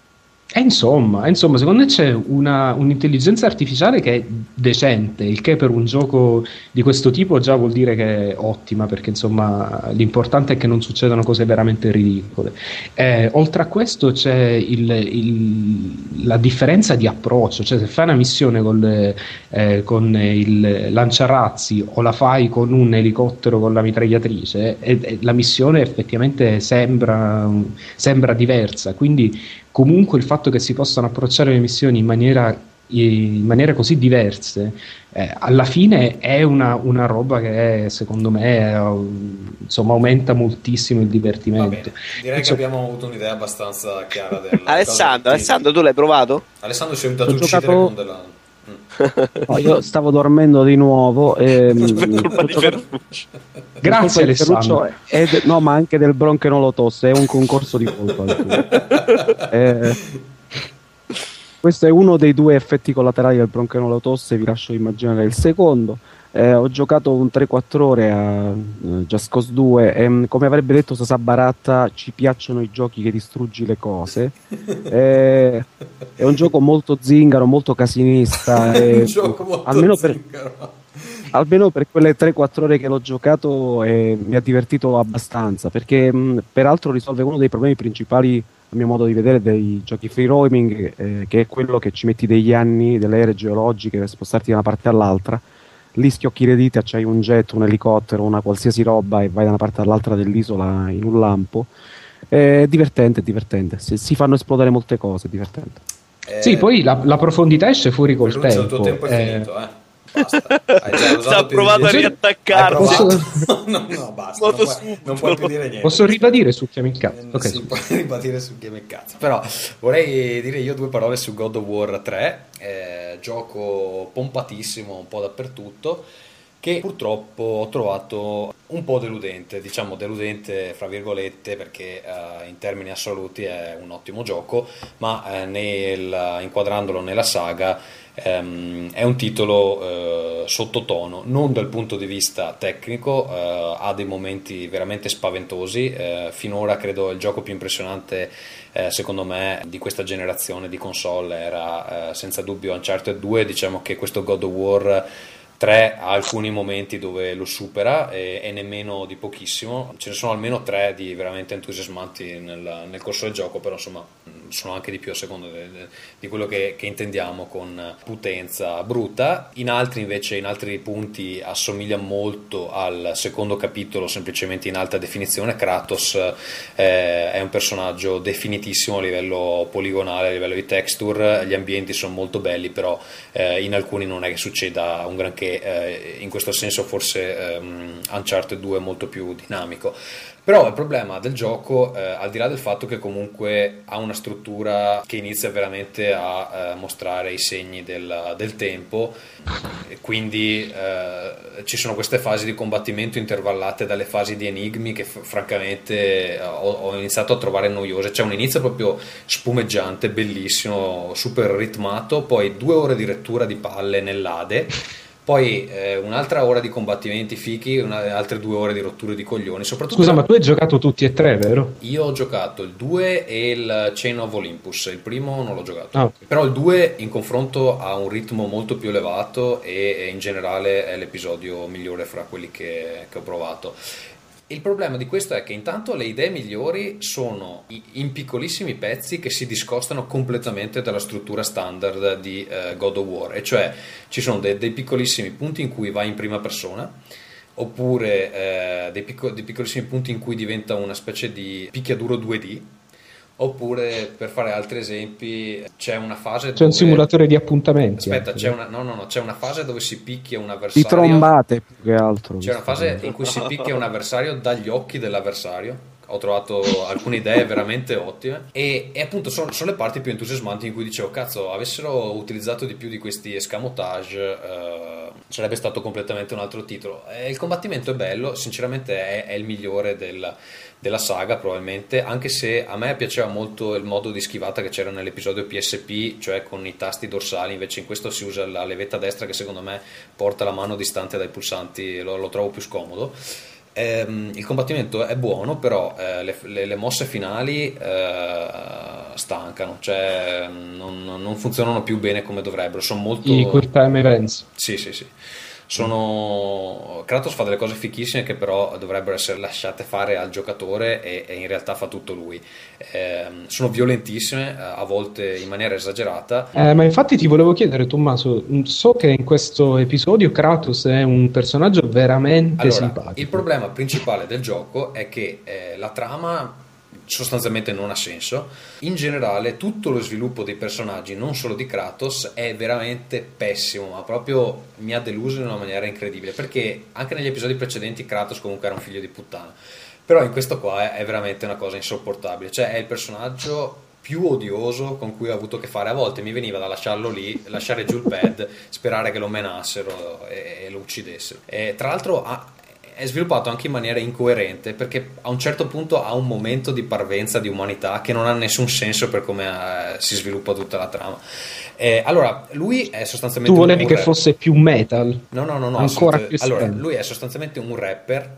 E insomma, e insomma, secondo me c'è una, un'intelligenza artificiale che è decente, il che per un gioco di questo tipo già vuol dire che è ottima, perché insomma l'importante è che non succedano cose veramente ridicole. Eh, oltre a questo c'è il, il- la differenza di approccio, cioè se fai una missione con, le- eh, con il lanciarazzi o la fai con un elicottero con la mitragliatrice, e- e la missione effettivamente sembra, sembra diversa, quindi comunque il fatto che si possano approcciare le missioni in maniera, in maniere così diverse, eh, alla fine è una, una roba che secondo me eh, insomma aumenta moltissimo il Va divertimento. bene, direi che Insomma, abbiamo avuto un'idea abbastanza chiara del Alessandro, cosa- Alessandro, tu l'hai provato? Alessandro si è aiutato Ho a uccidere giocato- con della... Mm. No, io stavo dormendo di nuovo. E, Per mm, colpa ho di giocato- Ferruccio. per grazie colpa di Ferruccio Alessandro. e de- no, ma anche del Bronchenololo tosse, è un concorso di colpa. il tuo. Eh, questo è uno dei due effetti collaterali del Bronchenololo tosse, vi lascio immaginare il secondo. Eh, ho giocato un tre quattro ore a eh, Just Cause due e mm, come avrebbe detto Sasà Baratta, ci piacciono i giochi che distruggi le cose. Eh, è un gioco molto zingaro, molto casinista. Un e- gioco molto almeno per, zingaro. almeno per quelle tre quattro ore che l'ho giocato eh, mi ha divertito abbastanza perché mh, peraltro risolve uno dei problemi principali a mio modo di vedere dei giochi free roaming, eh, che è quello che ci metti degli anni, delle ere geologiche per spostarti da una parte all'altra. Lì schiocchi le dita, c'hai un jet, un elicottero, una qualsiasi roba e vai da una parte all'altra dell'isola in un lampo. È divertente, è divertente, si, si fanno esplodere molte cose, è divertente. Eh, Sì, poi la, la profondità esce fuori col Ferruccio, il tuo tempo. tempo è eh, finito, eh. Basta. Hai già usato Sta più di provato a dieci- riattaccarsi. Hai provato? Posso- no, no, basta. Non Molto puoi, subito. non puoi più dire niente. Posso ribadire su Chiami il cazzo? Eh, Ok, sì, su. puoi ribadire su Game Cazzo. Però vorrei dire io due parole su God of War tre, eh, gioco pompatissimo un po' dappertutto, che purtroppo ho trovato un po' deludente, diciamo deludente fra virgolette, perché eh, in termini assoluti è un ottimo gioco, ma eh, nel, inquadrandolo nella saga ehm, è un titolo eh, sottotono, non dal punto di vista tecnico, eh, ha dei momenti veramente spaventosi, eh, finora credo il gioco più impressionante eh, secondo me di questa generazione di console era eh, senza dubbio Uncharted due. Diciamo che questo God of War tre ha alcuni momenti dove lo supera e, e nemmeno di pochissimo, ce ne sono almeno tre di veramente entusiasmanti nel, nel corso del gioco, però insomma sono anche di più a seconda de, de, di quello che, che intendiamo con potenza bruta. In altri invece, in altri punti assomiglia molto al secondo capitolo, semplicemente in alta definizione. Kratos eh, è un personaggio definitissimo a livello poligonale, a livello di texture, gli ambienti sono molto belli, però eh, in alcuni non è che succeda un granché. Eh, in questo senso forse ehm, Uncharted due è molto più dinamico, però il problema del gioco, eh, al di là del fatto che comunque ha una struttura che inizia veramente a eh, mostrare i segni del, del tempo, e quindi eh, ci sono queste fasi di combattimento intervallate dalle fasi di enigmi che f- francamente eh, ho, ho iniziato a trovare noiose. C'è un inizio proprio spumeggiante, bellissimo, super ritmato, poi due ore di lettura di palle nell'Ade, poi eh, un'altra ora di combattimenti fichi, una, altre due ore di rotture di coglioni. Soprattutto Scusa, ma tu hai giocato tutti e tre, vero? io ho giocato il due e il Chain of Olympus, il primo non l'ho giocato. Ah, ok. Però il due in confronto ha un ritmo molto più elevato e, e in generale è l'episodio migliore fra quelli che, che ho provato. Il problema di questo è che intanto le idee migliori sono in piccolissimi pezzi che si discostano completamente dalla struttura standard di eh, God of War, e cioè ci sono dei, dei piccolissimi punti in cui vai in prima persona, oppure eh, dei, picco, dei piccolissimi punti in cui diventa una specie di picchiaduro due D, oppure per fare altri esempi c'è una fase C'è dove... un simulatore di appuntamenti. Aspetta, anche. c'è una, no, no, no, c'è una fase dove si picchia un Di avversario. trombate più che altro. C'è una fase in cui si picchia un avversario dagli occhi dell'avversario. Ho trovato alcune idee veramente ottime e, e appunto sono, sono le parti più entusiasmanti in cui dicevo cazzo, avessero utilizzato di più di questi escamotage eh, sarebbe stato completamente un altro titolo. E il combattimento è bello, sinceramente è, è il migliore del, della saga probabilmente, anche se a me piaceva molto il modo di schivata che c'era nell'episodio P S P, cioè con i tasti dorsali. Invece in questo si usa la levetta destra che secondo me porta la mano distante dai pulsanti, lo, lo trovo più scomodo. Ehm, il combattimento è buono, però eh, le, le, le mosse finali eh, stancano, cioè non, non funzionano più bene come dovrebbero, sono molto... I quick time events. Sì, sì, sì. Sono... Kratos fa delle cose fichissime che però dovrebbero essere lasciate fare al giocatore e, e in realtà fa tutto lui. Eh, sono violentissime, a volte in maniera esagerata. Eh, ma infatti ti volevo chiedere, Tommaso, so che in questo episodio Kratos è un personaggio veramente Allora, simpatico. il problema principale del gioco è che eh, la trama sostanzialmente non ha senso. In generale tutto lo sviluppo dei personaggi, non solo di Kratos, è veramente pessimo, ma proprio mi ha deluso in una maniera incredibile, perché anche negli episodi precedenti Kratos comunque era un figlio di puttana, però in questo qua è, è veramente una cosa insopportabile, cioè è il personaggio più odioso con cui ho avuto a che fare. A volte mi veniva da lasciarlo lì, lasciare giù il pad, sperare che lo menassero e, e lo uccidessero. E tra l'altro ha è sviluppato anche in maniera incoerente, perché a un certo punto ha un momento di parvenza di umanità che non ha nessun senso per come eh, si sviluppa tutta la trama. Eh, allora, lui è sostanzialmente... Tu volevi un che re- fosse più metal? No, no, no, no, ancora più allora, estremo. lui è sostanzialmente un rapper,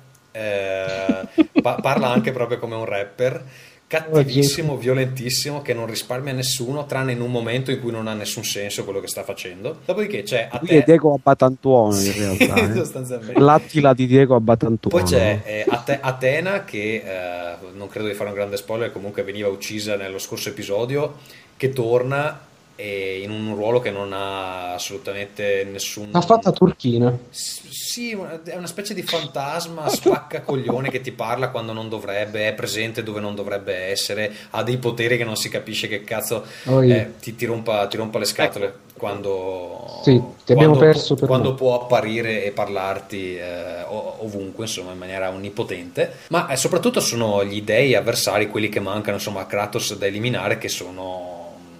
eh, pa- parla anche proprio come un rapper, cattivissimo, violentissimo, che non risparmia nessuno, tranne in un momento in cui non ha nessun senso quello che sta facendo. Dopodiché c'è a Lui te... è Diego Abbatantuono in Sì, realtà, eh. sostanzialmente. L'attila di Diego Abbatantuono. Poi c'è eh, Ate- Atena che eh, non credo di fare un grande spoiler, comunque veniva uccisa nello scorso episodio, che torna e in un ruolo che non ha assolutamente nessun... L'ha fatta turchina. S- Sì, è una specie di fantasma spaccacoglione che ti parla quando non dovrebbe, è presente dove non dovrebbe essere, ha dei poteri che non si capisce che cazzo, Oh, yeah. eh, ti, ti, rompa, ti rompa le scatole quando, Sì, ti abbiamo quando, perso per quando me. può apparire e parlarti eh, ov- ovunque, insomma, in maniera onnipotente. Ma eh, soprattutto sono gli dei avversari, quelli che mancano, insomma, a Kratos da eliminare, che sono...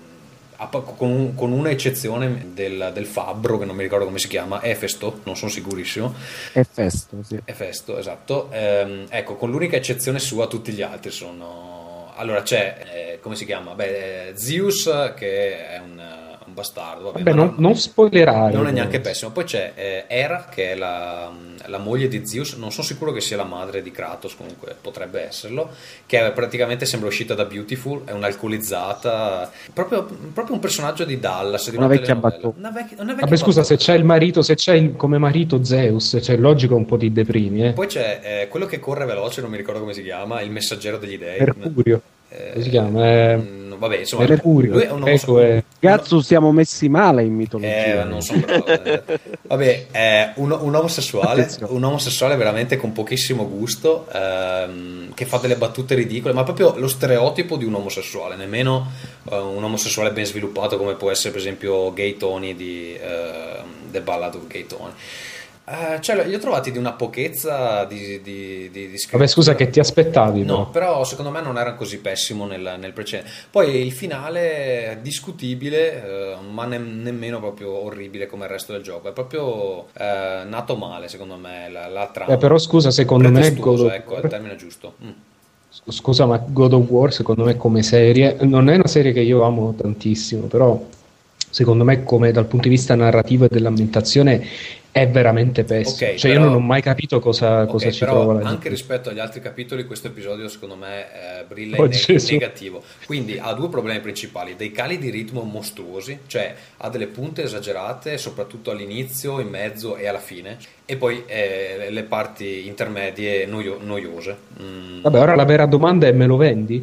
Con, un, con una eccezione del, del fabbro che non mi ricordo come si chiama, Efesto, non sono sicurissimo. È Festo, sì. Efesto, esatto. Ehm, ecco, con l'unica eccezione sua, tutti gli altri sono... Allora c'è, eh, come si chiama? Beh, Zeus, che è un, un bastardo. Vabbè, Vabbè, ma non, non spoilerare. non è neanche pessimo. Poi c'è eh, Hera, che è la, la moglie di Zeus, non sono sicuro che sia la madre di Kratos, comunque potrebbe esserlo, che è, praticamente sembra uscita da Beautiful, è un'alcolizzata, proprio, proprio un personaggio di Dallas, di Una vecchia telenovela. battuta. Una vecchia, una vecchia Vabbè, scusa, se battuta. c'è il marito, se c'è il- come marito Zeus, cioè logico un po' ti deprimi, eh. Poi c'è eh, quello che corre veloce, non mi ricordo come si chiama, il messaggero degli dei. Mercurio. Eh, Come si chiama? Eh, mm, vabbè, insomma, Mercurio. lui è un uomo Ecco, è- Cazzo, siamo messi male in mitologia. Eh, non sono bravo. eh. Vabbè, è un, un omosessuale, Attenzione. un omosessuale veramente con pochissimo gusto, ehm, che fa delle battute ridicole, ma proprio lo stereotipo di un omosessuale, nemmeno eh, un omosessuale ben sviluppato come può essere per esempio Gay Tony di eh, The Ballad of Gay Tony. Eh, cioè, li ho trovati di una pochezza di, di, di, di scrittura. Vabbè, scusa, che ti aspettavi? No, però? però secondo me non era così pessimo nel, nel precedente. Poi il finale è discutibile, eh, ma ne- nemmeno proprio orribile come il resto del gioco. È proprio eh, nato male, secondo me, la, la trama. Eh, però scusa, secondo me Pretestuoso, God of ecco, è War- il termine giusto. Mm. Scusa, ma God of War secondo me come serie non è una serie che io amo tantissimo, però secondo me come dal punto di vista narrativo e dell'ambientazione è veramente pessimo. Ok, cioè però- io non ho mai capito cosa, cosa Ok, ci però trova la anche gente. rispetto agli altri capitoli questo episodio secondo me eh, brilla Oh, in neg- Gesù. negativo, quindi ha due problemi principali: dei cali di ritmo mostruosi, cioè ha delle punte esagerate soprattutto all'inizio, in mezzo e alla fine, e poi eh, le parti intermedie noio- noiose. Mm. Vabbè, ora la vera domanda è: me lo vendi?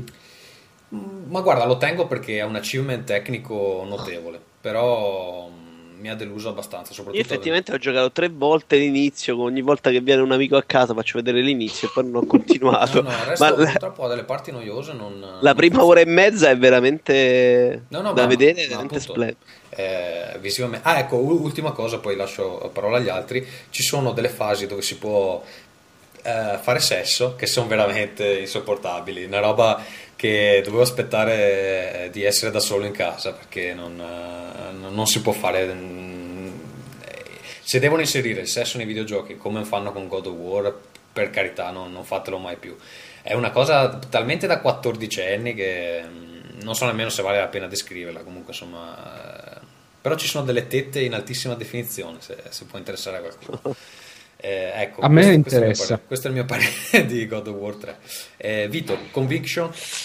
Ma guarda, lo tengo perché è un achievement tecnico notevole, però mm, mi ha deluso abbastanza, Io soprattutto effettivamente ho giocato tre volte l'inizio, ogni volta che viene un amico a casa faccio vedere l'inizio e poi non ho continuato. No, no, il resto Ma la, purtroppo ha delle parti noiose, non, la non prima funziona. ora e mezza è veramente No, no, da ma- vedere, ma è veramente appunto, splendido. eh, visivamente. Ah, ecco, u- ultima cosa, poi lascio la parola agli altri. Ci sono delle fasi dove si può eh, fare sesso che sono veramente insopportabili. Una roba che dovevo aspettare eh, di essere da solo in casa, perché non, eh, non- non si può fare. mm, eh, Se devono inserire il sesso nei videogiochi come fanno con God of War, per carità, non, non fatelo mai più. È una cosa talmente da quattordicenni che mm, non so nemmeno se vale la pena descriverla. Comunque, insomma, eh, però ci sono delle tette in altissima definizione, se, se può interessare a qualcuno. Eh, ecco, A me questo, questo è il mio interessa. parere- questo è il mio parere di God of War tre. Eh, Vito, Conviction?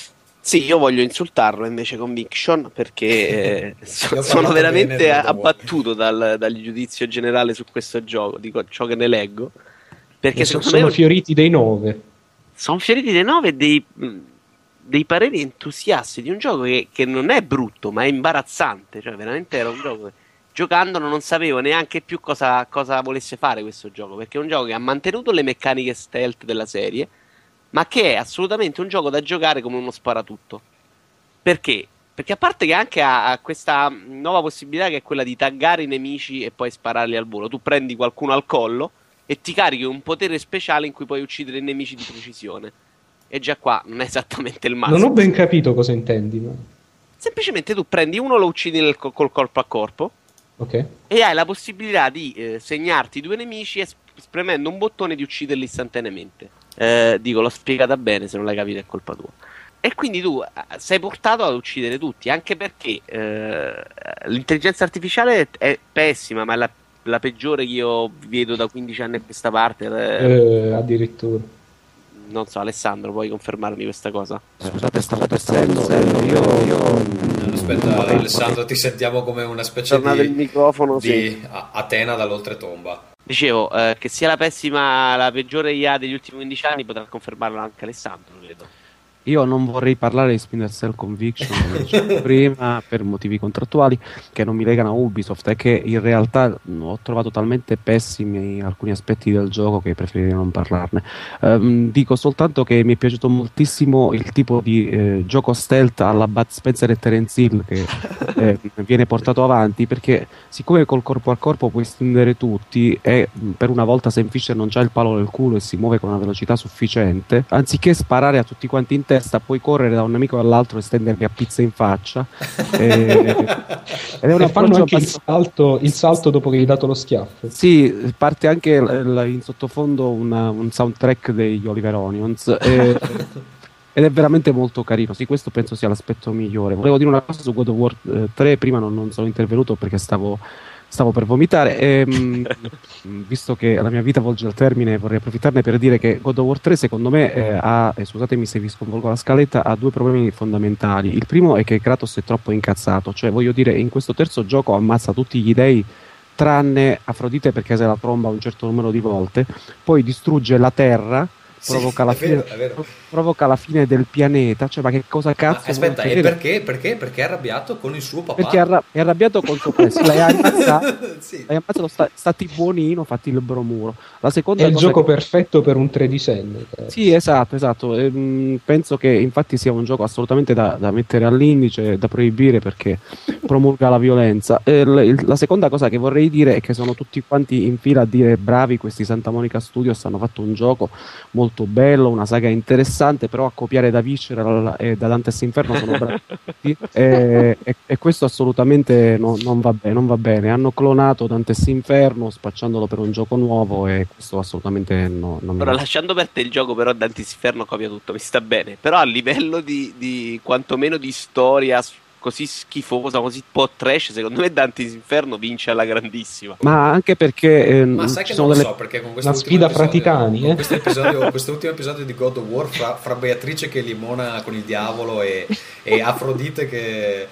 Sì, io voglio insultarlo invece Conviction perché eh, so- Io ho sono parlato veramente bene di God of War. abbattuto dal, dal giudizio generale su questo gioco, dico ciò che ne leggo, perché E so- secondo sono me fioriti dei nove. sono fioriti dei nove dei, mh, dei pareri entusiasti di un gioco che, che non è brutto, ma è imbarazzante, cioè veramente era un gioco che giocandolo non sapevo neanche più cosa, cosa volesse fare questo gioco, perché è un gioco che ha mantenuto le meccaniche stealth della serie, ma che è assolutamente un gioco da giocare come uno sparatutto. Perché? Perché a parte che anche ha, ha questa nuova possibilità che è quella di taggare i nemici e poi spararli al volo. Tu prendi qualcuno al collo e ti carichi un potere speciale in cui puoi uccidere i nemici di precisione. E già qua non è esattamente il massimo. Non ho ben capito cosa intendi, ma... Semplicemente tu prendi uno, lo uccidi nel- col colpo a corpo Ok. e hai la possibilità di eh, segnarti due nemici e sp- spremendo un bottone di ucciderli istantaneamente. Eh, dico, l'ho spiegata bene, se non l'hai capito è colpa tua. E quindi tu eh, sei portato ad uccidere tutti, anche perché eh, l'intelligenza artificiale è pessima, ma è la, la peggiore che io vedo da quindici anni a questa parte. Eh, Eh, addirittura. non so, Alessandro, puoi confermarmi questa cosa? Scusate, stavo testando. eh, Io, io Aspetta, Alessandro, ti sentiamo come una specie Tornato il di, microfono, sì. di A- Atena dall'oltretomba. Dicevo, eh, che sia la pessima, la peggiore I A degli ultimi quindici anni, potrà confermarlo anche Alessandro, credo. Io non vorrei parlare di Splinter Cell Conviction, come dicevo prima, per motivi contrattuali che non mi legano a Ubisoft, è che in realtà mh, ho trovato talmente pessimi alcuni aspetti del gioco che preferirei non parlarne. Ehm, dico soltanto che mi è piaciuto moltissimo il tipo di eh, gioco stealth alla Bud Spencer e Terence Hill che eh, viene portato avanti, perché siccome col corpo a corpo puoi stendere tutti e mh, per una volta Sam Fisher non c'ha il palo nel culo e si muove con una velocità sufficiente, anziché sparare a tutti quanti in testa puoi correre da un nemico all'altro e stenderli a pizza in faccia. e, ed è un E fanno approccio anche il abbastanza- salto, il salto dopo che gli hai dato lo schiaffo. Sì, parte anche l- l- in sottofondo una- un soundtrack degli Oliver Onions e- ed è veramente molto carino. Sì, questo penso sia l'aspetto migliore. Volevo dire una cosa su God of War eh, tre, prima non, non sono intervenuto perché stavo, stavo per vomitare e, mh, visto che la mia vita volge al termine, vorrei approfittarne per dire che God of War tre secondo me eh, ha, e scusatemi se vi sconvolgo la scaletta, ha due problemi fondamentali. Il primo è che Kratos è troppo incazzato, cioè voglio dire, in questo terzo gioco ammazza tutti gli dei tranne Afrodite perché se la tromba un certo numero di volte, poi distrugge la terra, Sì, provoca, la è vero, fine, è vero. provoca la fine del pianeta, cioè ma che cosa Ma cazzo aspetta, vuol e dire? perché? Perché? Perché è arrabbiato con il suo papà. Perché è, arra- è arrabbiato col suo preso, l'hai ammazzato, Sì. l'hai ammazzato sta- stati buonino, fatti il bromuro. La seconda È il cosa gioco che- perfetto per un tredicenne. eh. Sì, esatto, esatto. Ehm, penso che infatti sia un gioco assolutamente da, da mettere all'indice, da proibire perché promulga la violenza. E l- il- la seconda cosa che vorrei dire è che sono tutti quanti in fila a dire bravi, questi Santa Monica Studios hanno fatto un gioco molto bello, una saga interessante, però a copiare da Visceral e da Dante's Inferno sono bravi tutti. e, e- e questo assolutamente no- non va bene, non va bene. Hanno clonato Dante's Inferno spacciandolo per un gioco nuovo e questo assolutamente no, non mi Ora, va. lasciando per te il gioco, però Dante's Inferno copia tutto, mi sta bene. Però a livello di, di quantomeno di storia s- così schifosa, così un po' trash, secondo me Dante's Inferno vince alla grandissima. Ma anche perché eh, Ma sai ci che sono non lo delle... so, perché con questo Una ultimo sfida fra episodio- titani, con eh? questo episodio, questo ultimo episodio di God of War fra, fra Beatrice che limona con il diavolo e, e Afrodite che,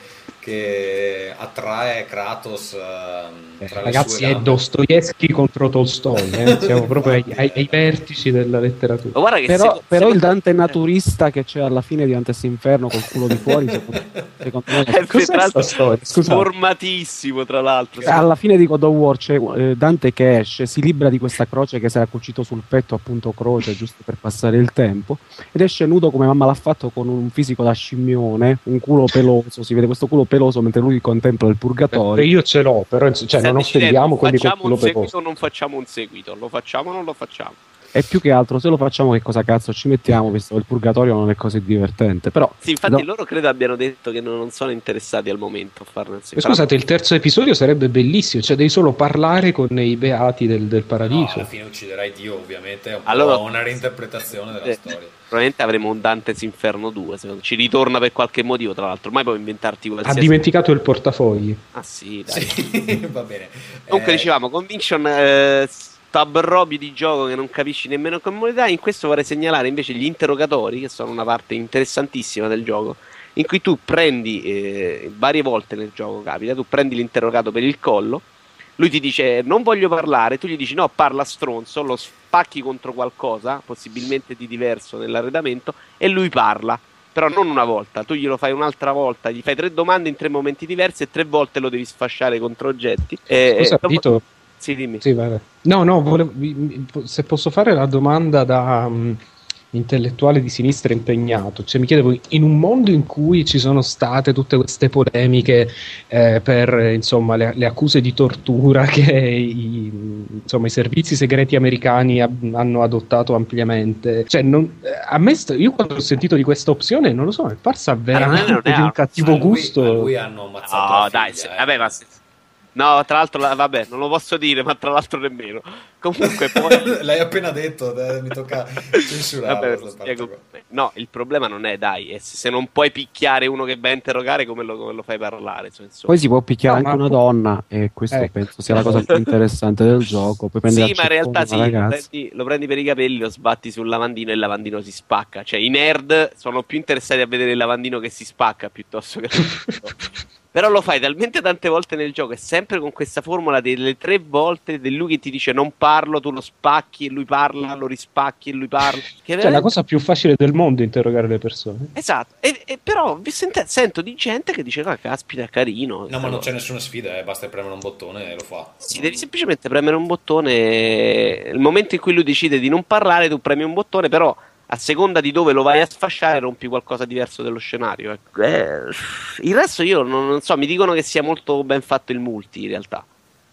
che attrae Kratos ehm, Eh, tra le ragazzi, sue è gambe. Dostoevsky contro Tolstoi. eh. Siamo proprio ai, ai- ai vertici della letteratura. Ma guarda che Però, seco- però il secondo- Dante naturista che c'è alla fine di Dante's Inferno col culo di fuori, secondo, secondo me... è Cos'è tra l'altro sta storia? Scusate. sformatissimo, tra l'altro. Alla fine di God of War c'è eh, Dante che esce, si libera di questa croce che si era cucito sul petto, appunto croce, giusto per passare il tempo, ed esce nudo come mamma l'ha fatto con un fisico da scimmione, un culo peloso, si vede questo culo peloso mentre lui contempla il Eh, purgatorio. io ce l'ho, però ins- cioè, Sta non decidendo, offendiamo quelli con facciamo culo un seguito peloso. o non facciamo un seguito? Lo facciamo o non lo facciamo? E più che altro, se lo facciamo, che cosa cazzo ci mettiamo, visto che il purgatorio non è così divertente. Però, Sì, infatti no, loro credo abbiano detto che non non sono interessati al momento a farne un E seguito. scusate, il terzo episodio sarebbe bellissimo, cioè devi solo parlare con i beati del, del No, paradiso. alla fine ucciderai Dio, ovviamente, è un Allora- po' una reinterpretazione della Eh, storia. Probabilmente avremo un Dante's Inferno due, secondo- ci ritorna per qualche motivo, tra l'altro. Ormai puoi inventarti Ha qualsiasi... dimenticato il portafogli. Ah sì, dai. Sì, va bene. Comunque Eh, dicevamo, Conviction, eh, s- tabarrobi di gioco che non capisci nemmeno come dai. In questo vorrei segnalare invece gli interrogatori, che sono una parte interessantissima del gioco, in cui tu prendi eh, varie volte nel gioco capita, tu prendi l'interrogato per il collo, lui ti dice non voglio parlare, tu gli dici no, parla stronzo, lo spacchi contro qualcosa possibilmente di diverso nell'arredamento e lui parla, però non una volta, tu glielo fai un'altra volta, gli fai tre domande in tre momenti diversi e tre volte lo devi sfasciare contro oggetti. E, Scusa, e dopo... Vito. Sì, dimmi. Sì, vai, vai. No, no, volevo, se posso fare la domanda da um, intellettuale di sinistra impegnato, cioè mi chiedevo, in un mondo in cui ci sono state tutte queste polemiche eh, per insomma le, le accuse di tortura che i, insomma, i servizi segreti americani ab- hanno adottato ampiamente, cioè non, a me st- io quando ho sentito di questa opzione non lo so, è parsa veramente non è, di un cattivo a lui, gusto. a lui hanno ammazzato No, la figlia, dai, se, eh. vabbè, ma se- no, tra l'altro, la- vabbè, non lo posso dire, ma tra l'altro nemmeno. Comunque poi L'hai appena detto, eh, mi tocca censurare vabbè, lo questa spiego parte qua. bene. No, il problema non è, dai, è se se non puoi picchiare uno che va a interrogare, come lo, come lo fai parlare? Insomma. Poi si può picchiare No, anche ma- una donna, e questo Ecco. penso sia la cosa più interessante del gioco. Puoi prendere Sì, a ma in realtà ceccone sì, una lo ragazza. prendi, lo prendi per i capelli, lo sbatti sul lavandino e il lavandino si spacca. Cioè, i nerd sono più interessati a vedere il lavandino che si spacca piuttosto che... Però lo fai talmente tante volte nel gioco e sempre con questa formula delle tre volte di lui che ti dice non parlo, tu lo spacchi e lui parla, lo rispacchi e lui parla. Che Cioè, veramente- la cosa più facile del mondo è interrogare le persone. Esatto, e, e però vi sente- sento di gente che dice ah, caspita, è carino. No, ma non c'è nessuna sfida, eh, basta premere un bottone e lo fa. Sì, Non- devi semplicemente premere un bottone. Nel momento in cui lui decide di non parlare, tu premi un bottone, però a seconda di dove lo vai a sfasciare rompi qualcosa diverso dello scenario. Ecco. Eh, il resto io non, non so, mi dicono che sia molto ben fatto il multi in realtà.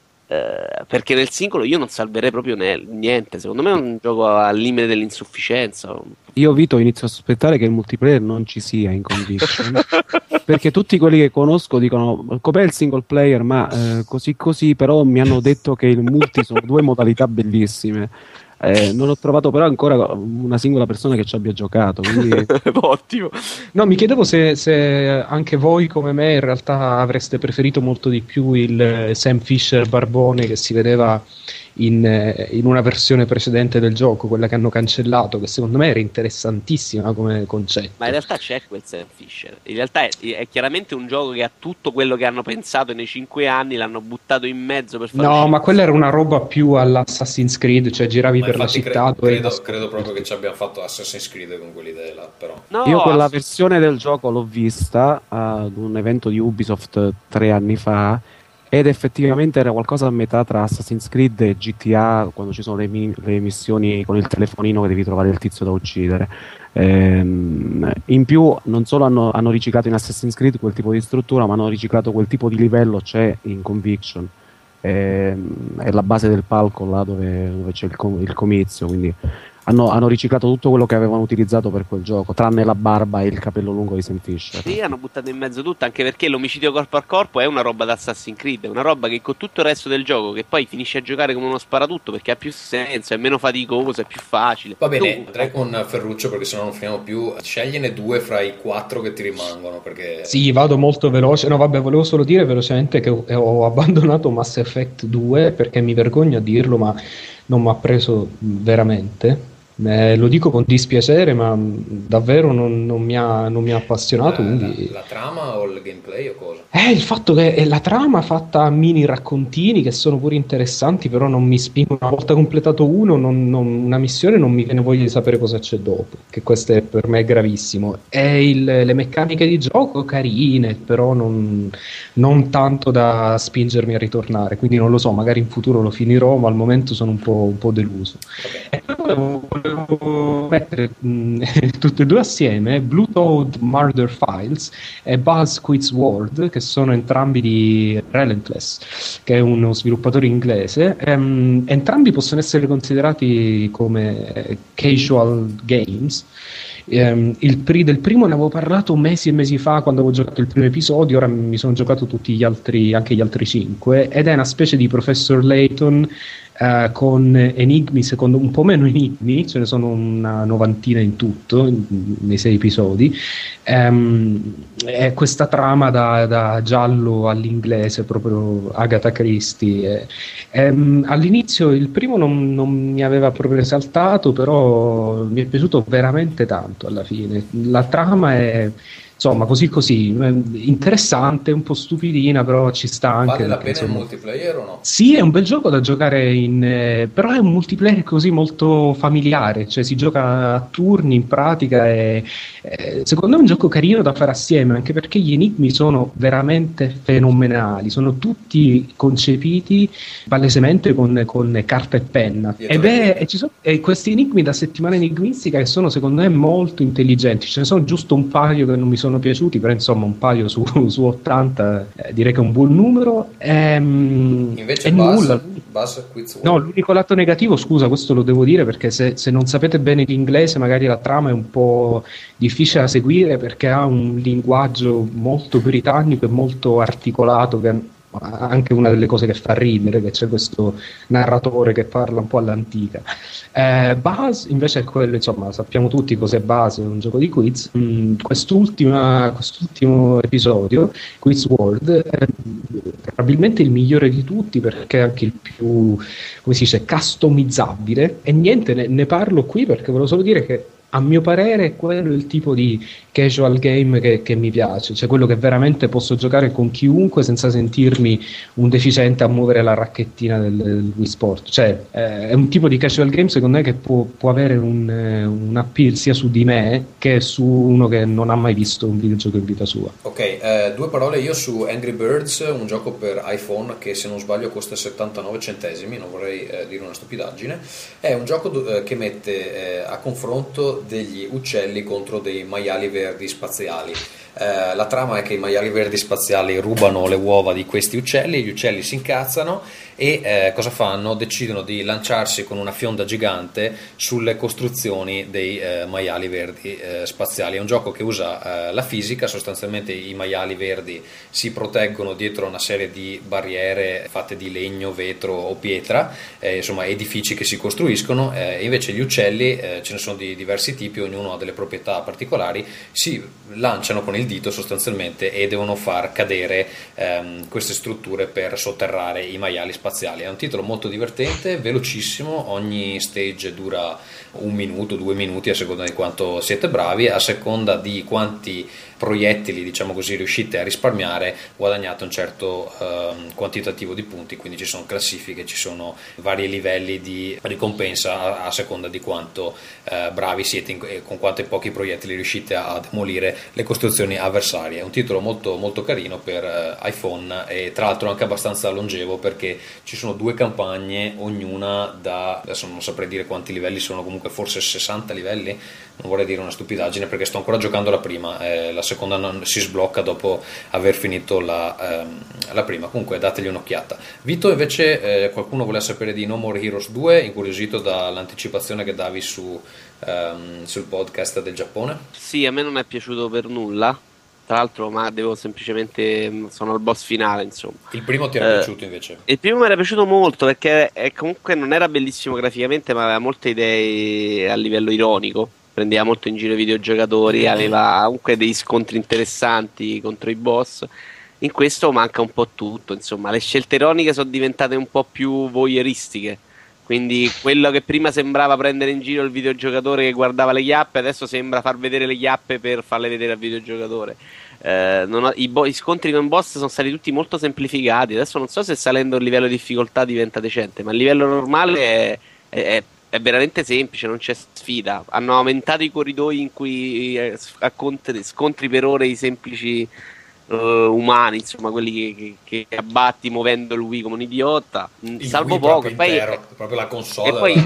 Eh, perché nel singolo io non salverei proprio ne- niente. Secondo me è un gioco al limite dell'insufficienza. Io, Vito, inizio a sospettare che il multiplayer non ci sia in Conviction. Perché tutti quelli che conosco dicono cos'è il single player, ma eh, così così, però mi hanno detto che il multi sono due modalità bellissime. Eh, non ho trovato però ancora una singola persona che ci abbia giocato, quindi Ottimo. No, mi chiedevo se, se anche voi come me in realtà avreste preferito molto di più il eh, Sam Fisher barbone che si vedeva in, eh, in una versione precedente del gioco, quella che hanno cancellato, che secondo me era interessantissima come concetto. Ma in realtà c'è quel Sam Fisher. In realtà è, è chiaramente un gioco che ha tutto quello che hanno pensato nei cinque anni, l'hanno buttato in mezzo per fare No, uscire- ma quella era una roba più all'Assassin's Creed, cioè giravi Ma per la infatti città. cre- dovevi credo, nascondere. credo proprio che ci abbiamo fatto Assassin's Creed con quell'idea là, però. No, io quella ass- versione del gioco l'ho vista ad un evento di Ubisoft tre anni fa ed effettivamente era qualcosa a metà tra Assassin's Creed e G T A, quando ci sono le, mi- le missioni con il telefonino che devi trovare il tizio da uccidere. Ehm, in più non solo hanno, hanno riciclato in Assassin's Creed quel tipo di struttura, ma hanno riciclato quel tipo di livello c'è in Conviction. Ehm, è la base del palco là dove, dove c'è il, com- il comizio, quindi hanno, hanno riciclato tutto quello che avevano utilizzato per quel gioco, tranne la barba e il capello lungo di Sam Fisher. Sì, hanno buttato in mezzo tutto, anche perché l'omicidio corpo a corpo è una roba da Assassin's Creed, è una roba che con tutto il resto del gioco, che poi finisce a giocare come uno sparatutto perché ha più senso, è meno faticoso, è più facile. Va bene, Tu- andrei con Ferruccio perché sennò non finiamo più. Scegliene due fra i quattro che ti rimangono, perché... Sì, vado molto veloce. No, vabbè, volevo solo dire velocemente che ho, ho abbandonato Mass Effect due perché mi vergogno a dirlo, ma non mi ha preso veramente. Eh, lo dico con dispiacere, ma mh, davvero non, non mi ha, non mi ha appassionato. la, Quindi... la, la trama o il gameplay o cosa? Eh, il fatto che è la trama fatta a mini raccontini che sono pure interessanti, però non mi spingo. Una volta completato uno, non- non- una missione, non mi viene voglia di sapere cosa c'è dopo. Che questo è, per me è gravissimo. E il- le meccaniche di gioco carine, però non, non tanto da spingermi a ritornare. Quindi non lo so, magari in futuro lo finirò, ma al momento sono un po', un po' deluso. Vabbè. E poi volevo, volevo mettere mh, tutte e due assieme Blue Toad Murder Files e Buzz Quits World, che sono entrambi di Relentless, che è uno sviluppatore inglese. Ehm, entrambi possono essere considerati come eh, casual games. Ehm, il pri- del primo ne avevo parlato mesi e mesi fa quando avevo giocato il primo episodio, ora mi sono giocato tutti gli altri, anche gli altri cinque, ed è una specie di Professor Layton uh, con enigmi, secondo un po' meno enigmi, ce ne sono una novantina in tutto, in, nei sei episodi. Um, è questa trama da, da giallo all'inglese, proprio Agatha Christie. E, um, all'inizio il primo non, non mi aveva proprio esaltato, però mi è piaciuto veramente tanto alla fine. La trama è, insomma, così così, interessante, un po' stupidina, però ci sta anche. Vale la perché, pena il insomma, multiplayer o no? sì, è un bel gioco da giocare in, eh, però è un multiplayer così molto familiare, cioè si gioca a turni in pratica e eh, secondo me è un gioco carino da fare assieme, anche perché gli enigmi sono veramente fenomenali, sono tutti concepiti palesemente con, con carta e penna. Ed è, e ci sono e questi enigmi da settimana enigmistica che sono secondo me molto intelligenti, ce ne sono giusto un paio che non mi sono piaciuti, però insomma un paio su, su ottanta eh, direi che è un buon numero. Ehm, Invece e Buzz, nulla. Buzz Quiz World. No, l'unico lato negativo, scusa, questo lo devo dire perché se, se non sapete bene l'inglese magari la trama è un po' difficile da seguire perché ha un linguaggio molto britannico e molto articolato, che anche una delle cose che fa ridere, che c'è questo narratore che parla un po' all'antica. eh, Buzz invece è quello, insomma, sappiamo tutti cos'è Buzz, è un gioco di quiz. mm, quest'ultima, quest'ultimo episodio, Quiz World, è probabilmente il migliore di tutti perché è anche il più, come si dice, customizzabile, e niente, ne, ne parlo qui perché volevo solo dire che a mio parere quello è il tipo di casual game che, che mi piace, cioè quello che veramente posso giocare con chiunque senza sentirmi un deficiente a muovere la racchettina del, del Wii Sport. Cioè eh, è un tipo di casual game secondo me che può, può avere un, eh, un appeal sia su di me che su uno che non ha mai visto un videogioco in vita sua. Ok, eh, due parole io su Angry Birds, un gioco per iPhone che se non sbaglio costa settantanove centesimi, non vorrei eh, dire una stupidaggine. È un gioco do- eh, che mette eh, a confronto degli uccelli contro dei maiali verdi spaziali. Eh, la trama è che i maiali verdi spaziali rubano le uova di questi uccelli, gli uccelli si incazzano e eh, cosa fanno? Decidono di lanciarsi con una fionda gigante sulle costruzioni dei eh, maiali verdi eh, spaziali. È un gioco che usa eh, la fisica, sostanzialmente i maiali verdi si proteggono dietro una serie di barriere fatte di legno, vetro o pietra, eh, insomma edifici che si costruiscono, eh, e invece gli uccelli, eh, ce ne sono di diversi tipi, ognuno ha delle proprietà particolari, si lanciano con il dito sostanzialmente e devono far cadere ehm, queste strutture per sotterrare i maiali spaziali. È un titolo molto divertente, velocissimo, ogni stage dura un minuto, due minuti a seconda di quanto siete bravi, a seconda di quanti proiettili, diciamo così, riuscite a risparmiare, guadagnate un certo ehm, quantitativo di punti, quindi ci sono classifiche, ci sono vari livelli di ricompensa a, a seconda di quanto eh, bravi siete in, e con quanti pochi proiettili riuscite a demolire le costruzioni avversarie. È un titolo molto molto carino per eh, iPhone e tra l'altro anche abbastanza longevo perché ci sono due campagne, ognuna da, adesso non saprei dire quanti livelli sono, comunque forse sessanta livelli, non vorrei dire una stupidaggine perché sto ancora giocando la prima, eh, la seconda non si sblocca dopo aver finito la, ehm, la prima. Comunque dategli un'occhiata. Vito, invece, eh, qualcuno vuole sapere di No More Heroes due, incuriosito dall'anticipazione che davi su, ehm, sul podcast del Giappone? Sì, a me non è piaciuto per nulla, tra l'altro, ma devo semplicemente, sono al boss finale, insomma. Il primo ti era Eh, piaciuto invece? Il primo mi era piaciuto molto perché è, comunque non era bellissimo graficamente, ma aveva molte idee a livello ironico. Prendeva molto in giro i videogiocatori, aveva comunque dei scontri interessanti contro i boss. In questo manca un po' tutto, insomma, le scelte ironiche sono diventate un po' più voyeuristiche. Quindi quello che prima sembrava prendere in giro il videogiocatore che guardava le chiappe, adesso sembra far vedere le chiappe per farle vedere al videogiocatore. Eh, non ho, i, bo- i scontri con i boss sono stati tutti molto semplificati. Adesso non so se salendo il livello di difficoltà diventa decente, ma il livello normale è, è, è è veramente semplice, non c'è sfida. Hanno aumentato i corridoi in cui eh, scontri, scontri per ore i semplici uh, umani, insomma, quelli che, che, che abbatti muovendo il Wii come un idiota. Il salvo Wii poco. proprio Poi, intero, proprio la console. e poi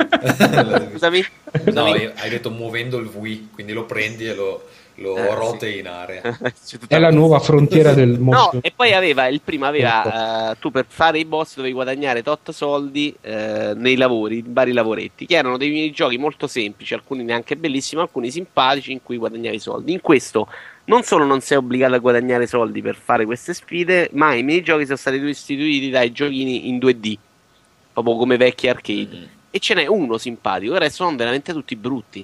scusami, No, scusami. hai detto muovendo il Wii, quindi lo prendi e lo, lo Eh, rotei sì. in area. C'è tutta È la nuova frontiera del No, motion. e poi aveva il primo aveva eh, tu per fare i boss dovevi guadagnare tot soldi eh, nei lavori, in vari lavoretti, che erano dei minigiochi molto semplici, alcuni neanche bellissimi, alcuni simpatici in cui guadagnavi soldi. In questo non solo non sei obbligato a guadagnare soldi per fare queste sfide, ma i minigiochi sono stati istituiti dai giochini in due D. proprio come vecchi arcade. Mm. E ce n'è uno simpatico, il resto sono veramente tutti brutti.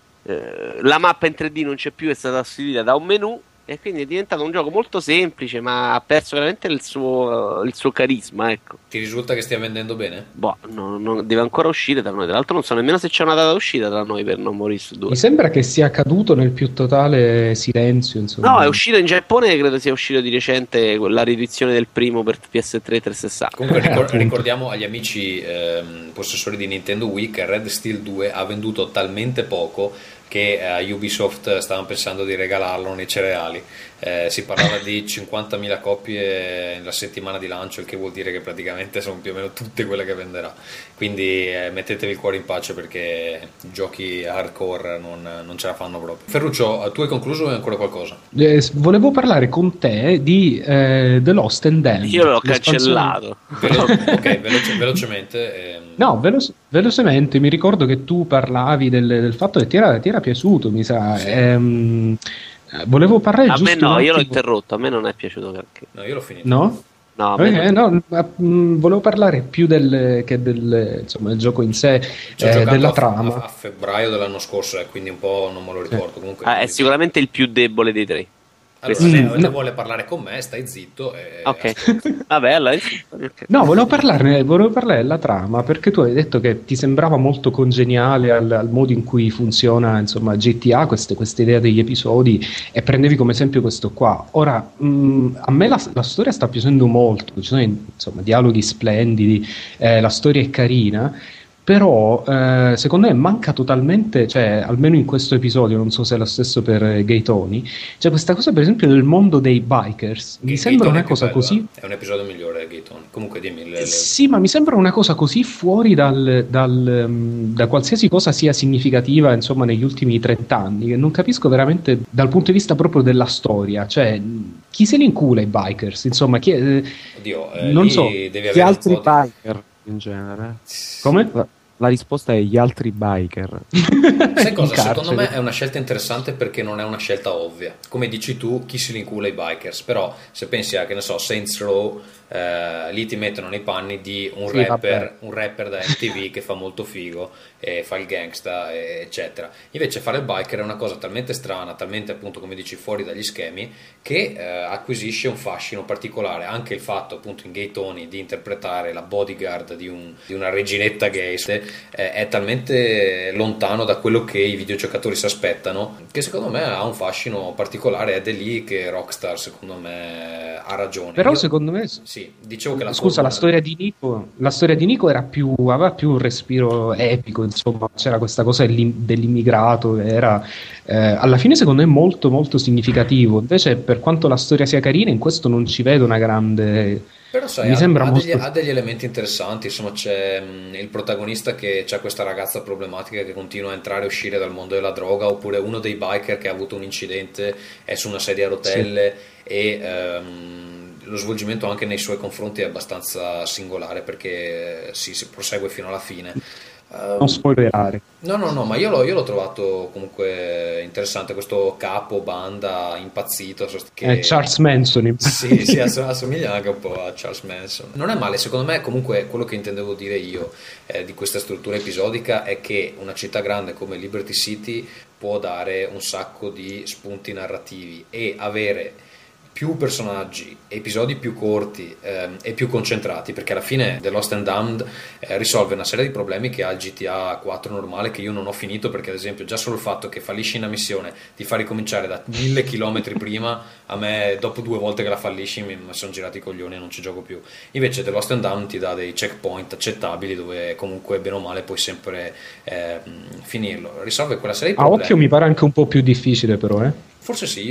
Eh, la mappa in tre D non c'è più, è stata sostituita da un menu e quindi è diventato un gioco molto semplice, ma ha perso veramente il suo, il suo carisma, ecco. Ti risulta che stia vendendo bene? Boh, no, no, deve ancora uscire da noi. Tra l'altro non so nemmeno se c'è una data d'uscita da noi per No More Heroes due. Mi sembra che sia caduto nel più totale silenzio, insomma. No, è uscito in Giappone, credo sia uscito di recente la riedizione del primo per P S tre trecentosessanta. Comunque ricor- Appunto. ricordiamo agli amici ehm, possessori di Nintendo Wii che Red Steel due ha venduto talmente poco che a eh, Ubisoft stavano pensando di regalarlo nei cereali. Eh, si parlava di cinquantamila copie nella settimana di lancio, il che vuol dire che praticamente sono più o meno tutte quelle che venderà. Quindi eh, mettetevi il cuore in pace perché giochi hardcore non, non ce la fanno proprio. Ferruccio, tu hai concluso o hai ancora qualcosa? Eh, volevo parlare con te di eh, The Lost and Damned. Io l'ho l'espansione- cancellato. Velo- ok, veloce- velocemente. ehm, No, velo- velocemente mi ricordo che tu parlavi del, del fatto che ti era, ti era piaciuto, mi sa. Sì. Ehm, eh, volevo parlare A giusto me no, un io l'ho attimo- interrotto, a me non è piaciuto perché. No, io l'ho finito. No? No, a me Ok, no. no, ma, mh, volevo parlare più del, che del, insomma, del gioco in sé, Ci ho eh, giocato della a, trama. a- a febbraio dell'anno scorso, eh, quindi un po' non me lo ricordo. Comunque, Ah, è sicuramente il più debole dei tre. allora, Mm, se no. ne vuole parlare con me, stai zitto. E Ok. Vabbè, allora. ok. No, volevo parlarne, volevo parlare della trama perché tu hai detto che ti sembrava molto congeniale al, al modo in cui funziona, insomma, G T A, queste, questa idea degli episodi, e prendevi come esempio questo qua. Ora, mh, a me la, la storia sta piacendo molto, ci sono insomma dialoghi splendidi, eh, la storia è carina. Però eh, secondo me manca totalmente, cioè almeno in questo episodio, non so se è lo stesso per eh, Gay Tony, c'è questa cosa per esempio del mondo dei bikers, mi Gay- sembra Gayton è una più cosa bello, così. eh. È un episodio migliore, Gayton. Comunque dimmi. le- le- Sì, ma mi sembra una cosa così fuori dal, dal, mm, da qualsiasi cosa sia significativa, insomma, negli ultimi trent'anni, che non capisco veramente dal punto di vista proprio della storia. Cioè, chi se li incula i bikers? Insomma, chi è- eh, Oddio, eh, non lì so, devi Gli avere un altri po' di- biker in genere. come? La, la risposta è gli altri biker. Sai In cosa? Secondo carcere. me è una scelta interessante perché non è una scelta ovvia. Come dici tu, chi si rincula i bikers? Però se pensi a, che ne so, Saints Row, eh, lì ti mettono nei panni di un Sì, rapper, vabbè. un rapper da M T V che fa molto figo e fa il gangsta, e- eccetera. Invece fare il biker è una cosa talmente strana, talmente appunto come dici fuori dagli schemi, che eh, acquisisce un fascino particolare. Anche il fatto appunto in Gay Tony di interpretare la bodyguard di, un- di una reginetta gay eh, è talmente lontano da quello che i videogiocatori si aspettano, che secondo me ha un fascino particolare, ed è lì che Rockstar secondo me ha ragione. Però Io- secondo me, sì, dicevo che la scusa, la formula- storia di Nico, la storia di Nico era più, aveva più un respiro epico, insomma, c'era questa cosa dell'im- dell'immigrato, era eh, alla fine secondo me molto molto significativo. Invece, per quanto la storia sia carina, in questo non ci vedo una grande. Però sai, Mi ha, sembra ha molto- degli, ha degli elementi interessanti, insomma c'è mh, il protagonista che ha questa ragazza problematica che continua a entrare e uscire dal mondo della droga, oppure uno dei biker che ha avuto un incidente, è su una sedia a rotelle e ehm, lo svolgimento anche nei suoi confronti è abbastanza singolare perché eh, si, si prosegue fino alla fine. Ehm, Non spoilerare. No, no, no, ma io l'ho, io l'ho trovato comunque interessante, questo capo banda impazzito. sost- Che... Eh, Charles Manson, in- Sì, sì, ass- assomiglia anche un po' a Charles Manson. Non è male, secondo me comunque quello che intendevo dire io eh, di questa struttura episodica è che una città grande come Liberty City può dare un sacco di spunti narrativi e avere più personaggi, episodi più corti ehm, e più concentrati, perché alla fine The Lost and Damned eh, risolve una serie di problemi che ha il G T A quattro normale, che io non ho finito, perché ad esempio già solo il fatto che fallisci una missione ti fa ricominciare da mille chilometri prima, a me dopo due volte che la fallisci mi, mi sono girati i coglioni e non ci gioco più. Invece The Lost and Damned ti dà dei checkpoint accettabili dove comunque bene o male puoi sempre eh, finirlo, risolve quella serie di A problemi. occhio mi pare anche un po' più difficile, però, eh. Forse sì,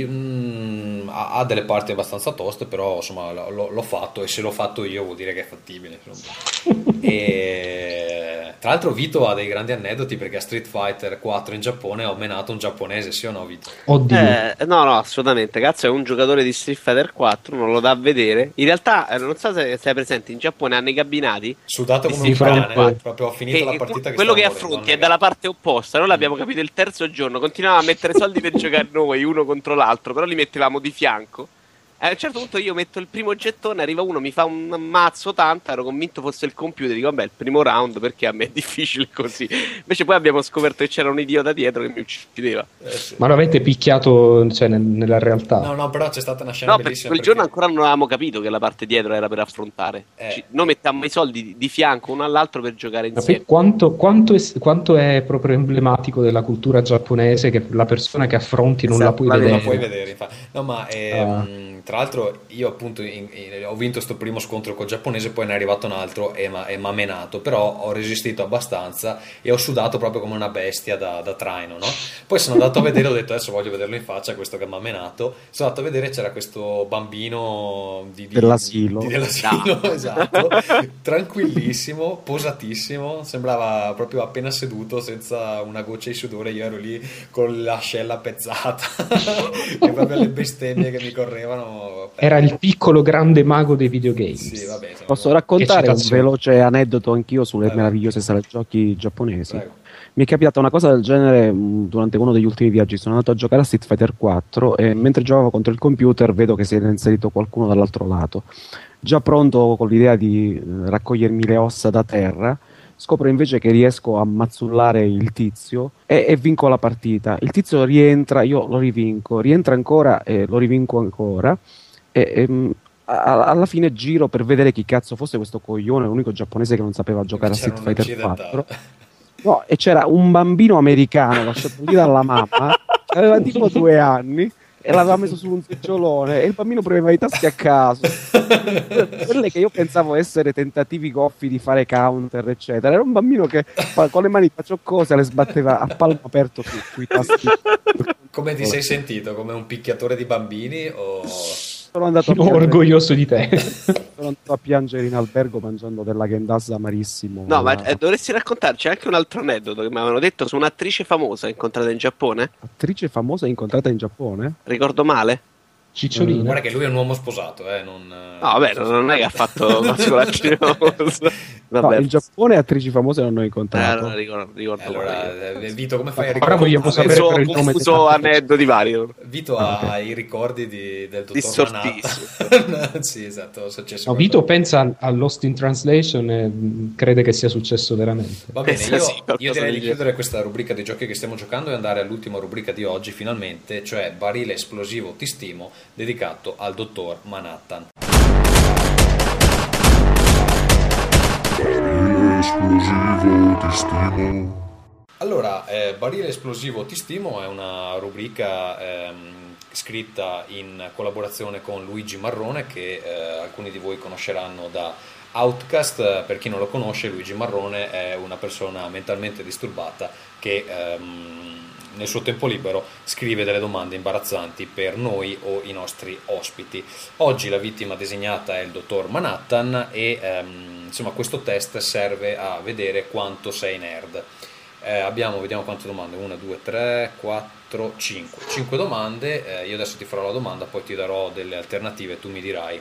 mm, ha, ha delle parti abbastanza toste, però insomma l- l- l'ho fatto, e se l'ho fatto io vuol dire che è fattibile. insomma. E tra l'altro Vito ha dei grandi aneddoti, perché a Street Fighter quattro in Giappone ha menato un giapponese, sì o no Vito? Oddio. Eh, no, no, assolutamente. Cazzo, è un giocatore di Street Fighter quattro, non lo dà a vedere. In realtà, eh, non so se sei presente, in Giappone hanno i cabinati. Sudato come Sì, un fronte. cane, proprio ho finito E la partita che quello che stavo affronti morendo, è dalla parte opposta. Noi l'abbiamo capito il terzo giorno. Continuavamo a mettere soldi per giocare noi uno contro l'altro, però li mettevamo di fianco. A un certo punto io metto il primo gettone, arriva uno, mi fa un mazzo tanto, ero convinto fosse il computer, dico vabbè il primo round perché a me è difficile così. Invece poi abbiamo scoperto che c'era un idiota dietro che mi uccideva. Eh, sì. Ma l'avete picchiato, cioè, nel- nella realtà? No, no, però c'è stata una scena No, perché bellissima. quel giorno ancora non avevamo capito che la parte dietro era per affrontare. Eh. Ci- noi mettiamo i soldi di, di fianco uno all'altro per giocare Ma insieme. poi quanto, quanto è, quanto è proprio emblematico della cultura giapponese che la persona che affronti non la Esatto, puoi la vedere. Non la puoi vedere, infatti. No, ma ehm, Ah. tra l'altro io appunto in- in- ho vinto sto primo scontro col giapponese, poi ne è arrivato un altro e mi ha menato, però ho resistito abbastanza e ho sudato proprio come una bestia da, da traino, no? Poi sono andato a vedere, ho detto adesso voglio vederlo in faccia, questo che mi ha menato. Sono andato a vedere, c'era questo bambino di, di- Dell'asilo. di- dell'asilo, esatto, tranquillissimo, posatissimo, sembrava proprio appena seduto, senza una goccia di sudore. Io ero lì con l'ascella pezzata e proprio le bestemmie che mi correvano. Era il piccolo grande mago dei videogames. Sì, vabbè, siamo- Posso raccontare un citazione. veloce aneddoto anch'io sulle Vai, vai. meravigliose sale giochi giapponesi? Prego. Mi è capitata una cosa del genere mh, durante uno degli ultimi viaggi. Sono andato a giocare a Street Fighter quattro e mentre giocavo contro il computer vedo che si era inserito qualcuno dall'altro lato. Già pronto con l'idea di eh, raccogliermi le ossa da terra, scopro invece che riesco a mazzullare il tizio e, e vinco la partita. Il tizio rientra, io lo rivinco, rientra ancora e lo rivinco ancora. E, e, mh, a- alla fine giro per vedere chi cazzo fosse questo coglione, l'unico giapponese che non sapeva giocare a C'era Street un Fighter occidentale. quattro. No, e c'era un bambino americano lasciato lì dalla mamma, che aveva tipo due anni e l'aveva messo su un seggiolone e il bambino premeva i tasti a caso. Quelle che io pensavo essere tentativi goffi di fare counter, eccetera. Era un bambino che fa- con le mani facciocose le sbatteva a palmo aperto su, sui tasti. Come ti sei sentito? Come un picchiatore di bambini o... Sono andato a Sono piangere- orgoglioso di te. sono andato a piangere in albergo mangiando della Gendas amarissimo. No, ma La- eh, dovresti raccontarci anche un altro aneddoto che mi avevano detto su un'attrice famosa incontrata in Giappone. attrice famosa incontrata in Giappone? Ricordo male? Cicciolina. Guarda che lui è un uomo sposato, eh, non... No, vabbè, non non è che ha fatto particolare famosa. No, Vabbè. in Giappone attrici famose non ne ho Eh, incontrato. allora ricordo, ricordo Allora, male. eh, Vito, come fai a Ora ricordare? vogliamo sapere Confuso, per il nome confuso del- aneddoti vari. Vito ha i ricordi di- del dottor Distortissimo. Manhattan. Sì, esatto, è successo No, qualcosa. Vito pensa al- a Lost in Translation e mh, crede che sia successo veramente. Va bene, Sì, io, sì, io qualcosa direi di del chiudere questa rubrica dei giochi che stiamo giocando e andare all'ultima rubrica di oggi, finalmente, cioè Barile esplosivo ti stimo, dedicato al dottor Manhattan. Barile esplosivo ti stimo. Allora, eh, Barile esplosivo ti stimo è una rubrica ehm, scritta in collaborazione con Luigi Marrone, che eh, alcuni di voi conosceranno da Outcast. Per chi non lo conosce, Luigi Marrone è una persona mentalmente disturbata che ehm, nel suo tempo libero scrive delle domande imbarazzanti per noi o i nostri ospiti. Oggi la vittima designata è il dottor Manhattan e ehm, insomma questo test serve a vedere quanto sei nerd. Eh, abbiamo, vediamo quante domande, una, due, tre, quattro, cinque. cinque domande, eh, io adesso ti farò la domanda, poi ti darò delle alternative e tu mi dirai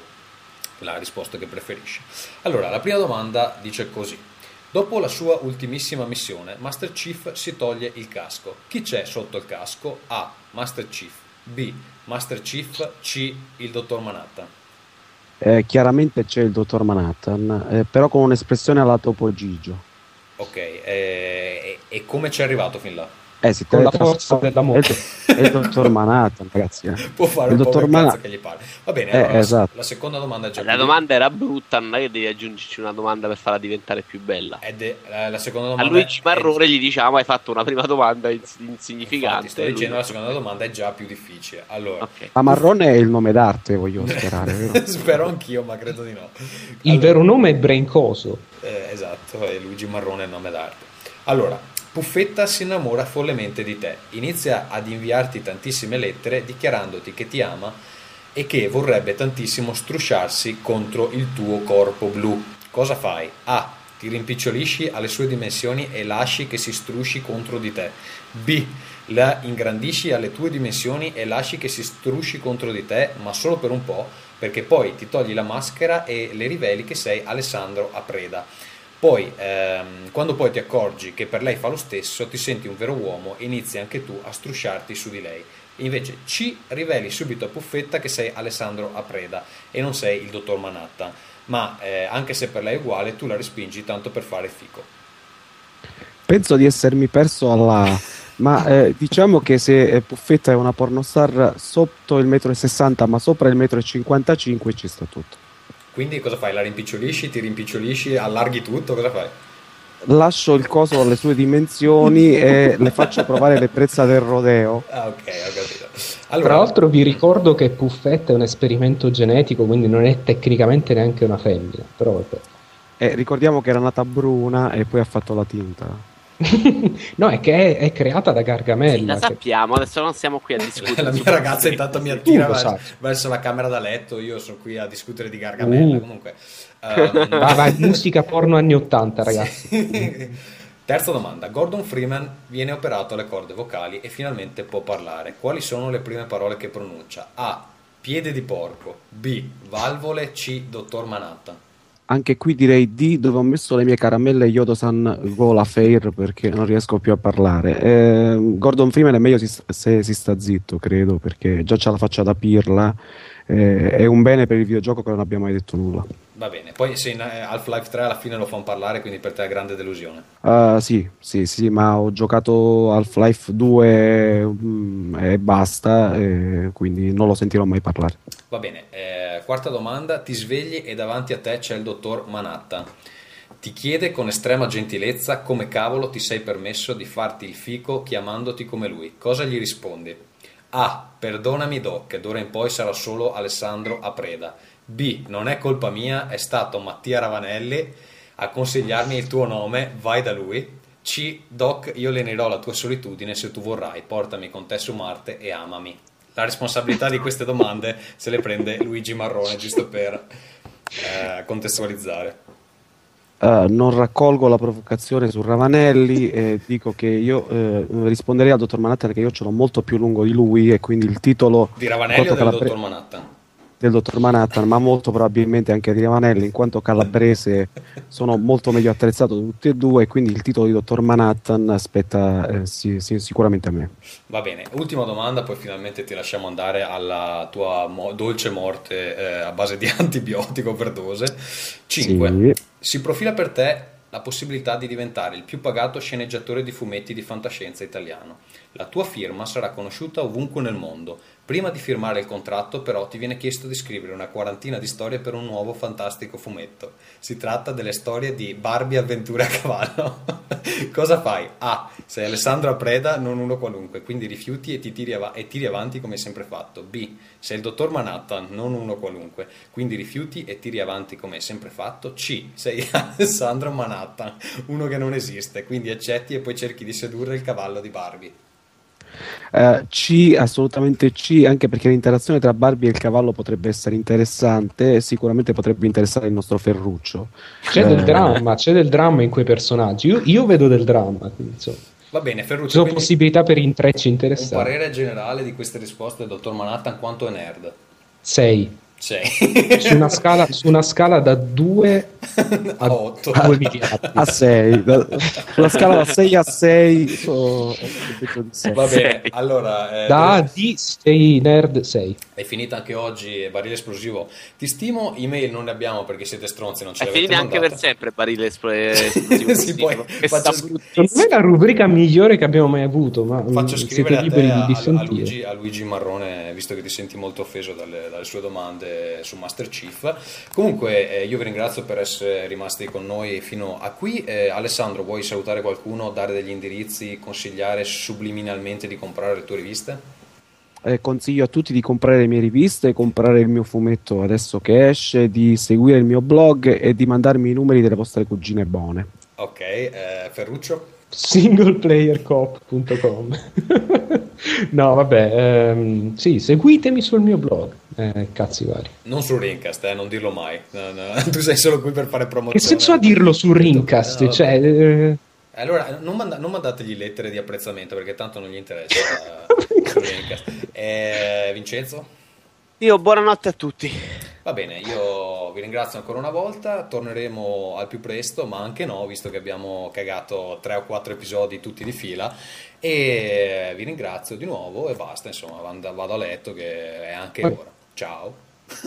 la risposta che preferisci. Allora, la prima domanda dice così: dopo la sua ultimissima missione, Master Chief si toglie il casco. Chi c'è sotto il casco? A. Master Chief. B. Master Chief. C. Il dottor Manhattan. Eh, chiaramente c'è il dottor Manhattan, eh, però con un'espressione alla Topo Gigio. Ok, eh, e, e come ci è arrivato fin là? Eh, si Con la teletrasporta- forza dell'amore. È il, è il dottor Manhattan, ragazzi. eh. Può fare Il un po' dottor quel cazzo Manhattan. che gli pare. Va bene, Eh, allora, la- esatto. la seconda domanda è già La più- domanda era brutta, non è che devi aggiungerci una domanda per farla diventare più bella. Ed è, eh, la seconda A domanda Luigi è- Marrone gli diciamo hai fatto una prima domanda ins- Infatti, insignificante. sto e lui- dicendo la seconda domanda è già più difficile. Allora, Ok. Ma Marrone è il nome d'arte, voglio sperare, vero? spero anch'io, ma credo di no. Il Allora, vero nome è Braincoso. eh, esatto, è Luigi Marrone il nome d'arte. Allora, Puffetta si innamora follemente di te, inizia ad inviarti tantissime lettere dichiarandoti che ti ama e che vorrebbe tantissimo strusciarsi contro il tuo corpo blu. Cosa fai? A. Ti rimpicciolisci alle sue dimensioni e lasci che si strusci contro di te. B. La ingrandisci alle tue dimensioni e lasci che si strusci contro di te, ma solo per un po', perché poi ti togli la maschera e le riveli che sei Alessandro Apreda. Poi, ehm, quando poi ti accorgi che per lei fa lo stesso, ti senti un vero uomo e inizi anche tu a strusciarti su di lei. Invece C, riveli subito a Puffetta che sei Alessandro Apreda e non sei il dottor Manhattan, ma eh, anche se per lei è uguale tu la respingi tanto per fare fico. Penso di essermi perso alla A, ma eh, diciamo che se eh, Puffetta è una pornostar sotto il metro e sessanta ma sopra il metro e cinquantacinque ci sta tutto. Quindi cosa fai? La rimpicciolisci, ti rimpicciolisci, allarghi tutto, cosa fai? Lascio il coso alle sue dimensioni e le faccio provare l'ebbrezza del rodeo. Ah, ok, ho capito. Allora, Tra l'altro vi ricordo che Puffetta è un esperimento genetico, quindi non è tecnicamente neanche una femmina, però vabbè. E ricordiamo che era nata bruna e poi ha fatto la tinta. No, è che è, è creata da Gargamella. Sì, la che- sappiamo, adesso non siamo qui a discutere. la su mia ragazza intanto mi Tu attira lo verso, sai. verso la camera da letto, io sono qui a discutere di Gargamella. Uh. Comunque, ehm, Va, vai, musica porno anni ottanta, ragazzi. Sì. Terza domanda. Gordon Freeman viene operato alle corde vocali e finalmente può parlare. Quali sono le prime parole che pronuncia? A. Piede di porco. B. Valvole. C. Dottor Manhattan. Anche qui direi D, dove ho messo le mie caramelle Yodo-san Gola Fair perché non riesco più a parlare. Eh, Gordon Freeman è meglio si- se si sta zitto, credo, perché già c'ha la faccia da pirla. Eh, è un bene per il videogioco che non abbia mai detto nulla. Va bene. Poi se in eh, Half-Life tre alla fine lo fanno parlare, quindi per te è grande delusione. Ah, sì, sì, sì, ma ho giocato Half-Life due mm, e basta, e quindi non lo sentirò mai parlare. Va bene. eh, quarta domanda. Ti svegli e davanti a te c'è il dottor Manhattan. Ti chiede con estrema gentilezza come cavolo ti sei permesso di farti il fico chiamandoti come lui. Cosa gli rispondi? A. Perdonami Doc, d'ora in poi sarà solo Alessandro Apreda. B. Non è colpa mia, è stato Mattia Ravanelli a consigliarmi il tuo nome, vai da lui. C. Doc, io lenerò la tua solitudine se tu vorrai, portami con te su Marte e amami. La responsabilità di queste domande se le prende Luigi Marrone, giusto per eh, contestualizzare. Eh, non raccolgo la provocazione su Ravanelli e dico che io eh, risponderei al dottor Manhattan che io ce l'ho molto più lungo di lui e quindi il titolo Di Ravanelli o quanto del calabre- dottor Manhattan? del dottor Manhattan, ma molto probabilmente anche di Ravanelli, in quanto calabrese sono molto meglio attrezzato di tutti e due e quindi il titolo di dottor Manhattan aspetta eh, sì- sì- sicuramente a me. Va bene, ultima domanda, poi finalmente ti lasciamo andare alla tua mo- dolce morte eh, a base di antibiotico overdose. cinque. Sì. Si profila per te la possibilità di diventare il più pagato sceneggiatore di fumetti di fantascienza italiano. La tua firma sarà conosciuta ovunque nel mondo. Prima di firmare il contratto, però, ti viene chiesto di scrivere una quarantina di storie per un nuovo fantastico fumetto. Si tratta delle storie di Barbie avventure a cavallo. Cosa fai? A. Sei Alessandro Apreda, non uno qualunque, quindi rifiuti e ti tiri, av- e tiri avanti come hai sempre fatto. B. Sei il dottor Manhattan, non uno qualunque, quindi rifiuti e tiri avanti come hai sempre fatto. C. Sei Alessandro Manhattan, uno che non esiste, quindi accetti e poi cerchi di sedurre il cavallo di Barbie. Eh, C, assolutamente C, anche perché l'interazione tra Barbie e il cavallo potrebbe essere interessante e sicuramente potrebbe interessare il nostro Ferruccio. C'è Eh, del dramma, c'è del dramma in quei personaggi. Io, io vedo del dramma, quindi, insomma. Va bene, Ci Ferruccio, sono quindi possibilità per intrecci un interessanti. parere generale di queste risposte del dottor Manhattan, quanto è nerd? sei. sei. Su una scala, su una scala da due A otto. a due miliardi. a sei, sulla scala da sei a sei so, ho detto di sei. Va bene, allora eh, Da A D sei nerd sei. è finita anche oggi Barile Esplosivo. Ti stimo, email non ne abbiamo perché siete stronzi, non ce È l'avete finita anche per mandata. sempre Barile espl- esplosivo. Sì, poi Che faccio sta sc- bruttissimo. Non è la rubrica migliore che abbiamo mai avuto, ma Faccio mm, scrivere siete a, liberi te, di a, a, dissentire. Luigi, a Luigi Marrone, visto che ti senti molto offeso dalle, dalle sue domande su Master Chief. Comunque eh, io vi ringrazio per essere rimasti con noi fino a qui. eh, Alessandro, vuoi salutare qualcuno, dare degli indirizzi, consigliare subliminalmente di comprare le tue riviste? Eh, consiglio a tutti di comprare le mie riviste, comprare il mio fumetto adesso che esce, di seguire il mio blog e di mandarmi i numeri delle vostre cugine buone. Ok, eh, Ferruccio? singleplayercoop punto com. No, vabbè, ehm, sì, seguitemi sul mio blog. Eh, cazzi vari. Non su Rincast, eh, non dirlo mai. No, no, tu sei solo qui per fare promozione. Che senso ha dirlo su Rincast? No, Cioè, eh, Allora, non, manda- non mandategli lettere di apprezzamento perché tanto non gli interessa eh, su Rincast. Eh, Vincenzo? Io buonanotte a tutti. Va bene, io io vi ringrazio ancora una volta, torneremo al più presto, ma anche no, visto che abbiamo cagato tre o quattro episodi tutti di fila, e vi ringrazio di nuovo e basta, insomma, vado a letto che è anche ora. Ciao.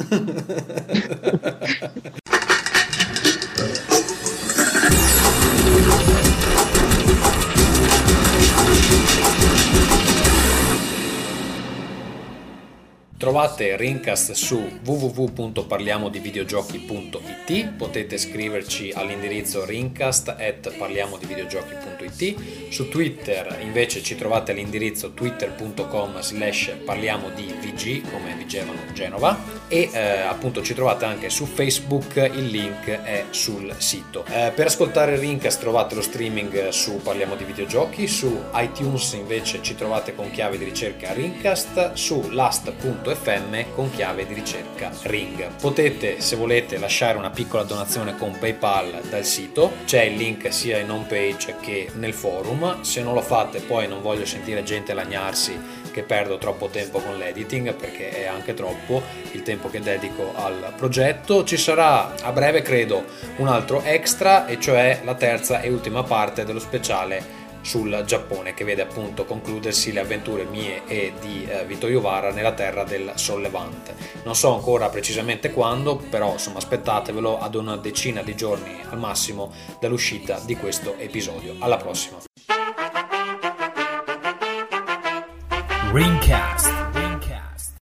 Trovate Rincast su w w w punto parliamodivideogiochi punto i t, potete scriverci all'indirizzo rincast at parliamodivideogiochi punto i t, su Twitter invece ci trovate all'indirizzo twitter punto com slash parliamodivg, come dicevano Genova, e eh, appunto ci trovate anche su Facebook, il link è sul sito. Eh, per ascoltare Rincast trovate lo streaming su Parliamo di Videogiochi, su iTunes invece ci trovate con chiave di ricerca Rincast, su last punto f m con chiave di ricerca Ring. Potete, se volete, lasciare una piccola donazione con PayPal dal sito, c'è il link sia in home page che nel forum. Se non lo fate, poi non voglio sentire gente lagnarsi che perdo troppo tempo con l'editing, perché è anche troppo il tempo che dedico al progetto. Ci sarà a breve, credo, un altro extra, e cioè la terza e ultima parte dello speciale sul Giappone, che vede appunto concludersi le avventure mie e di eh, Vito Iovara nella terra del Sollevante. Non so ancora precisamente quando, però insomma aspettatevelo ad una decina di giorni al massimo dall'uscita di questo episodio. Alla prossima. Ringcast.